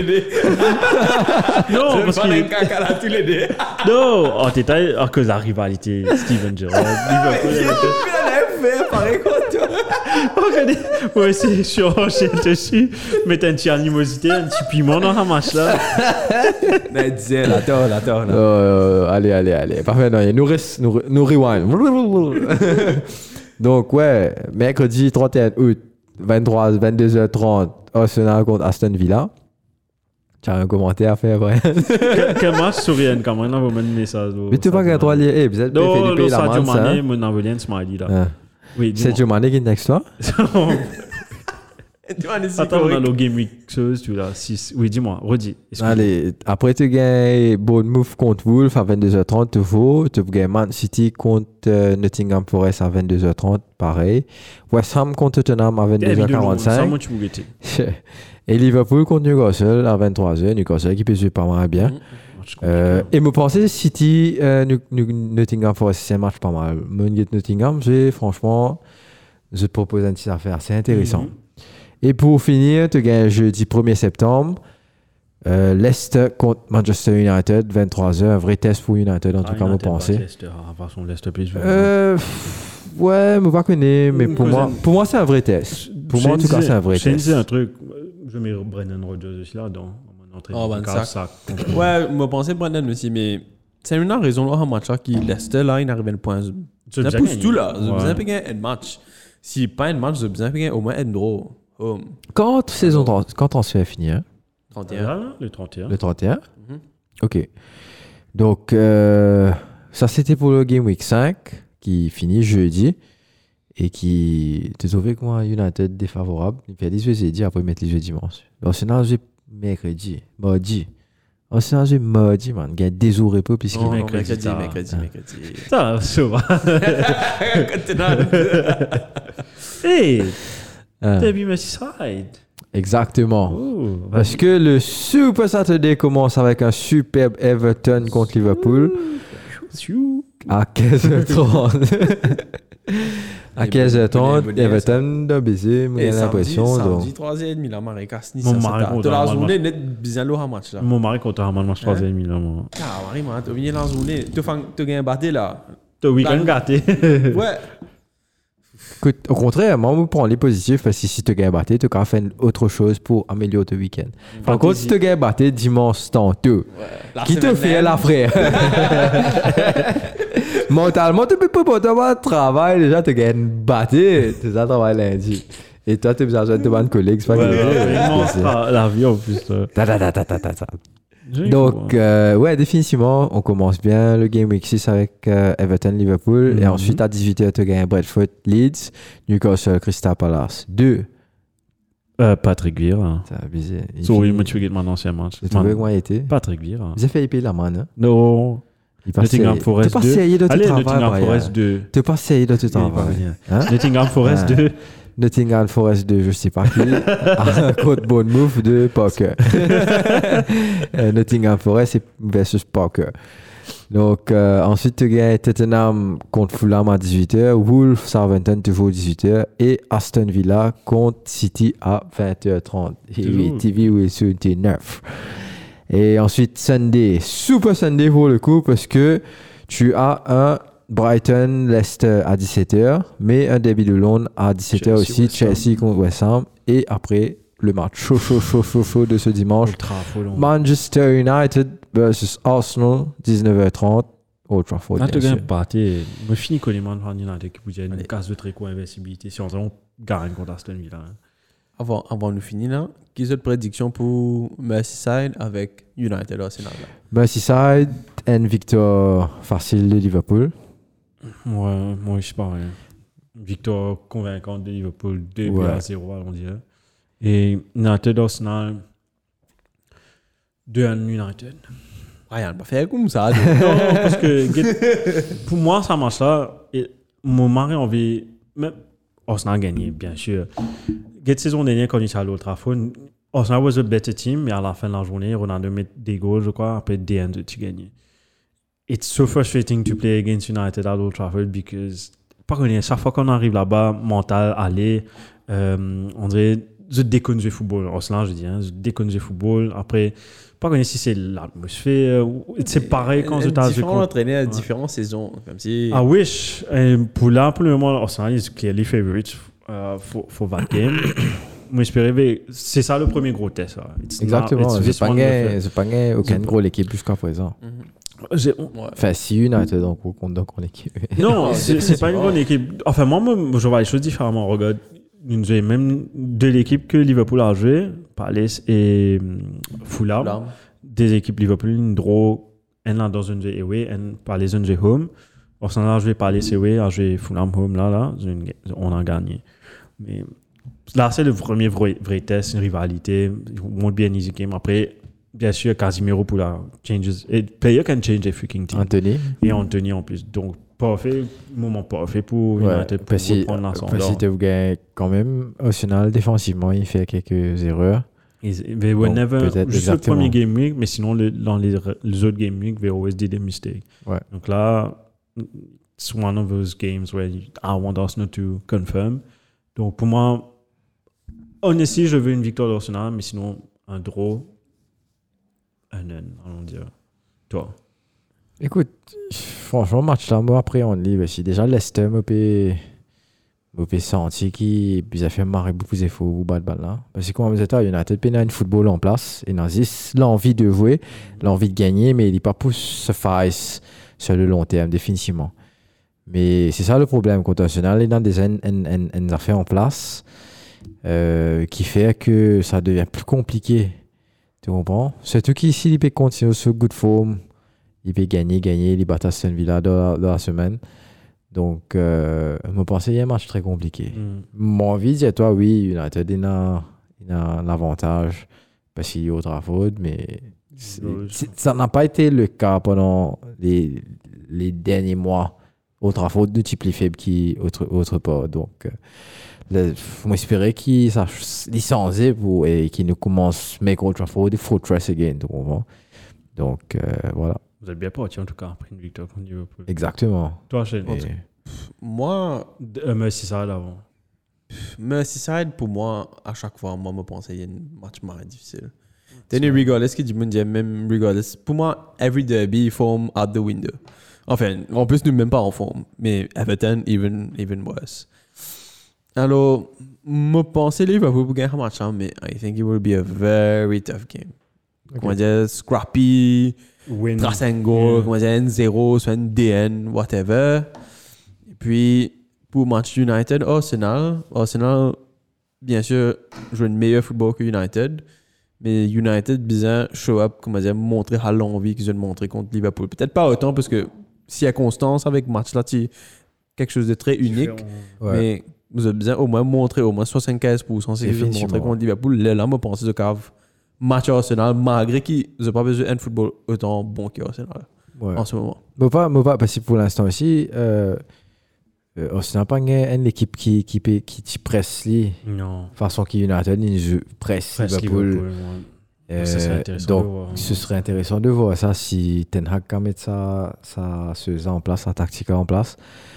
Non, parce qu'il tous les deux. Non, Arteta, à cause de la rivalité Steven Gerrard. Liverpool, Everton. Pareil contre toi. Regardez, ouais, c'est sur enchaîne dessus. Mettre un petit animosité, un petit piment dans un match là. Mais disais, la tort, la tort. là. Euh, allez, allez, allez. Parfait, non, il nous reste... Nous, nous rewind. Donc, ouais, mercredi trente et un août, vingt-trois, vingt-deux heures trente, Arsenal contre Aston Villa. Tu as un commentaire à faire, Brian? Quel quel match souriant quand même, là, vous m'amenez ça. Mais tu vois qu'il y a trois liens. Eh, vous êtes Non, Felipe le la Sadio manne, ça. Mané, mon envoyé un smiley là. Hein. Oui, C'est Joe Mané qui est next toi? Tu vois, on est Attends, on a correct. le Game Week chose, tu là. six. Oui, dis-moi, redis. Excuse-moi. Allez, après tu gagnes Bournemouth contre Wolves à vingt-deux heures trente, tu faut. Tu gagnes Man City contre euh, Nottingham Forest à vingt-deux heures trente, pareil. West Ham contre Tottenham à Eh, vingt-deux heures Ça, quarante-cinq. moi, tu m'oublies. Et Liverpool contre Newcastle à vingt-trois heures. Newcastle qui peut jouer pas mal bien. Euh, et me penser City, euh, New- New- Nottingham Forest, c'est un match pas mal. Mon Nottingham, j'ai franchement, je te propose une petite affaire, c'est intéressant. Mhm. Et pour finir, tu gagnes jeudi premier septembre, euh, Leicester contre Manchester United, vingt-trois heures, un vrai test pour United, en tout cas, me penser. Leicester, ah, façon, Leicester, plus. Euh, pff, ouais, me pas connaître, mais pour Cousin. moi, pour moi, c'est un vrai test. Pour moi, en tout cas, c'est un vrai Je te test. disais un truc, je mets Brennan Rodgers aussi là dans mon entrée. Oh, ben, Car ça. ça. Ouais, je pensais Brandon aussi, mais c'est une raison là, un match là qui Leicester là, il arrive à le point. Tu Ça as pousse gagné. tout là. J'ai Ouais. besoin de gagner un match. Si pas un match, j'ai besoin de gagner au moins un draw. Home. Quand saison, trans- quand transfert est fini, hein? trente et un. Là, là, le trente et un. Le trente et un? Mhm. Ok. Donc, euh, ça c'était pour le Game Week cinq qui finit jeudi et qui te trouvé que moi United défavorable. Il fait les jeudi après mettre les jeux dimanche. Arsenal j'ai mercredi, mardi. Arsenal j'ai mardi, man. Il y a des jours repos puisqu'il Non, non, mercredi, mercredi, ça- mercredi, Ah. mercredi. Ça, ça va. Continue. Hey, Ah, t'as vu ma side. exactement. Oh, Parce que le Super Saturday commence avec un superbe Everton contre Liverpool à quinze heures trente. À quinze heures trente, Bonne idée, ça. Everton doit baiser, j'ai Et samedi, l'impression. samedi, donc. trois heures trente, la marée casse ni Mon ça. mari c'est contre tard. De la un journée, net bizarre le match là. Mon mari contre un match troisième mille là, moi. Ah, Marie, man, tu viens dans la journée, tu fais tu gagnes un batté là. T'as week-end gâté. Ouais. Écoute, au contraire, moi, je prends les positifs parce que si tu gagnes batté, tu peux faire autre chose pour améliorer ton week-end. Par contre, si tu gagnes batté dimanche tantôt, La qui te semaine fait même. la frère? Mentalement, tu peux pas pour ton travail, déjà, tu gagnes batté, tu as travail lundi. Et toi, tu as besoin de te collègue, c'est pas Ouais, que- ouais, c'est- vraiment, c'est- ah, la vie en plus. euh. Ta ta ta ta ta ta ta. J'ai Donc, fou, hein. euh, ouais, définitivement, on commence bien le Game Week six avec euh, Everton-Liverpool. Et Mhm. ensuite, à dix-huit heures, tu gagnes Bradford-Leeds, Newcastle-Crystal Palace. Deux. Euh, Patrick Vieira. Ça a abusé. Il So, oui, finit- moi, tu veux mon ancien match. J'ai trouvé Man- comment il était. Patrick Vieira. Ils ont fait payer la main. Hein? Non. Il passe Nottingham sérieux. Forest T'es pas deux. sérieux de tout Allez, travail, Nottingham Brian. Forest deux. T'es pas sérieux de tout Il est pas travail. bien. Hein? Nottingham Forest Ah. deux. Nottingham Forest deux, je sais pas qui. Ah, Contre Bournemouth de Parker. Euh, Nottingham Forest versus Parker. Donc, euh, ensuite, tu gagnes Tottenham contre Fulham à dix-huit heures, Wolves, Southampton toujours à dix-huit heures et Aston Villa contre City à vingt heures trente. Et oui, Toujours. T V oui, sur T neuf. Et ensuite, Sunday, Super Sunday pour le coup, parce que tu as un Brighton-Leicester à dix-sept heures, mais un derby de Londres à dix-sept heures Chelsea, aussi, West Ham. Chelsea contre West Ham. Et après, le match chaud, chaud, chaud, chaud, chaud de ce dimanche. Ultra faux long. Manchester United versus Arsenal, dix-neuf heures trente, Old Trafford. Là, tu bien gagnes sûr. pas. Je finis que les Man United qui vous disent une casse de tricot invincibilité. Si on gagne contre Aston Villa. hein. Avant, avant de finir là, quelles sont les prédictions pour Merseyside avec United Arsenal là? Merseyside, une victoire facile de Liverpool. Ouais, moi, je sais pas. Ouais. Victoire convaincante de Liverpool, deux Ouais. à zéro, on dirait. Et United Arsenal, deux à United. Ryan, pas faire comme ça. Non, parce que get- pour moi, ça marche là. Et mon mari a envie. Même Arsenal a gagné, bien sûr. Get saison dernière, quand il était à l'Old Trafford, Arsenal was a better team, mais à la fin de la journée, Ronaldo met des goals, je crois. Après, the end, tu gagnes. It's so frustrating to play against United at Old Trafford because, pas qu'on chaque fois qu'on arrive là-bas, mental, aller, euh, on dirait, je déconne du football. Arsenal, je dis, hein, je déconne du football. Après, pas qu'on si c'est l'atmosphère, ou- c'est pareil quand je t'ai Différents entraîneurs à différentes saisons. Comme si. I wish. Et pour là, pour le moment, Arsenal is clearly favorite uh, for, for that game. Moi, j'espérais. C'est ça le premier gros test. Là. It's Exactement. not- it's Je this one n'ai with pas gagné aucune C'est- grosse équipe jusqu'à présent. the- J'ai- Enfin, si United, donc on compte donc en équipe. Non, c'est c'est pas une bonne équipe. Enfin, moi, moi, je vois les choses différemment. Regarde, nous avons même de l'équipe que Liverpool a joué, Palace et hum, Fulham. Fulham. Des équipes Liverpool, une draw, un là dans une jeu away, un Palace une jeu home. Arsenal a joué Palace away, a joué Fulham home là, là, une- on a gagné. Mais là, c'est le premier vrai, vrai test, une rivalité, ils montent bien easy game. Après, bien sûr, Casemiro pour la changes. Et player can change a freaking team. Anthony. Et Anthony en plus. Donc, parfait, moment parfait pour Ouais, United pour parce que reprendre l'ascendant. parce que vous gagnez quand même Arsenal défensivement, il fait quelques erreurs. Ils- They were Donc, never, peut-être juste le exactement. premier game week, mais sinon, le- dans les, les autres game week, they always did a mistake. Ouais. Donc là, it's one of those games where you- I want Arsenal to confirm. Donc pour moi, honestly, je veux une victoire d'Arsenal, mais sinon, un draw, un N, allons dire. Toi. Écoute, franchement, match là, moi après on lit, parce que déjà Leicester me peut me peut sentir qu'il a fait marrer beaucoup d'efforts au bas de balle là. Parce que comme vous êtes à United, il y a une football en place, et il a juste l'envie de jouer, l'envie de gagner, mais il n'est pas pour se faire sur le long terme, définitivement. Mais c'est ça le problème contre Arsenal, il y a des en- en- en- en affaires en place euh, qui fait que ça devient plus compliqué. Tu comprends? Surtout qu'ici, il peut continuer sur good form. Il peut gagner, gagner, il bat Aston Villa dans, dans la semaine. Donc, euh, je pense qu'il y a un match très compliqué. Mm. Mon envie de dire, toi, oui, United, il a, il a l'avantage parce qu'il est au Trafford, mais c'est- Ouais, c'est- ça n'a pas été le cas pendant les, les derniers mois au Trafford de type plus faible qui autre, autre part. Donc, euh, il faut espérer qu'il sache licencier pour, et qu'il ne commence à mettre au Trafford des fortress again. Tu comprends? Donc, euh, voilà. Vous êtes bien parti en tout cas après une victoire contre Liverpool. Exactement. Toi, Shane, Et- Moi, euh, mais c'est ça là avant. Merseyside, pour moi, à chaque fois, moi, je pense qu'il y a un match marrant difficile. Tenez, regardless, que du monde dit, même regardless, pour moi, every derby form out the window. Enfin, en plus, nous même pas en forme, mais Everton, even, even worse. Alors, je pense que Liverpool pour gagner un match, hein, mais I think it will be a very tough game. Comment dire, scrappy, Win. trace un goal, Yeah. comment dire, un zéro, soit un D N, whatever. Et puis, pour match United, Arsenal, Arsenal, bien sûr, joue une meilleure football que United. Mais United, bizarre, show up, comment dire, montrer à l'envie qu'ils ont montré contre Liverpool. Peut-être pas autant, parce que s'il y a constance avec le match là, c'est quelque chose de très unique. Ouais. Mais vous avez besoin au moins montrer au moins soixante-quinze pour cent ce qu'ils ont montré Définitivement. contre Liverpool. Là, là, moi, je pense que cave match Arsenal, malgré qu'ils n'ont pas besoin d'un football autant bon qu'Arsenal Ouais. en ce moment. Mais pas, mais pas, parce que pour l'instant aussi, euh, euh, Arsenal n'a pas gagné une équipe qui, qui, qui, qui, qui presse lui. Non. Façon qui United, il joue presse Presque Liverpool. Liverpool, ouais. Euh, Ça serait intéressant donc, de voir. ce serait intéressant de voir ça si Ten Hag peut mettre ça, ça, ça en place, sa tactique en place.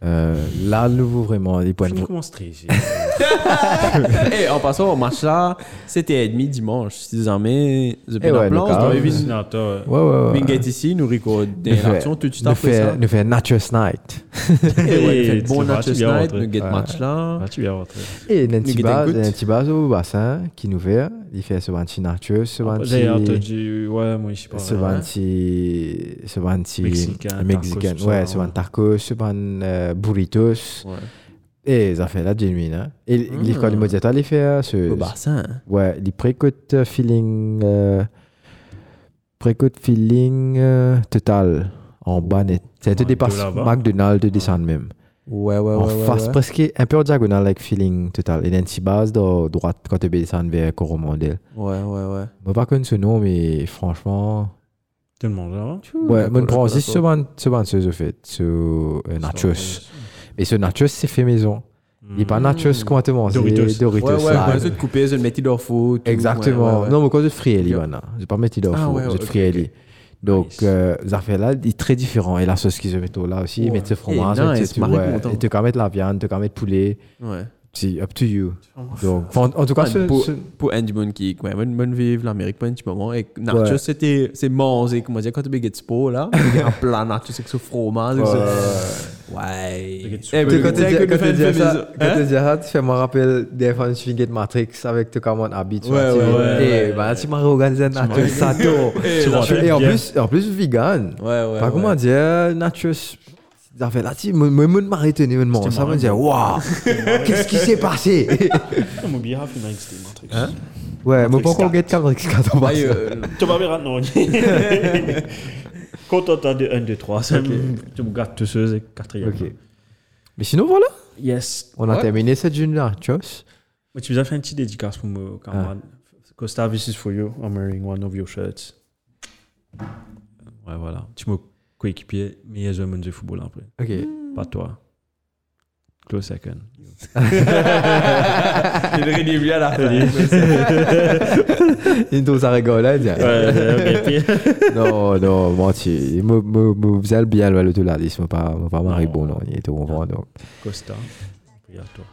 Euh, là, le nouveau, vraiment, les points de Je vue. commence stressé. Et en passant au match là, c'était et demi dimanche. Si désormais, The Eh ouais, Plan, le cas. dans les Dessinateur. Ouais, ouais, ouais. Wingate ici, nous recordons des Nous fait- réactions tout de suite nous après fait, ça. nous fait Nachos Night. Et ouais, Et nous fait bon tu vas, Natchez tu viens Night, rentrer. nous get Ouais. match là. Ah, tu viens rentrer. Et Nous Nancy get Baz, un good. Nancy Baz au bassin qui nous fait, il fait ce vanti Nachos, ce Ah, J'ai vanti, entendu, ouais, moi, je sais pas. ce ouais. vanti, ce vanti Mexicain, mexicain, tacos, tout ouais, ça, ce ouais. vanti tacos, ce vanti euh, burritos. Ouais. Et ça fait là genuine, hein. Et il quand il m'a dit toi, il fait ce, Au bassin. ouais, il précote euh, feeling, euh, précote feeling euh, total en bas net. C'est tout Ouais, dépasse de là-bas. McDonald's de descendre même. Ouais, ouais, En ouais. ouais, face ouais. presque un peu en diagonale avec feeling total. Et Nancy base de droite quand tu descends vers Coromandel. Ouais, ouais, ouais. Moi pas connu ce nom mais franchement Tout le monde là. ouais, d'accord, moi je prends d'accord, aussi ce ban ce ban ce au fait, ce euh, nachos. Mais ce nachos c'est fait maison. Il n'est pas nachos comment te manger Doritos. Doritos. Ouais, ouais, là. quand ils te coupent, ils te mettent dans le foot. Exactement. Ouais, ouais, ouais. Non, mais quand je frie, il Yo. voilà. Je pas mettre dans Ah, le ouais, four, je ok, frie ok. Donc, Nice. euh, ça fait là, il est très différent. Et la sauce qu'ils mettent là aussi, ils mettent ce fromage, Eh, ils nice, mettent tout, Marie ouais. content. Ils te quand mettre la viande, ils te quand mettre poulet. Ouais. C'est up to you. Donc, en, en tout cas, Ah, ce, pour, ce- pour Andy Monkey, ouais, bonne, bonne vive l'Amérique pour un petit moment. Et nachos, Ouais. c'était, c'est manger, comment dire, quand tu veux get sport, là, il y a un plat nachos avec ce fromage. avec ce- Ouais. Get Eh, Tu mais sais, quand tu tu sais dis que quand nous tu fait dis une ça, maison- quand Hein? tu dis ça, tu fais me rappeler des fois, je suis Get Matrix avec tout comme on habite. Ouais, ouais, ouais, Et bah, tu m'as regardé un nachos sato. Eh, Tu vois, Et en bien. plus, en plus, vegan. Ouais, ouais. Pas ouais. comment dire, nachos. Ça fait là, tu me me m'a retenu me demande. Ça me dit, waouh, qu'est-ce qui s'est passé? On m'a bien fait une Steam Matrix. Ouais, mais Matrix pourquoi on quatre. get Matrix quatre on Ah, passe. euh, Tu vas voir, non. Quand on entend de un, deux, trois, tu me gardes tous ceux et quatrième. Ok. Mais sinon, voilà. Yes. On a Ouais. terminé cette journée-là, nachos. Mais tu nous as fait une petite dédicace pour moi, camarade. Costa, this is for you. I'm wearing one of your shirts. Ouais, voilà. Tu m'as coéquipier, mais il y a un monde de football après. Ok. Pas toi. Close second. il aurait dit bien à la fin. Une dose à rigoler, tiens. Ouais, Non, non, moi, tu. Me, me, me faisait le bien, le tout là. Il ne m'a pas, m'a pas marré bon, non. Il était au vent, donc. Costa. Regarde toi.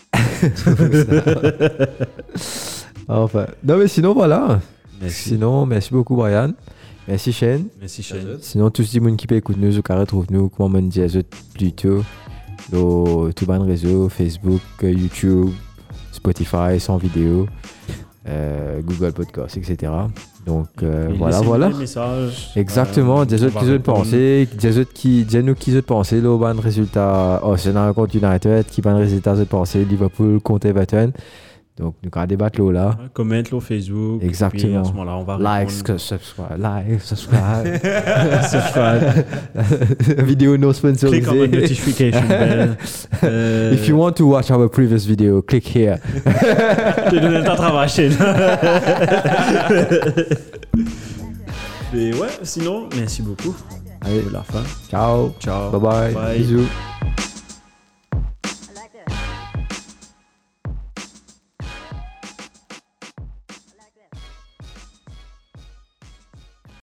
Enfin. Non, mais sinon, voilà. Merci. Sinon, merci beaucoup, Brian. Merci, Shane. Merci, Shane. Sinon, tous les gens qui peuvent écouter nous, au retrouve-nous, comment on dit à eux plutôt, dans tous les réseaux, Facebook, YouTube, Spotify, sans vidéo, euh, Google Podcast, et cetera. Donc, euh, Et voilà, laissez-nous voilà. des messages. Exactement, Euh, des on autres va qui ont répondre. pensé, des autres qui, dis-nous qui ont pensé, le bon résultat, oh, c'est dans le compte United, qui bon résultat ont pensé, Liverpool contre Everton. Donc, nous allons débattre là, là. Ouais, Commente sur Facebook. Exactement. Puis à ce moment-là, on va Like, répondre. subscribe, like, subscribe. Subscribe. Vidéo non Click on the sponsorisée. notification bell. Euh, If you want to watch our previous video, click here. Tu donnes le temps de travailler, Shane. Mais ouais, sinon, merci beaucoup. Allez, De la fin. ciao. Ciao. Bye bye. Bye. Bisous.